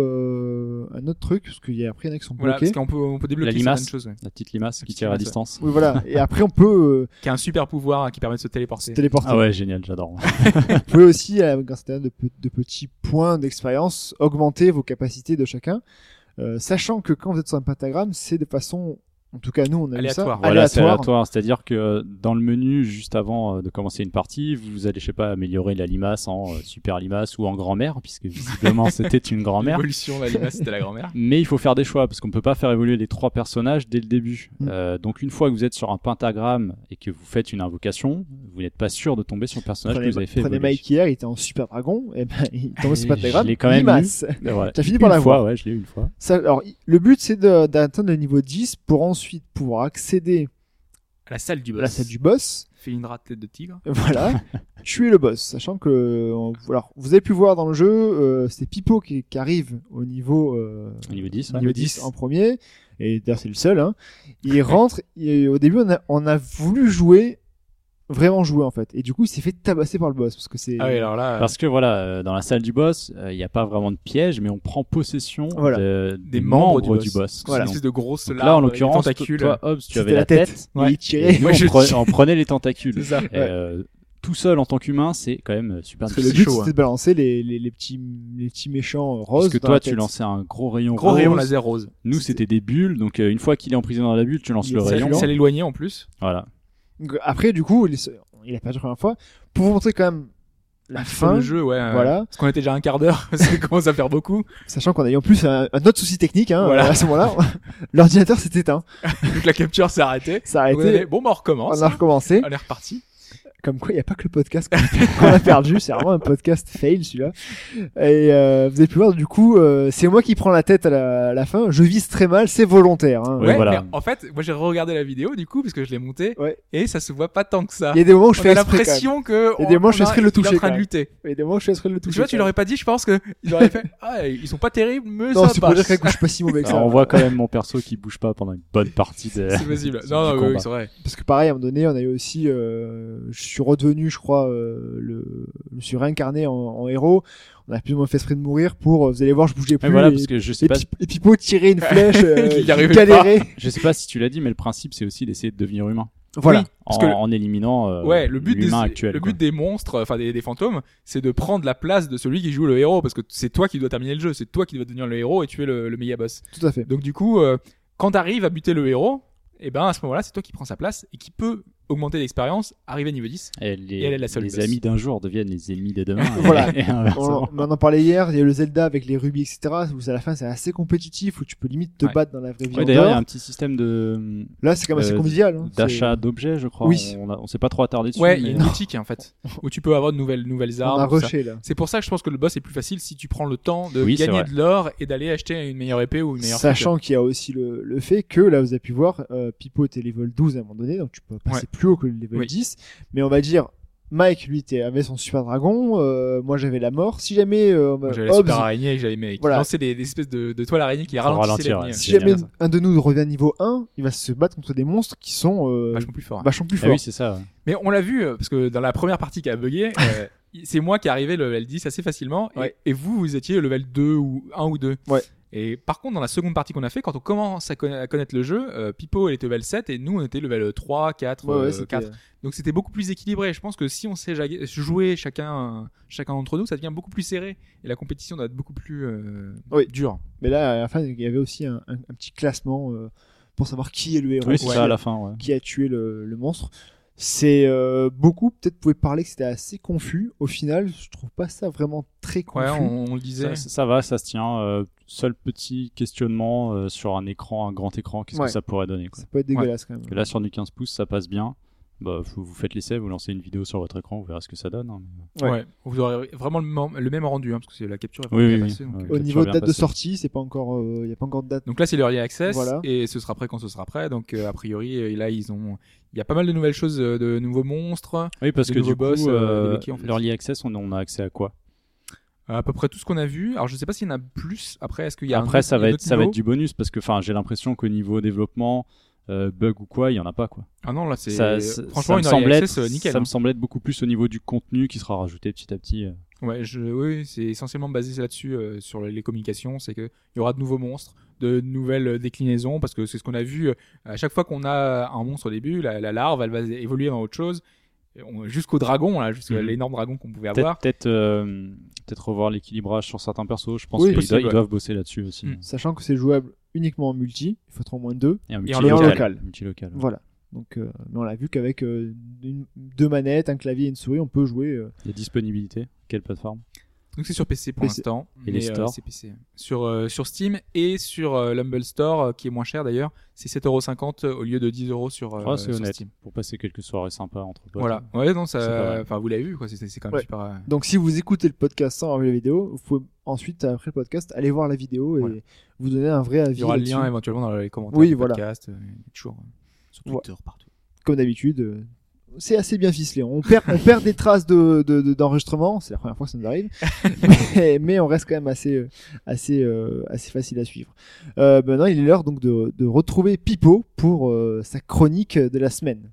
un autre truc, parce qu'il y a après il y en a qui sont Voilà, bloqués. parce on peut débloquer La limace. certaines choses. Ouais. La petite limace qui petite tire à limace, ouais. distance. Oui, voilà. Et après, on peut Qui a un super pouvoir qui permet de se se téléporter. téléporter. Ah ouais, génial, j'adore. Vous pouvez aussi, grâce à de petits points d'expérience, augmenter vos capacités de chacun. Sachant que quand vous êtes sur un pentagramme, c'est de façon, en tout cas nous on a vu ça, Aléatoire. Voilà, c'est aléatoire. C'est-à-dire que dans le menu, juste avant de commencer une partie, vous allez, je sais pas, améliorer la limace en super limace ou en grand-mère, puisque visiblement c'était une grand-mère. L'évolution, la limace, c'était la grand-mère. Mais il faut faire des choix parce qu'on peut pas faire évoluer les 3 personnages dès le début. Donc une fois que vous êtes sur un pentagramme et que vous faites une invocation, vous n'êtes pas sûr de tomber sur le personnage que vous avez fait Prenez évoluer. Mike hier, il était en super dragon, et ben il tombe sur Et pentagramme, je l'ai quand même limace. Et voilà. T'as fini par Une l'avoir. fois, ouais, je l'ai eu une fois. Ça, alors, le but c'est d'atteindre le niveau 10 pour ensuite pouvoir accéder À la salle du à boss. la salle du boss. Fait une rate tête de tigre. Voilà, tuer le boss. Sachant que, alors, vous avez pu voir dans le jeu, c'est Pipo qui arrive au niveau, Au niveau 10, ouais. niveau 10 en premier, et d'ailleurs c'est le seul, hein. Il rentre, et au début on a voulu vraiment jouer en fait, et du coup il s'est fait tabasser par le boss, parce que c'est... Ah oui, alors là, Parce que voilà, dans la salle du boss, il n'y a pas vraiment de piège, mais on prend possession Voilà. des membres membres du du boss. c'est voilà. une espèce de grosse Donc larve, là, en des l'occurrence, tentacules. toi, Hobbs, tu C'était avais la tête. et Ouais. il tirait. Et nous, Ouais, je- on prenait les tentacules. C'est ça. Et, tout seul en tant qu'humain, c'est quand même super Parce que le difficile. but chaud, c'était de balancer les petits méchants roses. Parce que dans toi, la tu tête. lançais un gros rayon Gros rose. rayon laser rose. Nous, c'était des bulles. Donc, une fois qu'il est emprisonné dans la bulle, tu lances Il le est rayon. saluant. Ça l'éloignait en plus. Voilà. Donc, après, du coup, il a perdu la première fois. Pour vous montrer quand même la Sur fin, le jeu, ouais. voilà. Parce qu'on était déjà un quart d'heure, ça commence à faire beaucoup. Sachant qu'on a eu en plus un autre souci technique, hein, Voilà. à ce moment-là. L'ordinateur s'est éteint. Donc la capture s'est arrêtée. Ça a Donc, on avait, été. bon, bah on recommence. On a recommencé. On est reparti. Comme quoi, il n'y a pas que le podcast qu'on a perdu. C'est vraiment un podcast fail, celui-là. Et vous avez pu voir, du coup, c'est moi qui prends la tête à la fin. Je vise très mal, c'est volontaire. Hein. Ouais, Ouais, voilà. mais en fait, moi j'ai regardé la vidéo du coup, parce que je l'ai montée. Ouais. Et ça se voit pas tant que ça. Il y a des moments où je On fais a exprès, quand même. l'impression que. Il y a des moments où je fais exprès de le il est toucher, en train quand de même. lutter. Il y a des moments où je fais exprès de le toucher. Tu vois, tu quand l'aurais pas dit, je pense que ils auraient fait. Ah, ils sont pas terribles, mais même. Non, ça c'est pour dire passe. que je suis pas si mauvais que ça. Alors, on voit quand même mon perso qui bouge pas pendant une bonne partie de. C'est possible. du Non, non, oui, combat. c'est vrai. Parce que pareil, à un moment donné, on a eu aussi, je suis redevenu, je crois, je me suis réincarné en héros. On a plus ou moins fait exprès de mourir pour, vous allez voir, je bougeais plus. Mais voilà, et, parce que je sais pas, et Pipo tirait une flèche, Il y arrivait galérait. je sais pas si tu l'as dit, mais le principe, c'est aussi d'essayer de devenir humain. Voilà. Oui, parce que En éliminant ouais, le but l'humain actuel. le quoi. but des monstres, enfin des fantômes, c'est de prendre la place de celui qui joue le héros, parce que c'est toi qui dois terminer le jeu, c'est toi qui dois devenir le héros et tuer le méga boss. Tout à fait. Donc du coup, quand t'arrives à buter le héros, et ben à ce moment-là, c'est toi qui prends sa place et qui peut augmenter l'expérience, arriver à niveau 10. Et elle est la seule les boss. amis d'un jour deviennent les ennemis de demain. Voilà. Et inversement. On en parlait hier, il y a le Zelda avec les rubis, etc. Où à la fin, c'est assez compétitif, où tu peux limite te Ouais. battre dans la vraie vie. Ouais, en d'ailleurs, il y a dehors. un petit système de Là, c'est quand même assez convivial. Hein. d'achat d'objets, je crois. Oui. On s'est pas trop attardé dessus. Ouais, il y mais- a une boutique en fait où tu peux avoir de nouvelles C'est, on armes. a tout ça. rushé, là. C'est pour ça que je pense que le boss est plus facile si tu prends le temps de Oui, c'est gagner vrai. de l'or et d'aller acheter une meilleure épée ou une meilleure Sachant qu'il y a aussi le fait que, là, vous avez pu voir, Pipo était level 12 à un moment donné, donc tu peux passer plus haut que le level Oui. 10. Mais on va dire, Mike, lui, avait son super dragon. Moi, j'avais la mort. Si jamais Moi, j'avais la Hobbs, super araignée que j'avais mis, qui Voilà. lançait des espèces de toiles araignées qui Pour ralentissaient ralentir, l'ennemi. ouais. si C'est jamais génial, un de nous revient niveau 1, il va se battre contre des monstres qui sont Vachement plus fort. vachement plus Ah forts. oui, c'est ça. Ouais. Mais on l'a vu, parce que dans la première partie qui a bugué, c'est moi qui arrivais le level 10 assez facilement, Ouais. et vous étiez level 2 ou 1 ou 2. Ouais. Et par contre, dans la seconde partie qu'on a fait, quand on commence à connaître le jeu, Pipo elle était level 7 et nous on était level 3, 4, Ouais, c'était- 4. Donc c'était beaucoup plus équilibré. Je pense que si on sait jouer chacun d'entre nous, ça devient beaucoup plus serré et la compétition doit être beaucoup plus Oui. dure. Mais là, à la fin, il y avait aussi un petit classement pour savoir qui est le héros, Oui, c'est Ouais. ça à la fin. Ouais. qui a tué le monstre. C'est beaucoup, peut-être pouvez parler que c'était assez confus. Au final, je trouve pas ça vraiment très confus. Ouais, on le disait. Ça va, ça se tient. Seul petit questionnement sur un écran, un grand écran, qu'est-ce Ouais. que ça pourrait donner quoi. Ça peut être dégueulasse quand même. Que là, sur du 15 pouces, ça passe bien. Bah, vous faites l'essai, vous lancez une vidéo sur votre écran, vous verrez ce que ça donne. Hein. Ouais. Ouais. Vous aurez vraiment le même rendu, hein, parce que la capture est pas Oui, bien oui, passée, oui. donc, Ouais. Au Ça niveau de bien date de passé. sortie, c'est pas encore, il y a pas encore de date. Donc là, c'est l'early access Voilà. et ce sera prêt quand ce sera prêt. Donc a priori, là, il y a pas mal de nouvelles choses, de nouveaux monstres, Oui, parce Des que nouveaux du coup, boss, des béquilles, en fait. l'early access, on a accès à quoi? à peu près tout ce qu'on a vu. Alors je sais pas s'il y en a plus. Après, est-ce qu'il y a Après, ça va un être autre niveau du bonus parce que, enfin, j'ai l'impression qu'au niveau développement, bug ou quoi, il y en a pas quoi. Ah non, là c'est Ça franchement me une semble early être, access nickel. ça hein. me semble être beaucoup plus au niveau du contenu qui sera rajouté petit à petit. Ouais, oui, c'est essentiellement basé là-dessus, sur les communications. C'est que il y aura de nouveaux monstres, de nouvelles déclinaisons, parce que c'est ce qu'on a vu à chaque fois qu'on a un monstre au début, la larve, elle va évoluer dans autre chose. Jusqu'au dragon, là, jusqu'à Mhm. l'énorme dragon qu'on pouvait avoir. Peut-être revoir l'équilibrage sur certains persos. Je pense Oui, qu'ils possible, ils ouais. doivent bosser là-dessus aussi. Mm. Sachant que c'est jouable uniquement en multi, il faut être au moins 2. Et un Et en multi-local. local. Multi-local, ouais. Voilà. Donc, mais on l'a vu qu'avec 2 manettes, un clavier et une souris, on peut jouer. Il y a disponibilité. Quelle plateforme? Donc c'est sur PC pour PC. l'instant. Et les mais, stores c'est PC. Sur Steam et sur l'Humble Store, qui est moins cher d'ailleurs. C'est 7,50€ au lieu de 10€ sur, Ah, c'est sur honnête. Steam. Pour passer quelques soirées sympas entre potes. Voilà. Ouais, non, C'est pas ça, mal. enfin, vous l'avez vu, quoi. C'est quand même Ouais. super. Donc, si vous écoutez le podcast sans avoir vu la vidéo, vous pouvez ensuite, après le podcast, aller voir la vidéo et Voilà. vous donner un vrai avis. Il y aura le là-dessus. lien éventuellement dans les commentaires Oui, du voilà. podcast, toujours sur Twitter, partout. Comme d'habitude, c'est assez bien ficelé. On perd des traces d'enregistrement. C'est la première fois que ça nous arrive, mais on reste quand même assez facile à suivre. Maintenant, il est l'heure donc de retrouver Pipo pour sa chronique de la semaine.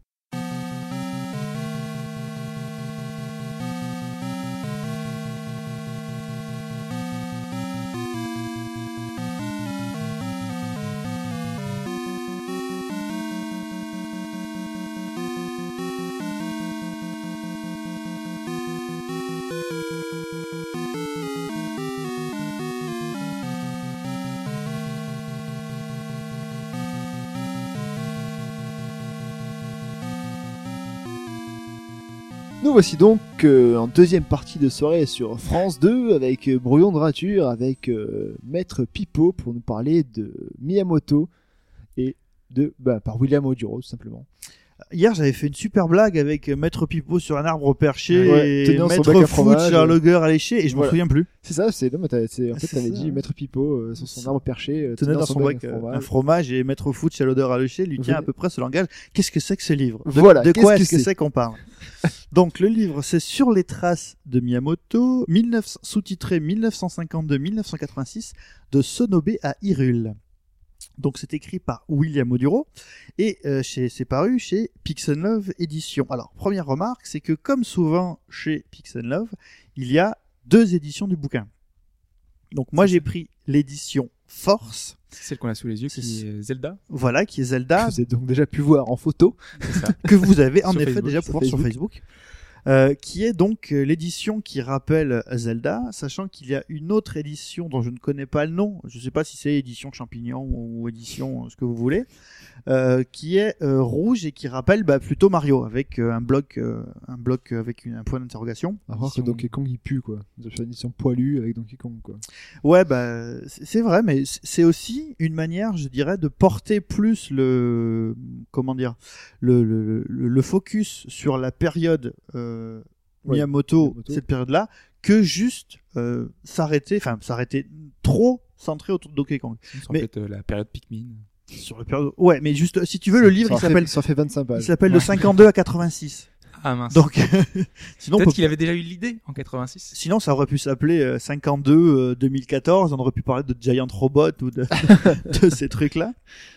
Nous voici donc en deuxième partie de soirée sur France 2 avec Brouillon de Rature, avec Maître Pipo pour nous parler de Miyamoto et par William Oduro tout simplement. Hier, j'avais fait une super blague avec Maître Pipo sur un arbre perché Ouais, et tenant son Maître bac à Foot fromage. sur un logger alléché et je m'en Voilà. souviens plus. C'est ça, c'est non, mais en fait C'est t'avais ça. dit Maître Pipo sur son arbre perché, Tenait dans son bac à fromage. un fromage et Maître Foot chez l'odeur alléchée lui tient à peu près ce langage. Qu'est-ce que c'est que ce livre? Voilà, De quoi qu'est-ce est-ce que que c'est qu'on parle? Donc le livre, c'est Sur les traces de Miyamoto, sous-titré 1952-1986, de Sonobe à Hyrule. Donc c'est écrit par William Oduro et c'est paru chez Pixel Love Édition. Alors première remarque, c'est que comme souvent chez Pixel Love, il y a 2 éditions du bouquin. Donc moi j'ai pris l'édition Force, C'est celle qu'on a sous les yeux, C'est- qui est Zelda. voilà, qui est Zelda, Que vous avez donc déjà pu voir en photo. C'est ça. que vous avez en Sur effet Facebook, déjà sur pouvoir sur Facebook. Qui est donc l'édition qui rappelle Zelda, sachant qu'il y a une autre édition dont je ne connais pas le nom, je ne sais pas si c'est édition champignon ou édition ce que vous voulez, qui est rouge et qui rappelle plutôt Mario avec un bloc avec un point d'interrogation. À voir que Édition- Donkey Kong il pue quoi. Ils ont fait une édition poilue avec Donkey Kong quoi. Ouais, c'est vrai, mais c'est aussi une manière, je dirais, de porter plus le focus sur la période Miyamoto, Miyamoto. cette période-là, que juste s'arrêter trop centré autour de Donkey Kong. Sur Mais- peut-être la période Pikmin. Sur la période... Ouais, mais juste, si tu veux, le livre, Ça il en s'appelle fait 25 pages. de 52 à 86. Ah mince. Donc, sinon, on Peut-être peut- qu'il avait déjà eu l'idée en 86. sinon, ça aurait pu s'appeler 52 2014. On aurait pu parler de Giant Robot ou de, de ces trucs-là.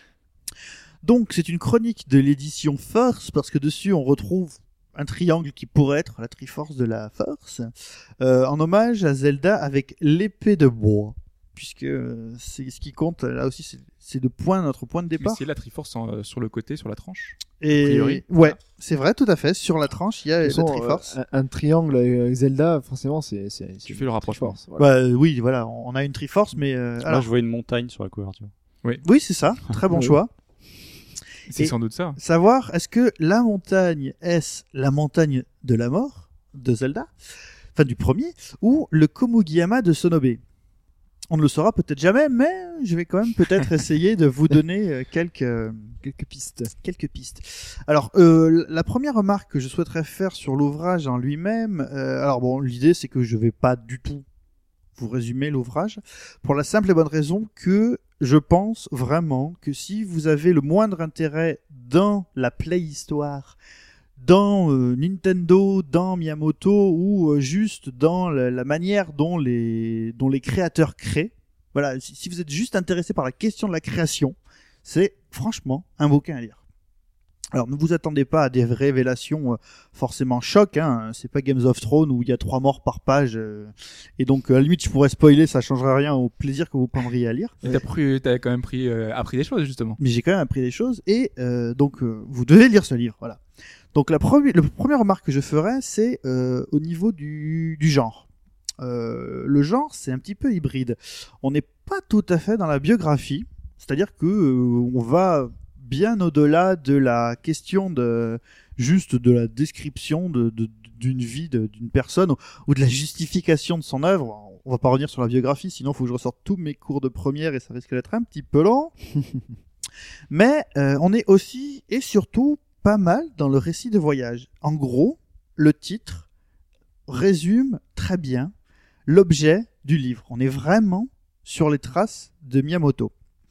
Donc, c'est une chronique de l'édition Force parce que dessus, on retrouve un triangle qui pourrait être la Triforce de la Force, en hommage à Zelda avec l'épée de bois. Puisque c'est ce qui compte, là aussi, c'est notre point de Mais départ. c'est la Triforce sur le côté, sur la tranche. Et priori. ouais, c'est vrai, tout à fait. Sur la tranche, il y a De la toute façon, Triforce. un triangle avec Zelda, forcément, c'est Tu fais le rapprochement. Triforce, voilà. Bah oui, voilà, on a une Triforce, mais Moi, alors, je vois une montagne sur la couverture. oui, c'est ça. Très bon Oui. choix. C'est Et- sans doute ça. Savoir, est-ce que la montagne est la montagne de la mort de Zelda, enfin du premier, ou le Komugiyama de Sonobe? On ne le saura peut-être jamais, mais je vais quand même peut-être essayer de vous donner quelques pistes. Alors, la première remarque que je souhaiterais faire sur l'ouvrage en lui-même, alors bon, l'idée c'est que je vais pas du tout vous résumer l'ouvrage, pour la simple et bonne raison que je pense vraiment que si vous avez le moindre intérêt dans la playhistoire, dans Nintendo, dans Miyamoto, ou juste dans la manière dont les créateurs créent, voilà, si vous êtes juste intéressé par la question de la création, c'est franchement un bouquin à lire. Alors ne vous attendez pas à des révélations forcément choc, hein. C'est pas Games of Thrones où il y a 3 morts par page, et donc à la limite je pourrais spoiler, ça changerait rien au plaisir que vous prendriez à lire. Mais t'as quand même appris des choses justement. Mais j'ai quand même appris des choses, et donc vous devez lire ce livre, voilà. Donc la première remarque que je ferais, c'est au niveau du genre. Le genre, c'est un petit peu hybride. On n'est pas tout à fait dans la biographie, c'est-à-dire que on va bien au-delà de la question de juste de la description d'une vie d'une personne ou de la justification de son œuvre. On va pas revenir sur la biographie, sinon il faut que je ressorte tous mes cours de première et ça risque d'être un petit peu long. Mais on est aussi et surtout pas mal dans le récit de voyage. En gros, le titre résume très bien l'objet du livre. On est vraiment sur les traces de Miyamoto.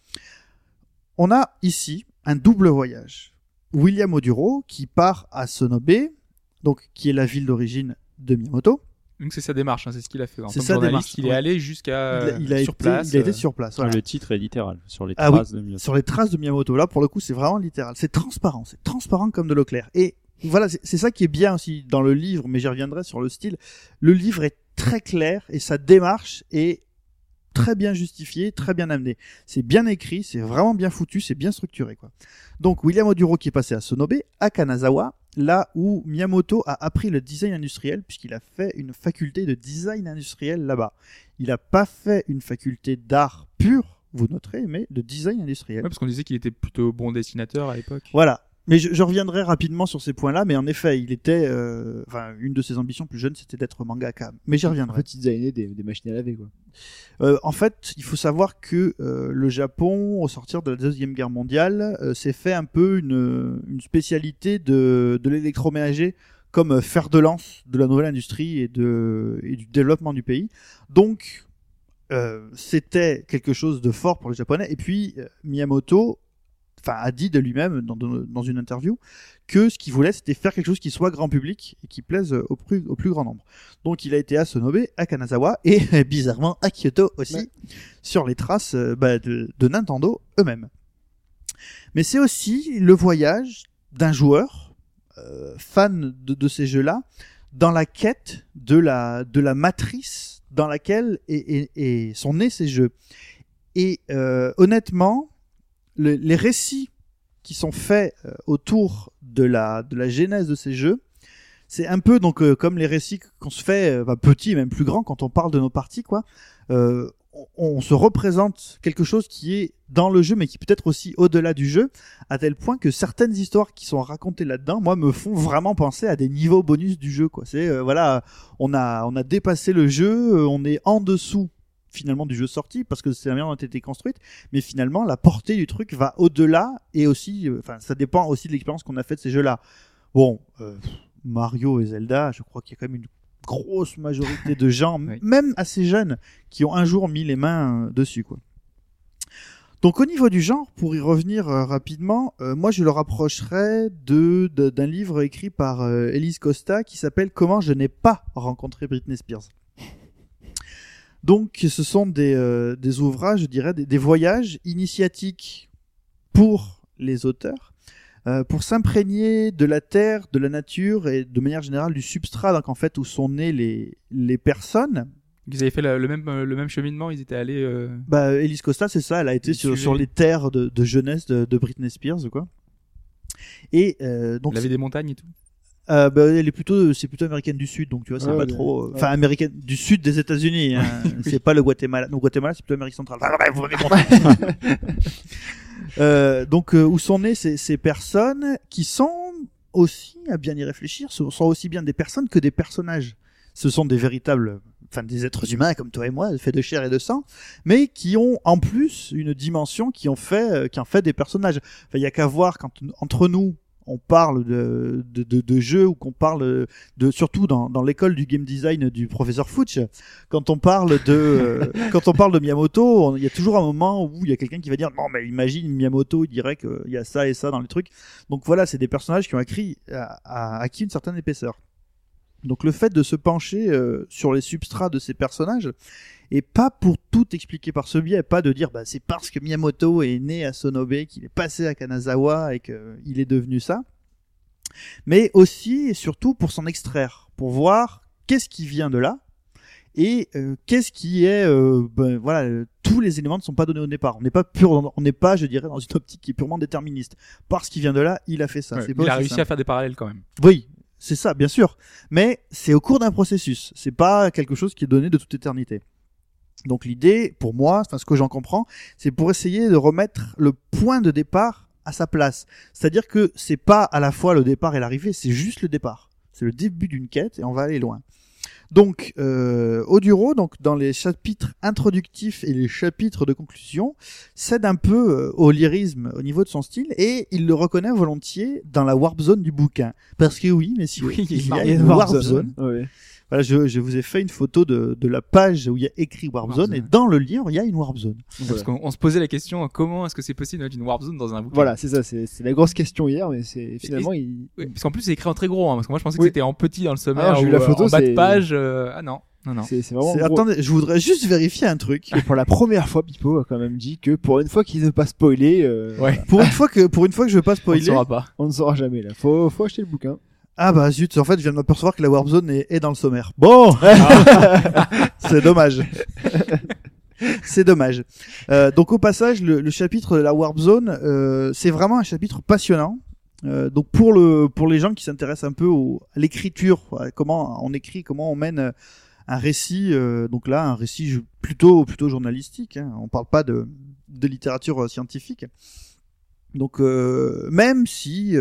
On a ici un double voyage. William Oduro qui part à Sonobe, donc qui est la ville d'origine de Miyamoto. Donc c'est sa démarche, hein, c'est ce qu'il a fait. En C'est tant que sa journaliste, démarche, il est ouais. allé jusqu'à Il a sur place. été sur place. Voilà. Le titre est littéral, sur les Ah oui, traces de Miyamoto. sur les traces de Miyamoto. Là, pour le coup, c'est vraiment littéral. C'est transparent comme de l'eau claire. Et voilà, c'est ça qui est bien aussi dans le livre, mais j'y reviendrai sur le style. Le livre est très clair et sa démarche est très bien justifiée, très bien amenée. C'est bien écrit, c'est vraiment bien foutu, c'est bien structuré, quoi. Donc, William Oduro qui est passé à Sonobe, à Kanazawa, là où Miyamoto a appris le design industriel, puisqu'il a fait une faculté de design industriel là-bas. Il n'a pas fait une faculté d'art pur, vous noterez, mais de design industriel. Ouais, parce qu'on disait qu'il était plutôt bon dessinateur à l'époque. Voilà. Mais je reviendrai rapidement sur ces points-là, mais en effet, il était, une de ses ambitions plus jeunes, c'était d'être mangaka. Mais j'y En reviendrai. fait, il designait des machines à laver, quoi. En fait, il faut savoir que le Japon, au sortir de la Deuxième Guerre mondiale, s'est fait un peu une spécialité de l'électroménager comme fer de lance de la nouvelle industrie et du développement du pays. Donc, c'était quelque chose de fort pour les Japonais. Et puis, Miyamoto a dit de lui-même dans une interview que ce qu'il voulait, c'était faire quelque chose qui soit grand public et qui plaise au plus grand nombre. Donc il a été à Sonobe, à Kanazawa et bizarrement à Kyoto aussi, Ouais. sur les traces de Nintendo eux-mêmes. Mais c'est aussi le voyage d'un joueur fan de ces jeux-là dans la quête de la matrice dans laquelle sont nés ces jeux. Et honnêtement, les récits qui sont faits autour de la genèse de ces jeux, c'est un peu donc comme les récits qu'on se fait petits, même plus grands, quand on parle de nos parties, quoi. On se représente quelque chose qui est dans le jeu, mais qui peut être aussi au-delà du jeu, à tel point que certaines histoires qui sont racontées là-dedans, moi, me font vraiment penser à des niveaux bonus du jeu, quoi. C'est voilà, on a dépassé le jeu, on est en dessous finalement du jeu sorti parce que c'est la manière dont elle a été construite, mais finalement la portée du truc va au-delà et aussi ça dépend aussi de l'expérience qu'on a fait de ces jeux-là. Bon, Mario et Zelda, je crois qu'il y a quand même une grosse majorité de gens, Oui. même assez jeunes, qui ont un jour mis les mains dessus, quoi. Donc au niveau du genre, pour y revenir rapidement, moi je le rapprocherais d'un livre écrit par Elise Costa qui s'appelle Comment je n'ai pas rencontré Britney Spears. Donc ce sont des ouvrages, je dirais, des voyages initiatiques pour les auteurs, pour s'imprégner de la terre, de la nature et de manière générale du substrat, donc en fait où sont nées les personnes. Ils avaient fait le même cheminement, ils étaient allés... Elise Costa, c'est ça, elle a été sur les terres de jeunesse de Britney Spears, quoi. Et donc elle avait des montagnes et tout. Elle est c'est plutôt américaine du sud, donc tu vois, c'est pas trop, enfin américaine du sud des États-Unis. Hein. C'est pas le Guatemala. Non, Guatemala, c'est plutôt Amérique centrale. Enfin, bref, vous m'avez compris. Donc où sont nées ces personnes qui sont aussi, à bien y réfléchir, sont aussi bien des personnes que des personnages. Ce sont des véritables, enfin des êtres humains comme toi et moi, faits de chair et de sang, mais qui ont en plus une dimension qui en fait des personnages. Enfin, il y a qu'à voir quand entre nous on parle de jeux ou qu'on parle surtout dans l'école du game design du professeur Fuchs, quand on parle de Miyamoto, il y a toujours un moment où il y a quelqu'un qui va dire non mais imagine Miyamoto, il dirait qu'il y a ça et ça dans les trucs. Donc voilà, c'est des personnages qui ont acquis une certaine épaisseur. Donc le fait de se pencher sur les substrats de ces personnages, et pas pour tout expliquer par ce biais, pas de dire c'est parce que Miyamoto est né à Sonobe qu'il est passé à Kanazawa et qu'il est devenu ça, mais aussi et surtout pour s'en extraire, pour voir qu'est-ce qui vient de là et qu'est-ce qui est tous les éléments ne sont pas donnés au départ. On n'est pas, je dirais, dans une optique qui est purement déterministe. Parce qu'il vient de là, il a fait ça. Ouais, C'est pas il a aussi réussi simple. à faire des parallèles quand même. Oui. C'est ça, bien sûr. Mais c'est au cours d'un processus. C'est pas quelque chose qui est donné de toute éternité. Donc l'idée, pour moi, enfin ce que j'en comprends, c'est pour essayer de remettre le point de départ à sa place. C'est-à-dire que c'est pas à la fois le départ et l'arrivée, c'est juste le départ. C'est le début d'une quête et on va aller loin. Donc, Oduro, donc dans les chapitres introductifs et les chapitres de conclusion, cède un peu au lyrisme au niveau de son style et il le reconnaît volontiers dans la warp zone du bouquin. Parce que oui, messieurs, il y a une warp zone. Ouais. Voilà, je vous ai fait une photo de la page où il y a écrit warp zone et dans le livre il y a une warp zone. Parce qu'on se posait la question comment est-ce que c'est possible d'avoir une warp zone dans un bouquin. Voilà, c'est ça, c'est la grosse question hier, mais c'est finalement Oui, parce qu'en plus c'est écrit en très gros, parce que moi je pensais que Oui. c'était en petit dans le sommaire Alors, j'ai ou vu la photo, en bas de c'est- page. Ah non. c'est vraiment gros. Attendez, je voudrais juste vérifier un truc. Et pour la première fois, Pipo a quand même dit que pour une fois qu'il ne veut pas spoiler, Ouais. Pour une fois que je veux pas On ne spoiler. saura pas. on ne saura jamais là. Faut acheter le bouquin. Ah bah zut, en fait je viens de m'apercevoir que la warp zone est dans le sommaire. Bon, c'est dommage. C'est dommage. Donc au passage, le chapitre de la warp zone, c'est vraiment un chapitre passionnant. Donc pour les gens qui s'intéressent un peu à l'écriture, comment on écrit, comment on mène un récit. Donc là, un récit plutôt journalistique. Hein. On parle pas de littérature scientifique. Donc même si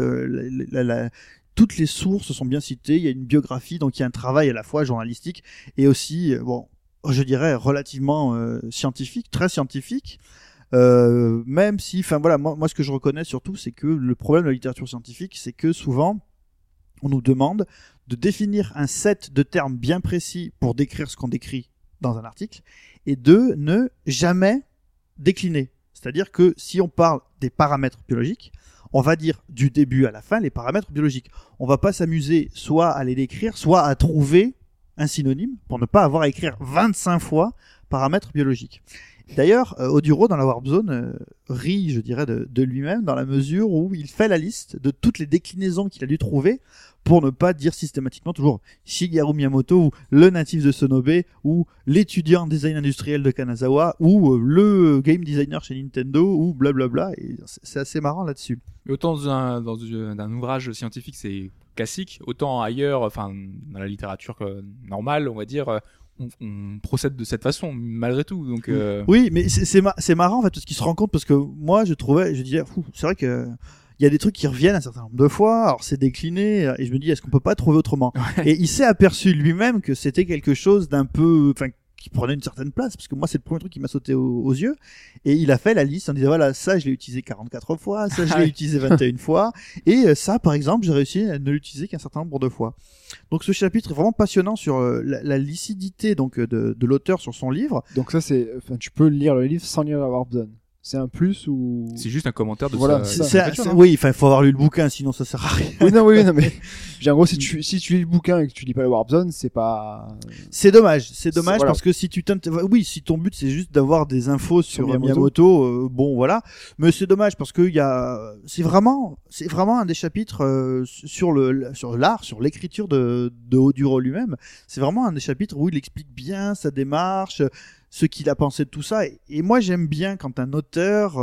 toutes les sources sont bien citées, il y a une biographie, donc il y a un travail à la fois journalistique et aussi, je dirais relativement scientifique, très scientifique. Même si, enfin voilà, moi ce que je reconnais surtout, c'est que le problème de la littérature scientifique, c'est que souvent on nous demande de définir un set de termes bien précis pour décrire ce qu'on décrit dans un article et de ne jamais décliner. C'est-à-dire que si on parle des paramètres biologiques, on va dire du début à la fin les paramètres biologiques. On va pas s'amuser soit à les décrire, soit à trouver un synonyme pour ne pas avoir à écrire 25 fois paramètres biologiques. D'ailleurs, Oduro dans la Warp Zone rit, je dirais, de lui-même dans la mesure où il fait la liste de toutes les déclinaisons qu'il a dû trouver pour ne pas dire systématiquement toujours Shigeru Miyamoto ou le natif de Sonobe ou l'étudiant en design industriel de Kanazawa ou le game designer chez Nintendo ou blablabla. Et c'est assez marrant là-dessus. Mais autant dans un ouvrage scientifique c'est classique, autant ailleurs, enfin dans la littérature normale, on va dire, on procède de cette façon malgré tout. Donc oui, mais c'est marrant en fait parce qu'il se rend compte parce que moi je disais c'est vrai que il y a des trucs qui reviennent un certain nombre de fois, alors c'est décliné et je me dis est-ce qu'on peut pas trouver autrement. Ouais. Et il s'est aperçu lui-même que c'était quelque chose d'un peu, enfin qui prenait une certaine place parce que moi c'est le premier truc qui m'a sauté aux yeux et il a fait la liste en disant voilà ça je l'ai utilisé 44 fois, ça je l'ai utilisé 21 fois et ça par exemple j'ai réussi à ne l'utiliser qu'un certain nombre de fois. Donc ce chapitre est vraiment passionnant sur la lucidité donc de l'auteur sur son livre. Donc ça c'est, enfin tu peux lire le livre sans lire la Warp Zone. C'est un plus ou C'est juste un commentaire de Voilà, sa... c'est sa créature, non Oui, enfin, il faut avoir lu le bouquin, sinon ça sert à rien. Oui, non, mais en gros, si tu lis le bouquin et que tu lis pas le Warp Zone, c'est pas. C'est dommage Voilà. parce que si si ton but c'est juste d'avoir des infos sur Miyamoto. Miyamoto, bon voilà, mais c'est dommage parce que c'est vraiment un des chapitres sur l'art, sur l'écriture de Oduro lui-même. C'est vraiment un des chapitres où il explique bien sa démarche, ce qu'il a pensé de tout ça. Et moi j'aime bien quand un auteur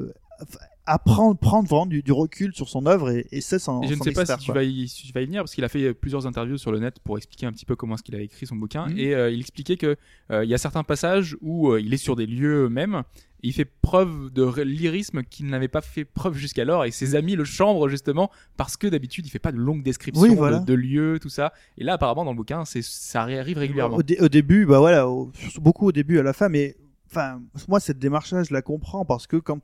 prendre vraiment du recul sur son œuvre et sait s'en Et je ne sais pas extraire, si tu vas y venir parce qu'il a fait plusieurs interviews sur le net pour expliquer un petit peu comment est-ce qu'il a écrit son bouquin et il expliquait que il y a certains passages où il est sur des lieux même et il fait preuve de lyrisme qu'il n'avait pas fait preuve jusqu'alors et ses amis le chambrent justement parce que d'habitude il fait pas de longues descriptions Oui, voilà. de lieux tout ça et là apparemment dans le bouquin ça arrive régulièrement. Au début, bah voilà, beaucoup au début à la fin, mais enfin moi cette démarche-là je la comprends parce que quand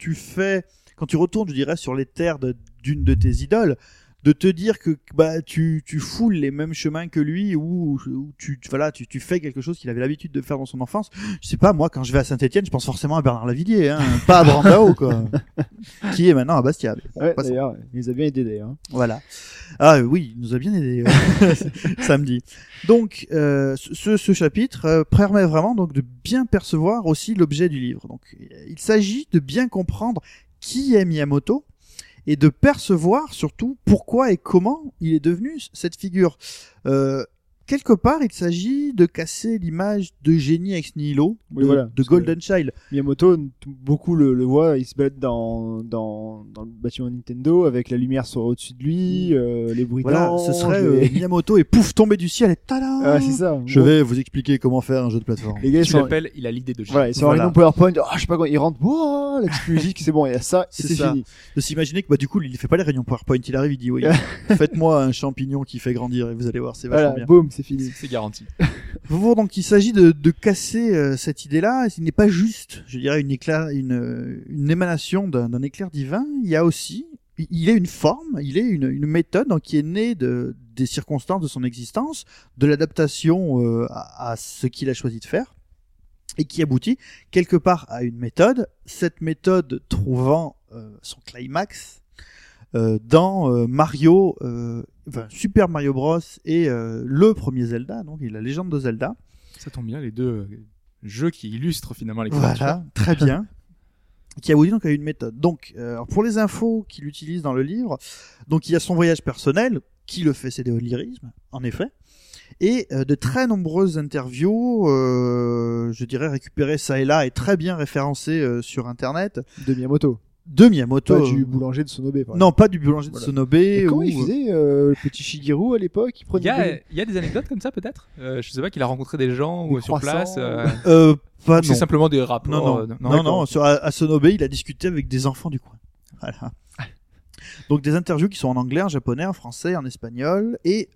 tu retournes, je dirais, sur les terres d'une de tes idoles, de te dire que bah tu foules les mêmes chemins que lui ou tu fais quelque chose qu'il avait l'habitude de faire dans son enfance. Je sais pas, moi quand je vais à Saint-Étienne, je pense forcément à Bernard Lavillier, hein, pas à Brandao quoi, qui est maintenant à Bastia. Bon, Ouais, passons. d'ailleurs, il les a bien aidés d'ailleurs. Voilà. Ah oui, il nous a bien aidé samedi. Donc ce chapitre permet vraiment donc de bien percevoir aussi l'objet du livre. Donc il s'agit de bien comprendre qui est Miyamoto et de percevoir surtout pourquoi et comment il est devenu cette figure. Quelque part, il s'agit de casser l'image de génie ex nihilo Oui, voilà, de parce Golden Child. Miyamoto, beaucoup le voient, il se balade dans le bâtiment Nintendo avec la lumière au-dessus de lui, les bruits Voilà, d'anges, ce serait les- Miyamoto et pouf, tombé du ciel et tada. Ah, c'est ça. Je vais vous expliquer comment faire un jeu de plateforme. Les gars, ils Tu sont, l'appelles, il a l'idée de génie. voilà, ils sont Voilà. en réunion PowerPoint, je sais pas quoi, ils rentrent, oh, la petite musique, c'est bon, il y a ça, et C'est c'est ça. fini. De s'imaginer que bah du coup il fait pas les réunions PowerPoint, il arrive, il dit oui, faites-moi un champignon qui fait grandir et vous allez voir, c'est vachement Voilà, bien. boum, c'est fini. C'est garanti. Faut voir donc qu'il s'agit de casser cette idée-là. Il n'est pas juste, je dirais, une émanation d'un éclair divin. Il y a aussi, il est une forme, il est une méthode donc, qui est née des circonstances de son existence, de l'adaptation à ce qu'il a choisi de faire, et qui aboutit quelque part à une méthode. Cette méthode trouvant son climax dans Mario, Super Mario Bros et le premier Zelda, donc la légende de Zelda. Ça tombe bien, les deux jeux qui illustrent finalement les créatures. Voilà, très bien. Qui aboutit donc à une méthode. Donc, alors pour les infos qu'il utilise dans le livre, donc il y a son voyage personnel qui le fait céder au lyrisme, en effet, et de très nombreuses interviews, je dirais récupérées ça et là et très bien référencées sur Internet De Miyamoto. de Miyamoto. Pas du boulanger de Sonobe, par Non, pas du boulanger de Voilà. Sonobe. exemple. Et comment ou- il faisait, le petit Shigeru à l'époque, il Il prenait y a des anecdotes comme ça peut-être Je sais pas qu'il a rencontré des gens Des sur place. croissants. Pas C'est non. simplement des rapports. Non. d'accord. À Sonobe, il a discuté avec des enfants du coin. Voilà. Donc des interviews qui sont en anglais, en japonais, en français, en espagnol. Et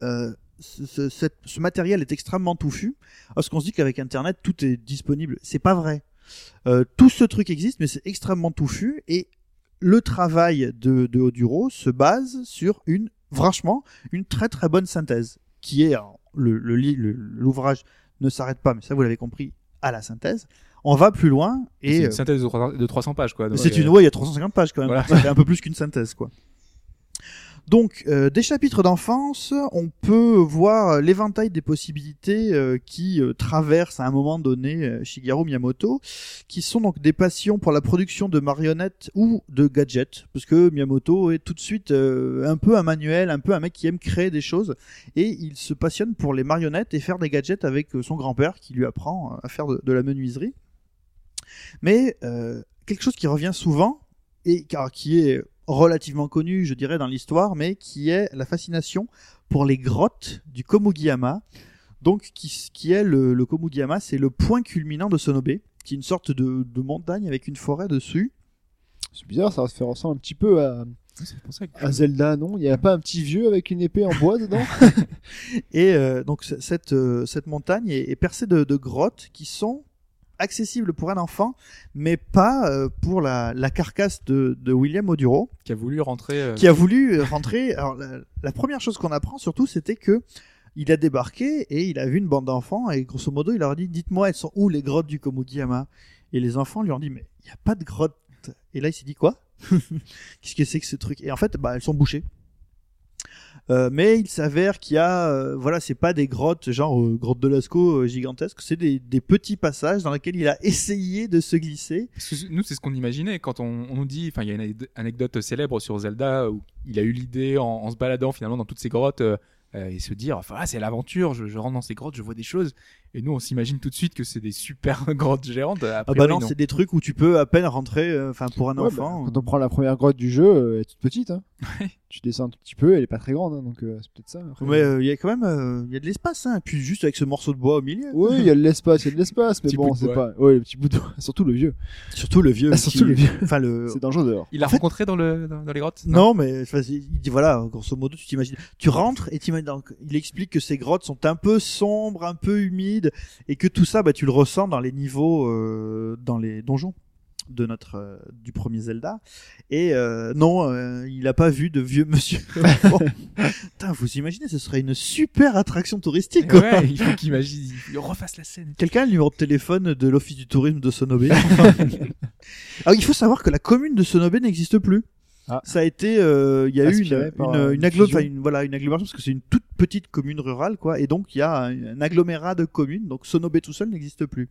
ce matériel est extrêmement touffu. Parce qu'on se dit qu'avec Internet, tout est disponible. C'est pas vrai. Tout ce truc existe, mais c'est extrêmement touffu. Et le travail de Oduro se base sur franchement, une très très bonne synthèse. Qui est, alors, l'ouvrage ne s'arrête pas, mais ça vous l'avez compris, à la synthèse. On va plus loin C'est et une synthèse de 300 pages quoi. Donc, c'est il y a 350 pages quand même. Voilà. Ça fait un peu plus qu'une synthèse, quoi. Donc, des chapitres d'enfance, on peut voir l'éventail des possibilités qui traversent à un moment donné Shigeru Miyamoto, qui sont donc des passions pour la production de marionnettes ou de gadgets, parce que Miyamoto est tout de suite un peu un manuel, un peu un mec qui aime créer des choses, et il se passionne pour les marionnettes et faire des gadgets avec son grand-père qui lui apprend à faire de la menuiserie. Mais quelque chose qui revient souvent, et qui est relativement connu, je dirais, dans l'histoire, mais qui est la fascination pour les grottes du Komugiyama. Donc, qui est le Komugiyama, c'est le point culminant de Sonobe, qui est une sorte de montagne avec une forêt dessus. C'est bizarre, ça fait ressembler un petit peu c'est pour ça que à Zelda, non? Il y a pas un petit vieux avec une épée en bois dedans? Et donc, cette montagne est percée de grottes qui sont accessibles pour un enfant, mais pas pour la carcasse de William Oduro. qui a voulu rentrer. Qui a voulu rentrer. Alors la première chose qu'on apprend surtout, c'était que il a débarqué et il a vu une bande d'enfants et grosso modo il leur a dit dites-moi elles sont où les grottes du Komugiyama, et les enfants lui ont dit mais il n'y a pas de grotte Et là, il s'est dit quoi? Qu'est-ce que c'est que ce truc? Et en fait, elles sont bouchées. Mais il s'avère qu'il y a, voilà, c'est pas des grottes genre grotte de Lascaux gigantesques, c'est des petits passages dans lesquels il a essayé de se glisser. Parce que nous, c'est ce qu'on imaginait quand on nous dit, enfin, il y a une anecdote célèbre sur Zelda où il a eu l'idée en se baladant finalement dans toutes ces grottes et se dire, enfin, c'est l'aventure, je rentre dans ces grottes, je vois des choses. Et nous, on s'imagine tout de suite que c'est des super grottes géantes. A priori, non, c'est des trucs où tu peux à peine rentrer, enfin, pour un enfant. Quand on prend la première grotte du jeu, elle est toute petite, hein. Ouais. Tu descends un tout petit peu, elle est pas très grande, hein, donc c'est peut-être ça. Après. Mais il y a quand même, il y a de l'espace, hein. Et puis juste avec ce morceau de bois au milieu. Oui, il y a de l'espace, mais Petit bon, bout de c'est bois. pas. Ouais, le petit bout de bois, surtout le vieux. Surtout le vieux. Surtout le vieux. Enfin le. C'est dangereux dehors. Il l'a En fait- rencontré dans les grottes? Non, mais enfin, il dit voilà, grosso modo, tu t'imagines, tu rentres et donc, il explique que ces grottes sont un peu sombres, un peu humides, et que tout ça, tu le ressens dans les niveaux, dans les donjons de du premier Zelda. Et non, il a pas vu de vieux monsieur. Bon. Putain, vous imaginez, ce serait une super attraction touristique, quoi. Ouais, il faut qu'il refasse la scène. Quelqu'un a le numéro de téléphone de l'office du tourisme de Sonobe. Alors, il faut savoir que la commune de Sonobe n'existe plus. Ah. Ça a été, il y a eu Aspiré par une fusion. une agglomération parce que c'est une toute petite commune rurale, quoi. Et donc, il y a un agglomérat de communes. Donc, Sonobe tout seul n'existe plus.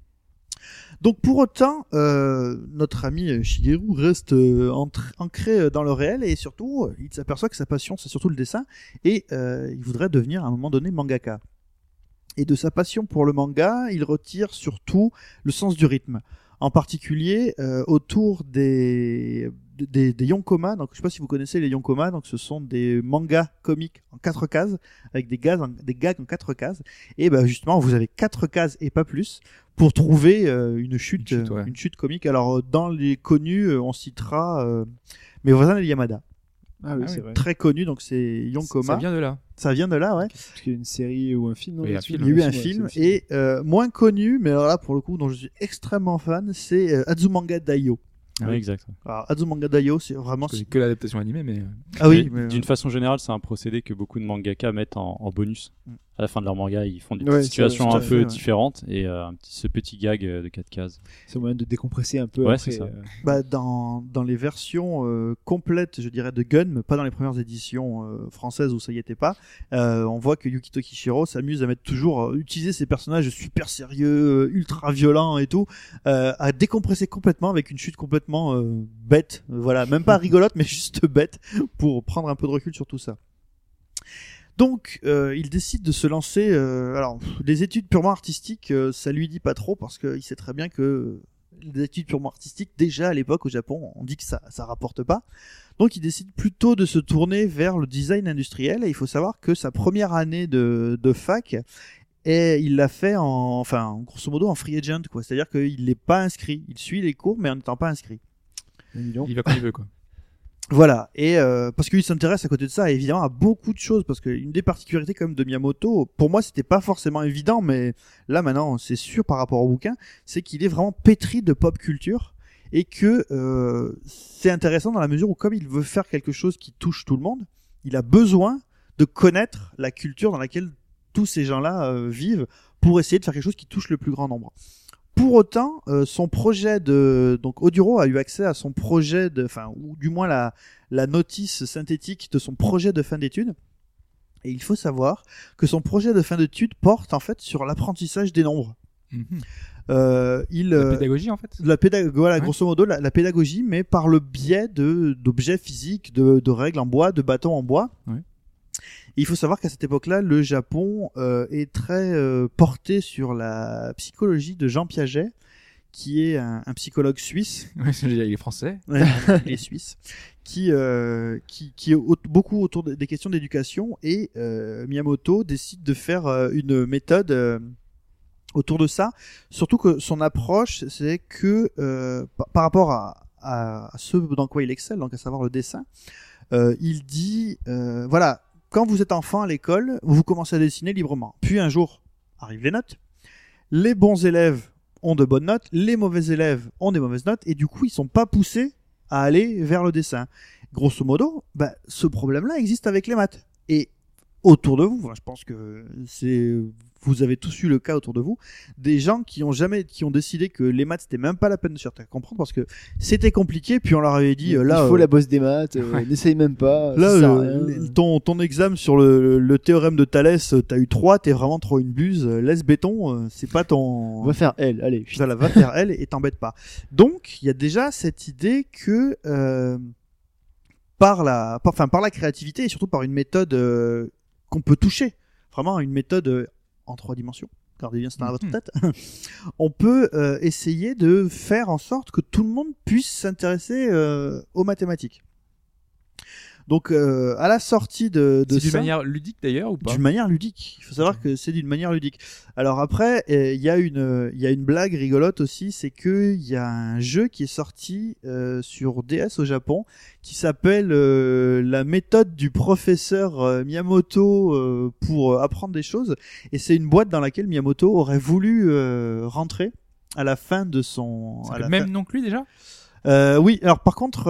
Donc, pour autant, notre ami Shigeru reste ancré dans le réel et surtout, il s'aperçoit que sa passion, c'est surtout le dessin et il voudrait devenir à un moment donné mangaka. Et de sa passion pour le manga, il retire surtout le sens du rythme. En particulier autour des yonkoma. Donc je sais pas si vous connaissez les yonkoma. Donc ce sont des mangas comiques en 4 cases avec des gags en 4 cases. Et justement vous avez 4 cases et pas plus pour trouver une chute comique. Alors dans les connus, on citera mes voisins les Yamada. Ah oui, Ah c'est oui. vrai. Très connu, donc c'est Yonkoma. Ça vient de là. Ça vient de là, ouais. Parce qu'il y a une série ou un film. non, Oui, un là-dessus film. Il y a eu un Ouais, film c'est le et moins connu, mais alors là pour le coup dont je suis extrêmement fan, c'est Azumanga Daioh. Ah Ouais, oui. exact. Alors Azumanga Daioh, c'est vraiment. Je connais que l'adaptation animée, mais Ah oui. Mais d'une façon générale, c'est un procédé que beaucoup de mangaka mettent en bonus. À la fin de leur manga, ils font des Ouais, petites situations tout à un fait, peu ouais. différentes et ce petit gag de 4 cases. C'est moyen de décompresser un peu. Ouais, après, c'est ça. Dans les versions complètes, je dirais, de Gun, mais pas dans les premières éditions françaises où ça y était pas, on voit que Yukito Kishiro s'amuse à mettre toujours, utiliser ces personnages super sérieux, ultra violents et tout, à décompresser complètement avec une chute complètement bête, voilà, même pas rigolote, mais juste bête, pour prendre un peu de recul sur tout ça. Donc, il décide de se lancer. Alors, des études purement artistiques, ça lui dit pas trop parce qu'il sait très bien que les études purement artistiques, déjà à l'époque au Japon, on dit que ça rapporte pas. Donc, il décide plutôt de se tourner vers le design industriel. Et il faut savoir que sa première année de fac, il l'a fait grosso modo en free agent, quoi. C'est-à-dire qu'il n'est pas inscrit. Il suit les cours, mais en n'étant pas inscrit. Dis donc. il va quand il veut, quoi. Voilà, et parce qu'il s'intéresse à côté de ça, évidemment, à beaucoup de choses, parce qu'une des particularités quand même de Miyamoto, pour moi c'était pas forcément évident, mais là maintenant c'est sûr par rapport au bouquin, c'est qu'il est vraiment pétri de pop culture, et que c'est intéressant dans la mesure où comme il veut faire quelque chose qui touche tout le monde, il a besoin de connaître la culture dans laquelle tous ces gens-là vivent, pour essayer de faire quelque chose qui touche le plus grand nombre. Pour autant, son projet donc Oduro a eu accès à son projet ou du moins la notice synthétique de son projet de fin d'études. Et il faut savoir que son projet de fin d'études porte en fait sur l'apprentissage des nombres. La pédagogie, en fait. Voilà, Ouais. grosso modo, la pédagogie, mais par le biais d'objets physiques, de règles en bois, de bâtons en bois. Ouais. Et il faut savoir qu'à cette époque-là, le Japon est très porté sur la psychologie de Jean Piaget, qui est un psychologue suisse. Ouais, il est français. Ouais, il est suisse, qui est beaucoup autour des questions d'éducation, et Miyamoto décide de faire une méthode autour de ça, surtout que son approche c'est que par rapport à ce dans quoi il excelle, donc à savoir le dessin, il dit voilà, quand vous êtes enfant à l'école, vous commencez à dessiner librement, puis un jour arrivent les notes, les bons élèves ont de bonnes notes, les mauvais élèves ont des mauvaises notes, et du coup ils sont pas poussés à aller vers le dessin. Grosso modo, ce problème-là existe avec les maths. Et autour de vous, je pense que vous avez tous eu le cas autour de vous, des gens qui ont décidé que les maths c'était même pas la peine de chercher à comprendre parce que c'était compliqué, puis on leur avait dit là il faut la bosse des maths, n'essaye même pas. là ça sert à rien. ton examen sur le théorème de Thalès, t'as eu 3, t'es vraiment trop une buse, laisse béton, c'est pas ton... On va faire L, allez. Voilà, va faire elle et t'embête pas. Donc, il y a déjà cette idée que par la créativité et surtout par une méthode qu'on peut toucher, vraiment une méthode en 3 dimensions, gardez bien ça dans votre tête, on peut essayer de faire en sorte que tout le monde puisse s'intéresser aux mathématiques. Donc à la sortie de C'est d'une ça, manière ludique d'ailleurs ou pas? d'une manière ludique. Il faut savoir que c'est d'une manière ludique. Alors après, il y a une blague rigolote aussi, c'est que il y a un jeu qui est sorti sur DS au Japon qui s'appelle la méthode du professeur Miyamoto pour apprendre des choses. Et c'est une boîte dans laquelle Miyamoto aurait voulu rentrer à la fin de son. C'est à le la même fin- nom que lui déjà? Oui, alors par contre,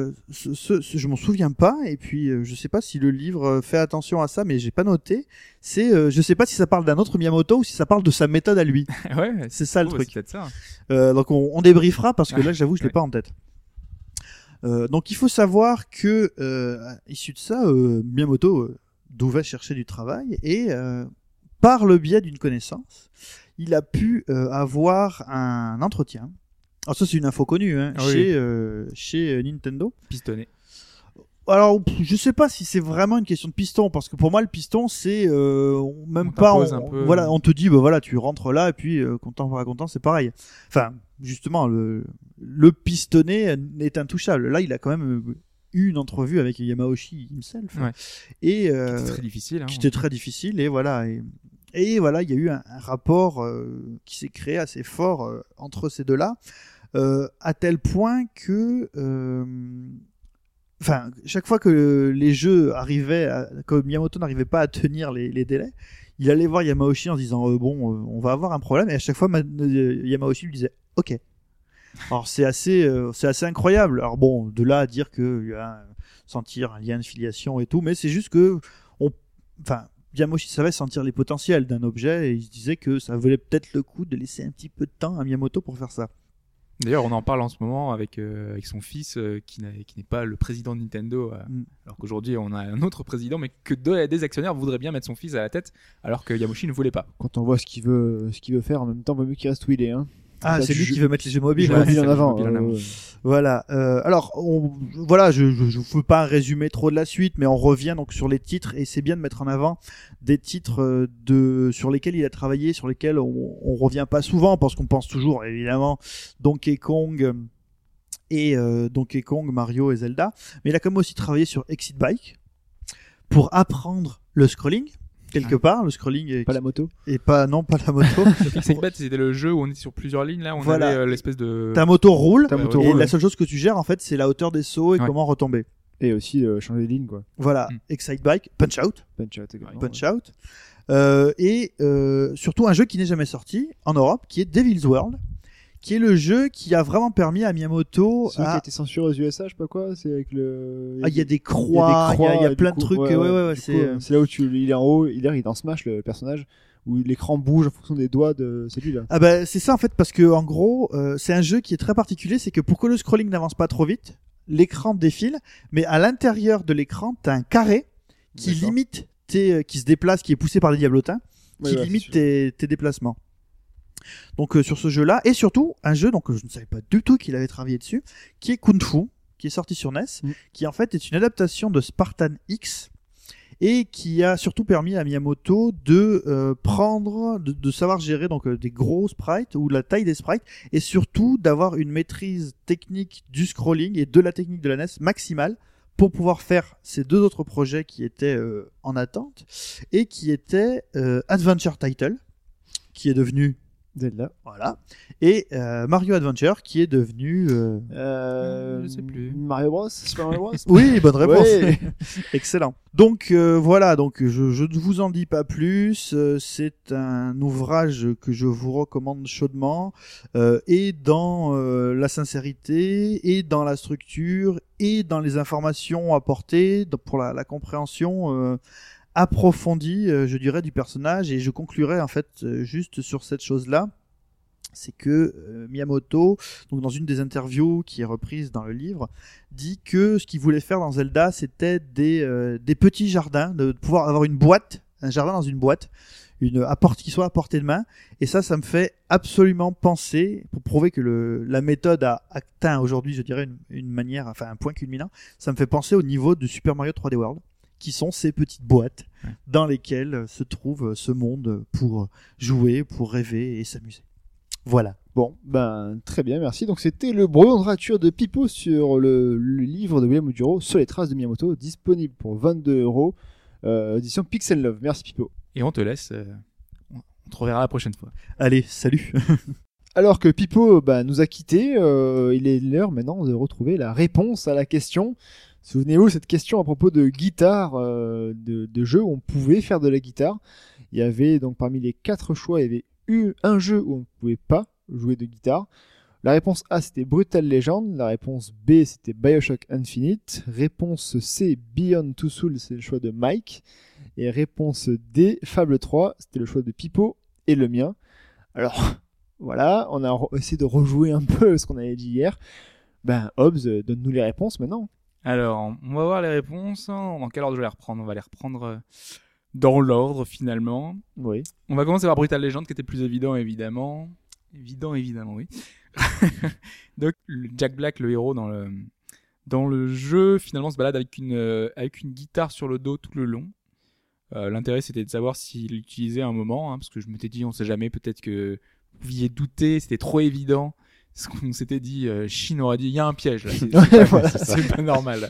je m'en souviens pas, et puis je sais pas si le livre fait attention à ça, mais j'ai pas noté. Je sais pas si ça parle d'un autre Miyamoto ou si ça parle de sa méthode à lui. Ouais, C'est ça le oh, truc. C'est peut-être ça. Donc on débriefera parce que là, j'avoue, je l'ai Ouais. pas en tête. Donc il faut savoir que issu de ça, Miyamoto devait chercher du travail et par le biais d'une connaissance, il a pu avoir un entretien. Alors ça c'est une info connue hein, Ah oui. chez Nintendo. Pistonné. Alors je sais pas si c'est vraiment une question de piston parce que pour moi le piston c'est même On pas t'impose un peu. voilà on te dit bah voilà tu rentres là et puis content pas content c'est pareil. Enfin justement le pistonné est intouchable. Là il a quand même eu une entrevue avec Yamauchi himself Ouais. et C'était très difficile. Hein. qui était très difficile et voilà et voilà il y a eu un rapport qui s'est créé assez fort entre ces deux-là à tel point que enfin chaque fois que les jeux arrivaient que Miyamoto n'arrivait pas à tenir les délais, il allait voir Yamauchi en disant on va avoir un problème et à chaque fois Yamauchi lui disait OK. Alors c'est assez incroyable. Alors bon, de là à dire que il y a sentir un lien de filiation et tout, mais c'est juste que Yamauchi savait sentir les potentiels d'un objet et il se disait que ça valait peut-être le coup de laisser un petit peu de temps à Miyamoto pour faire ça. D'ailleurs, on en parle en ce moment avec son fils qui n'est pas le président de Nintendo, alors qu'aujourd'hui on a un autre président, mais que des actionnaires voudraient bien mettre son fils à la tête, alors que Yamauchi ne voulait pas. Quand on voit ce qu'il veut faire en même temps, vaut mieux qu'il reste où il est. Hein. Ah, Là, c'est tu lui joues- qui veut mettre les jeux mobiles. Je Ouais, hein. mobile c'est en le avant. mobile en avant. Voilà. Alors, voilà, je veux pas résumer trop de la suite, mais on revient donc sur les titres et c'est bien de mettre en avant des titres sur lesquels il a travaillé, sur lesquels on revient pas souvent parce qu'on pense toujours évidemment Donkey Kong Mario et Zelda, mais il a quand même aussi travaillé sur Exit Bike pour apprendre le scrolling. Quelque part, le scrolling Pas la moto. et pas la moto. Fixing Bet, c'était le jeu où on était sur plusieurs lignes, là, on Voilà. avait l'espèce de... Ta moto roule. Ta moto Et roule. la seule chose que tu gères en fait, c'est la hauteur des sauts et Ouais. comment retomber. Et aussi changer de ligne, quoi. Voilà, Excite Bike, Punch Out, Punch Out également. Punch Out, et surtout un jeu qui n'est jamais sorti en Europe, qui est Devil's World, qui est le jeu qui a vraiment permis à Miyamoto Celui qui a été censuré aux USA, je sais pas quoi, c'est avec le. il y a des croix, il y a du plein de coup, trucs, ouais, ouais, du c'est coup, c'est là où il est en haut, il est dans Smash le personnage où l'écran bouge en fonction des doigts de celui-là. ah bah c'est ça en fait parce que en gros c'est un jeu qui est très particulier, c'est que pour que le scrolling n'avance pas trop vite, l'écran défile, mais à l'intérieur de l'écran t'as un carré qui D'accord. limite qui se déplace, qui est poussé par des diablotins, Ouais, qui ouais, limite c'est sûr. tes déplacements. Donc sur ce jeu-là, et surtout un jeu donc je ne savais pas du tout qu'il avait travaillé dessus, qui est Kung Fu, qui est sorti sur NES, qui en fait est une adaptation de Spartan X et qui a surtout permis à Miyamoto de savoir gérer donc des gros sprites ou la taille des sprites et surtout d'avoir une maîtrise technique du scrolling et de la technique de la NES maximale pour pouvoir faire ces deux autres projets qui étaient en attente et qui étaient Adventure Title qui est devenu Zelda. voilà et Mario Adventure qui est devenu Je sais plus. Mario Bros. Super Mario Bros. oui bonne réponse Ouais. excellent donc voilà donc je ne vous en dis pas plus c'est un ouvrage que je vous recommande chaudement et dans la sincérité et dans la structure et dans les informations apportées pour la compréhension approfondie, je dirais, du personnage. Et je conclurai en fait juste sur cette chose-là. C'est que Miyamoto, donc dans une des interviews qui est reprise dans le livre, dit que ce qu'il voulait faire dans Zelda, c'était des petits jardins, de pouvoir avoir un jardin dans une boîte, qui soit à portée de main. Et ça me fait absolument penser, pour prouver que la méthode a atteint aujourd'hui, je dirais, une manière, enfin un point culminant, ça me fait penser au niveau de Super Mario 3D World, qui sont ces petites boîtes dans lesquelles se trouve ce monde pour jouer, pour rêver et s'amuser. Voilà. Bon, ben très bien, merci. Donc c'était le brevet de rature de Pipo sur le livre de William Oduro sur les traces de Miyamoto, disponible pour 22€, édition Pixel Love. Merci Pipo. Et on te laisse. On te reverra la prochaine fois. Allez, salut. Alors que Pipo nous a quittés, il est l'heure maintenant de retrouver la réponse à la question. Souvenez-vous, cette question à propos de guitare, de jeux où on pouvait faire de la guitare. Il y avait donc parmi les 4 choix, il y avait eu un jeu où on ne pouvait pas jouer de guitare. La réponse A, c'était Brutal Legend. La réponse B, c'était Bioshock Infinite. Réponse C, Beyond Two Souls, c'est le choix de Mike. Et réponse D, Fable 3, c'était le choix de Pipo et le mien. Alors, voilà, on a essayé de rejouer un peu ce qu'on avait dit hier. Hobbs, donne-nous les réponses maintenant. Alors, on va voir les réponses. Dans quel ordre je vais les reprendre ? On va les reprendre dans l'ordre, finalement. Oui. On va commencer par Brutal Legend, qui était plus évident, évidemment. Évidemment, oui. Donc, Jack Black, le héros dans le jeu, finalement, se balade avec une guitare sur le dos tout le long. L'intérêt, c'était de savoir s'il l'utilisait à un moment, parce que je m'étais dit, on sait jamais, peut-être que vous pouviez douter, c'était trop évident. Ce qu'on s'était dit, Shin aurait dit, il y a un piège, là. C'est pas normal.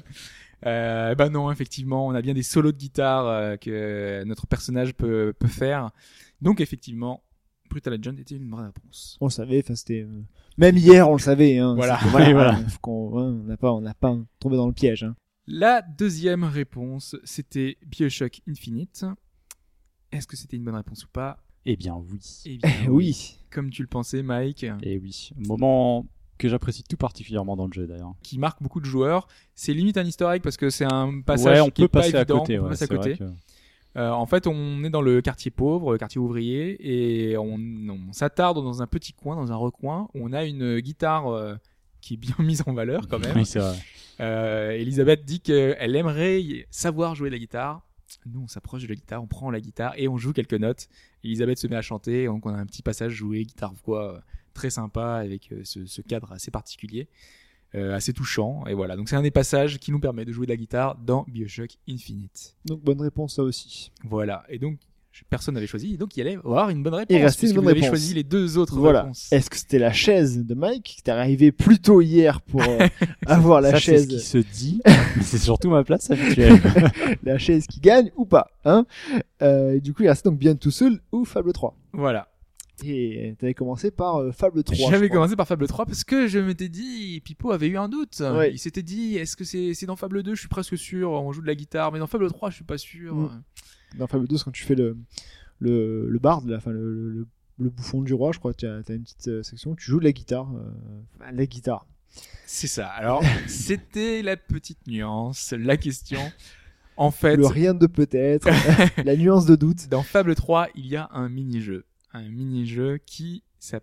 Non, effectivement, on a bien des solos de guitare que notre personnage peut faire. Donc, effectivement, Brutal Legend était une bonne réponse. On le savait, c'était même hier, on le savait. Hein. Voilà. Voilà. On n'a pas tombé dans le piège. Hein. La deuxième réponse, c'était Bioshock Infinite. Est-ce que c'était une bonne réponse ou pas ? Eh bien oui. Eh bien, Oui. Comme tu le pensais, Mike. Et oui. Moment que j'apprécie tout particulièrement dans le jeu d'ailleurs. Qui marque beaucoup de joueurs. C'est limite un easter egg parce que c'est un passage on qui peut est pas passer évident. à côté. On peut passer à côté. Vrai que... En fait, on est dans le quartier pauvre, le quartier ouvrier, et on s'attarde dans un petit coin, dans un recoin, où on a une guitare qui est bien mise en valeur quand même. Oui, c'est vrai. Elisabeth dit qu'elle aimerait savoir jouer de la guitare. Nous, on s'approche de la guitare, on prend la guitare et on joue quelques notes. Elisabeth se met à chanter, donc on a un petit passage joué, guitare-voix, très sympa, avec ce cadre assez particulier. Assez touchant, et voilà. Donc c'est un des passages qui nous permet de jouer de la guitare dans Bioshock Infinite. Donc bonne réponse ça aussi. Voilà, et donc personne n'avait choisi, donc il allait avoir une bonne réponse. Il restait une bonne vous avez réponse. choisi les deux autres Voilà. réponses. Est-ce que c'était la chaise de Mike qui t'est arrivé plus tôt hier pour avoir la ça, chaise c'est ce qui se dit, mais c'est surtout ma place habituelle. la chaise qui gagne ou pas, hein Du coup, il restait donc Beyond Two Souls ou Fable 3. Voilà. Et t'avais commencé par Fable 3. J'avais commencé par Fable 3 parce que je m'étais dit, Pipo avait eu un doute. Ouais. Il s'était dit, est-ce que c'est dans Fable 2, je suis presque sûr, on joue de la guitare, mais dans Fable 3, je suis pas sûr. Dans Fable 2, c'est quand tu fais le bard, enfin le bouffon du roi, je crois que t'as une petite section où tu joues de la guitare. La guitare. C'est ça. Alors, c'était la petite nuance, la question. En fait, Le rien de peut-être, la nuance de doute. dans Fable 3, il y a un mini-jeu. Qui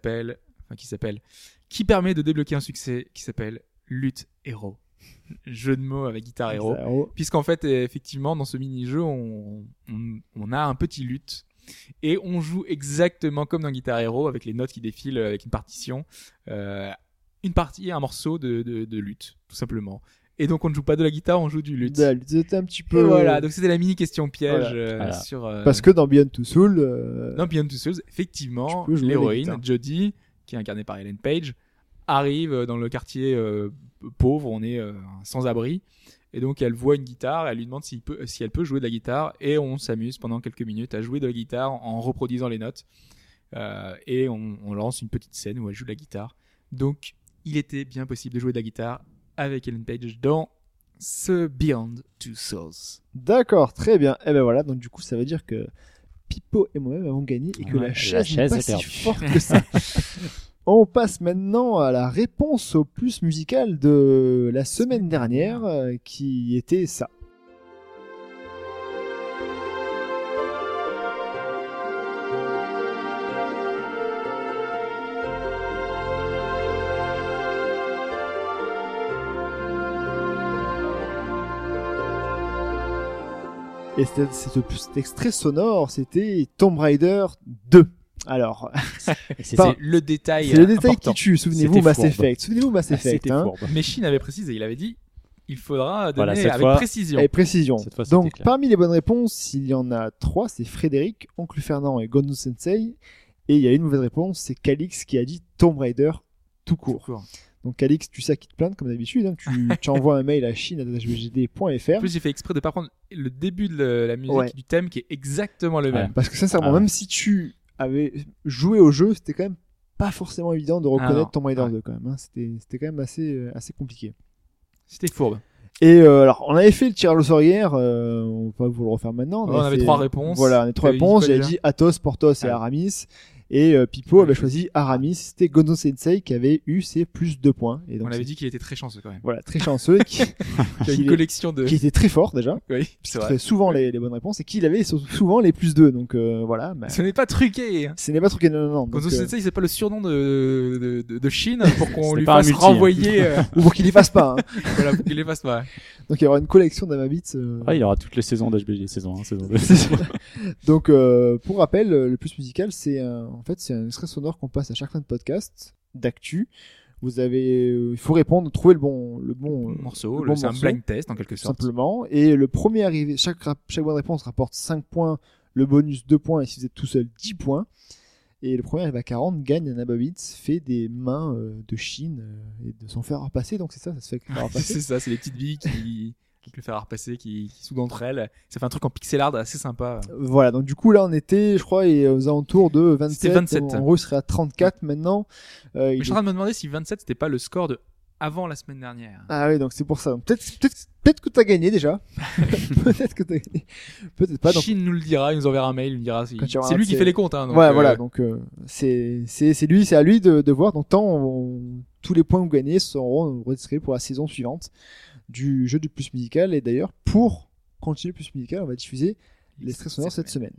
permet de débloquer un succès qui s'appelle Lutte Héros. Jeu de mots avec guitare héros. Puisqu'en fait, effectivement, dans ce mini-jeu, on a un petit lutte. Et on joue exactement comme dans Guitar Hero, avec les notes qui défilent avec une partition. Une partie, un morceau de lutte, tout simplement. Et donc on ne joue pas de la guitare, on joue du luth. C'était un petit peu. Et voilà, donc c'était la mini question piège Voilà. sur. Parce que dans Beyond Two Souls. Dans Beyond Two Souls, effectivement, tu peux jouer de la l'héroïne guitare. Jodie, qui est incarnée par Ellen Page, arrive dans le quartier pauvre, on est sans abri, et donc elle voit une guitare, elle lui demande si elle peut jouer de la guitare, et on s'amuse pendant quelques minutes à jouer de la guitare en reproduisant les notes, et on lance une petite scène où elle joue de la guitare. Donc il était bien possible de jouer de la guitare avec Ellen Page dans ce Beyond Two Souls. D'accord, très bien. Et ben voilà, donc du coup, ça veut dire que Pipo et moi-même avons gagné et que Ouais, la chaise n'est est pas si perdue. forte que ça. On passe maintenant à la réponse au plus musical de la semaine dernière, qui était ça. Et cet extrait sonore, c'était Tomb Raider 2. Alors, C'est le détail. c'est le détail important. qui tue. Souvenez-vous C'était Mass fourbe. Effect. Souvenez-vous Mass Effect. C'était Hein. fourbe. Mais Shin avait précisé, il avait dit, il faudra Voilà, donner cette avec fois- précision. Avec précision. Cette fois, c'était Donc, clair. parmi les bonnes réponses, il y en a 3. C'est Frédéric, Oncle Fernand et Gonzo Sensei. Et il y a une mauvaise réponse, c'est Calix qui a dit Tomb Raider tout court. Donc Calix, tu sais à qui te plaindre comme d'habitude. Hein. Tu envoies un mail à chine@hbgd.fr. En plus, j'ai fait exprès de pas prendre le début de la musique Ouais. du thème qui est exactement le Ouais. même. Parce que sincèrement, Ah ouais. même si tu avais joué au jeu, c'était quand même pas forcément évident de non. reconnaître Tomb Raider Ouais. 2 quand même. Hein. C'était quand même assez compliqué. C'était fourbe. Et alors, on avait fait le tirage au sort hier, on va pas vous le refaire maintenant. On avait fait- 3 réponses. Voilà, on avait 3 T'avais dit réponses. quoi J'avais déjà dit Athos, Porthos et Ah oui. Aramis. Et Pipo avait choisi Aramis. C'était Gonzo Sensei qui avait eu ses plus 2 points. Et donc, On avait c'est- dit qu'il était très chanceux quand même. Voilà, très chanceux, Il y a qui une collection de. qui était très fort déjà. Oui, Qui c'est vrai. très souvent les bonnes réponses et qui avait souvent les plus 2. Donc voilà. Bah, Ce n'est pas truqué. hein. ce n'est pas trop non. Gonzo Donc, Sensei, c'est pas le surnom de Chine pour qu'on C'était lui pas un fasse multi, hein. renvoyer. ou pour qu'il y fasse pas. Hein. Voilà, pour qu'il les fasse pas. Donc il y aura une collection d'Amabits. Ouais, il y aura toutes les saisons d'HBG, saison 1, saison 2. C'est ça. Donc, pour rappel, le plus musical, c'est en fait c'est un extrait sonore qu'on passe à chaque fin de podcast d'actu. Vous avez, il faut répondre, trouver le bon Morceau, le bon c'est un morceau, blind test en quelque sorte. simplement. Et le premier arrivé, chaque bonne réponse rapporte 5 points, le bonus 2 points, et si vous êtes tout seul, 10 points. Et le premier arrivé à 40 gagne un Ababits, fait des mains de Chine et de son fer à repasser. Donc c'est ça se fait faire repasser. C'est ça, c'est les petites billes qui le faire repasser, qui soudent entre elles. Ça fait un truc en pixel art assez sympa. Voilà, donc du coup là on était, je crois, aux alentours de 27. C'était 27. En gros, il serait à 34 maintenant. Mais Il je suis en train de me demander si 27 c'était pas le score de avant la semaine dernière. Ah oui, donc c'est pour ça. Donc, peut-être que t'as gagné déjà. Peut-être que t'as gagné. Peut-être pas. Donc, Chine nous le dira, il nous enverra un mail, il nous dira. Quand il y aura C'est un lui de qui ses- fait les comptes. Hein, donc, voilà. Donc c'est à lui de voir. Donc tous les points que vous gagnez seront redistribués pour la saison suivante du jeu du plus musical. Et d'ailleurs, pour continuer le plus musical, on va diffuser l'extrait sonore cette semaine.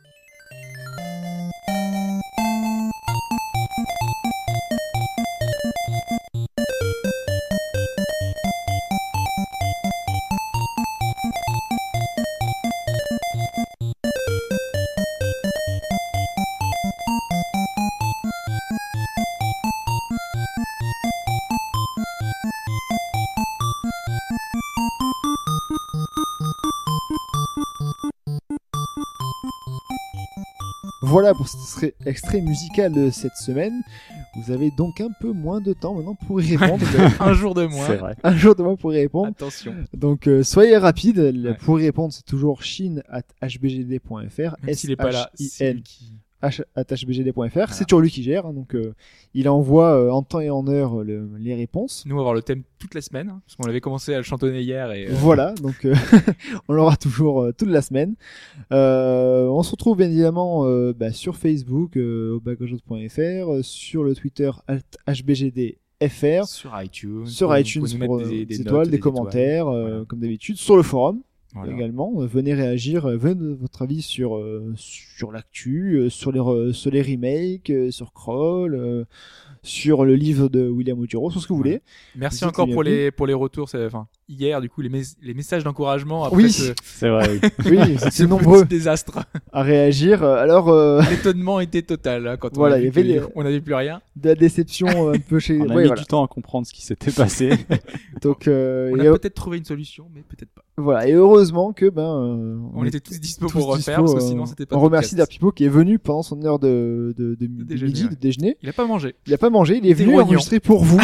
Voilà pour cet extrait musical de cette semaine. Vous avez donc un peu moins de temps maintenant pour y répondre. Vous avez Un jour de moins. C'est vrai. un jour de moins pour y répondre. Attention. Donc soyez rapide. Ouais. Pour y répondre, c'est toujours chine@hbgd.fr. Même s'il est pas là, c'est lui qui- h@hbgd.fr. C'est toujours lui qui gère. Hein, donc il envoie en temps et en heure les réponses. Nous on va avoir le thème toute la semaine, hein, parce qu'on avait commencé à le chantonner hier et Voilà, donc on l'aura toujours toute la semaine. On se retrouve bien évidemment sur Facebook, au background.fr, sur le Twitter @hbgdfr, sur iTunes, sur vous iTunes pouvez nous pour mettre des notes, étoiles, des étoiles. commentaires, Voilà. comme d'habitude, sur le forum Voilà. également. Venez réagir, venez votre avis sur l'actu, sur les remakes, sur Crawl, sur le livre de William Oduro, sur ce que vous voulez. Merci C'était encore bien pour les retours. Enfin, hier, du coup, les messages d'encouragement après Oui. ce C'est vrai, oui. Oui, ce c'est nombreux petit désastre. à réagir. Alors, L'étonnement était total hein, quand Voilà, on a il y vu avait qu'on n'avait plus rien. de la déception un peu chez. On a Ouais, mis voilà. du temps à comprendre ce qui s'était passé. Donc, On et, a peut-être trouvé une solution, mais peut-être pas. voilà. Et heureusement que On était tous dispo tous pour refaire, dispo, parce que sinon c'était pas. On de remercie podcast. Dapipo qui est venu pendant son heure de déjeuner, midi, ouais. de déjeuner. Il a pas mangé. Il a pas mangé, il est venu Témoignant. enregistrer pour vous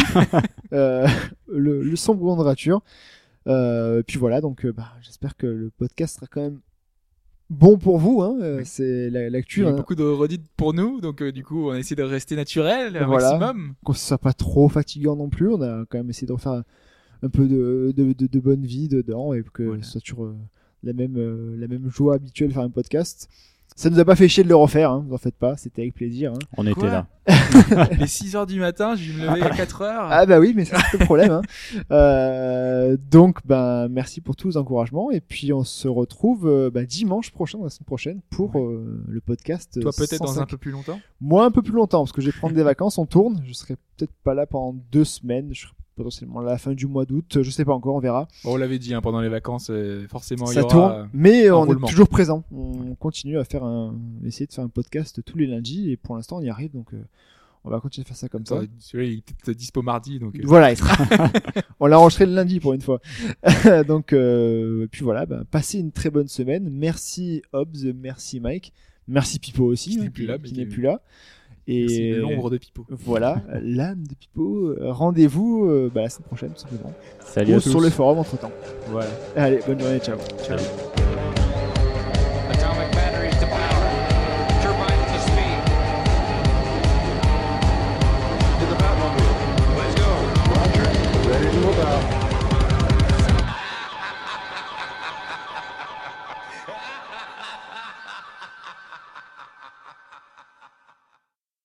le son brouillon de rature. Puis voilà, donc j'espère que le podcast sera quand même bon pour vous. Hein. Oui. C'est Il l'actu. y a eu Hein. beaucoup de redites pour nous, donc du coup on a essayé de rester naturel au Voilà. maximum. Qu'on soit pas trop fatigant non plus. On a quand même essayé de refaire un peu de bonne vie dedans et que Voilà. ce soit toujours la même joie habituelle de faire un podcast. Ça nous a pas fait chier de le refaire, hein, vous en faites pas, c'était avec plaisir. Hein. On était Quoi là. Les 6h du matin, je vais me lever à 4h. Ah bah oui, mais ça c'est le problème. Hein. Donc merci pour tous les encouragements et puis on se retrouve dimanche prochain, la semaine prochaine, pour le podcast. Toi peut-être dans 105. un peu plus longtemps. Moi un peu plus longtemps parce que je vais prendre des vacances, on tourne. Je serai peut-être pas là pendant 2 semaines. Je serai potentiellement à la fin du mois d'août. Je sais pas encore, on verra. Bon, on l'avait dit, hein, pendant les vacances, forcément, il y Ça aura... tourne, mais on roulement. est toujours présent. On continue à essayer de faire un podcast tous les lundis et pour l'instant on y arrive, donc on va continuer à faire ça comme ça. Attends, celui-là, il est peut-être dispo mardi, donc... Voilà, il sera... on l'a enregistré le lundi pour une fois. Donc, puis voilà, passez une très bonne semaine. Merci Hobbs, merci Mike, merci Pipo aussi, Qui n'est plus là, mais qui qui- n'est plus là. Et C'est l'ombre de Pipo. voilà, l'âme de Pipo. Rendez-vous la semaine prochaine, tout simplement. Salut Ou à tous. sur le forum entre temps. Voilà. Allez, bonne journée, ciao. Salut.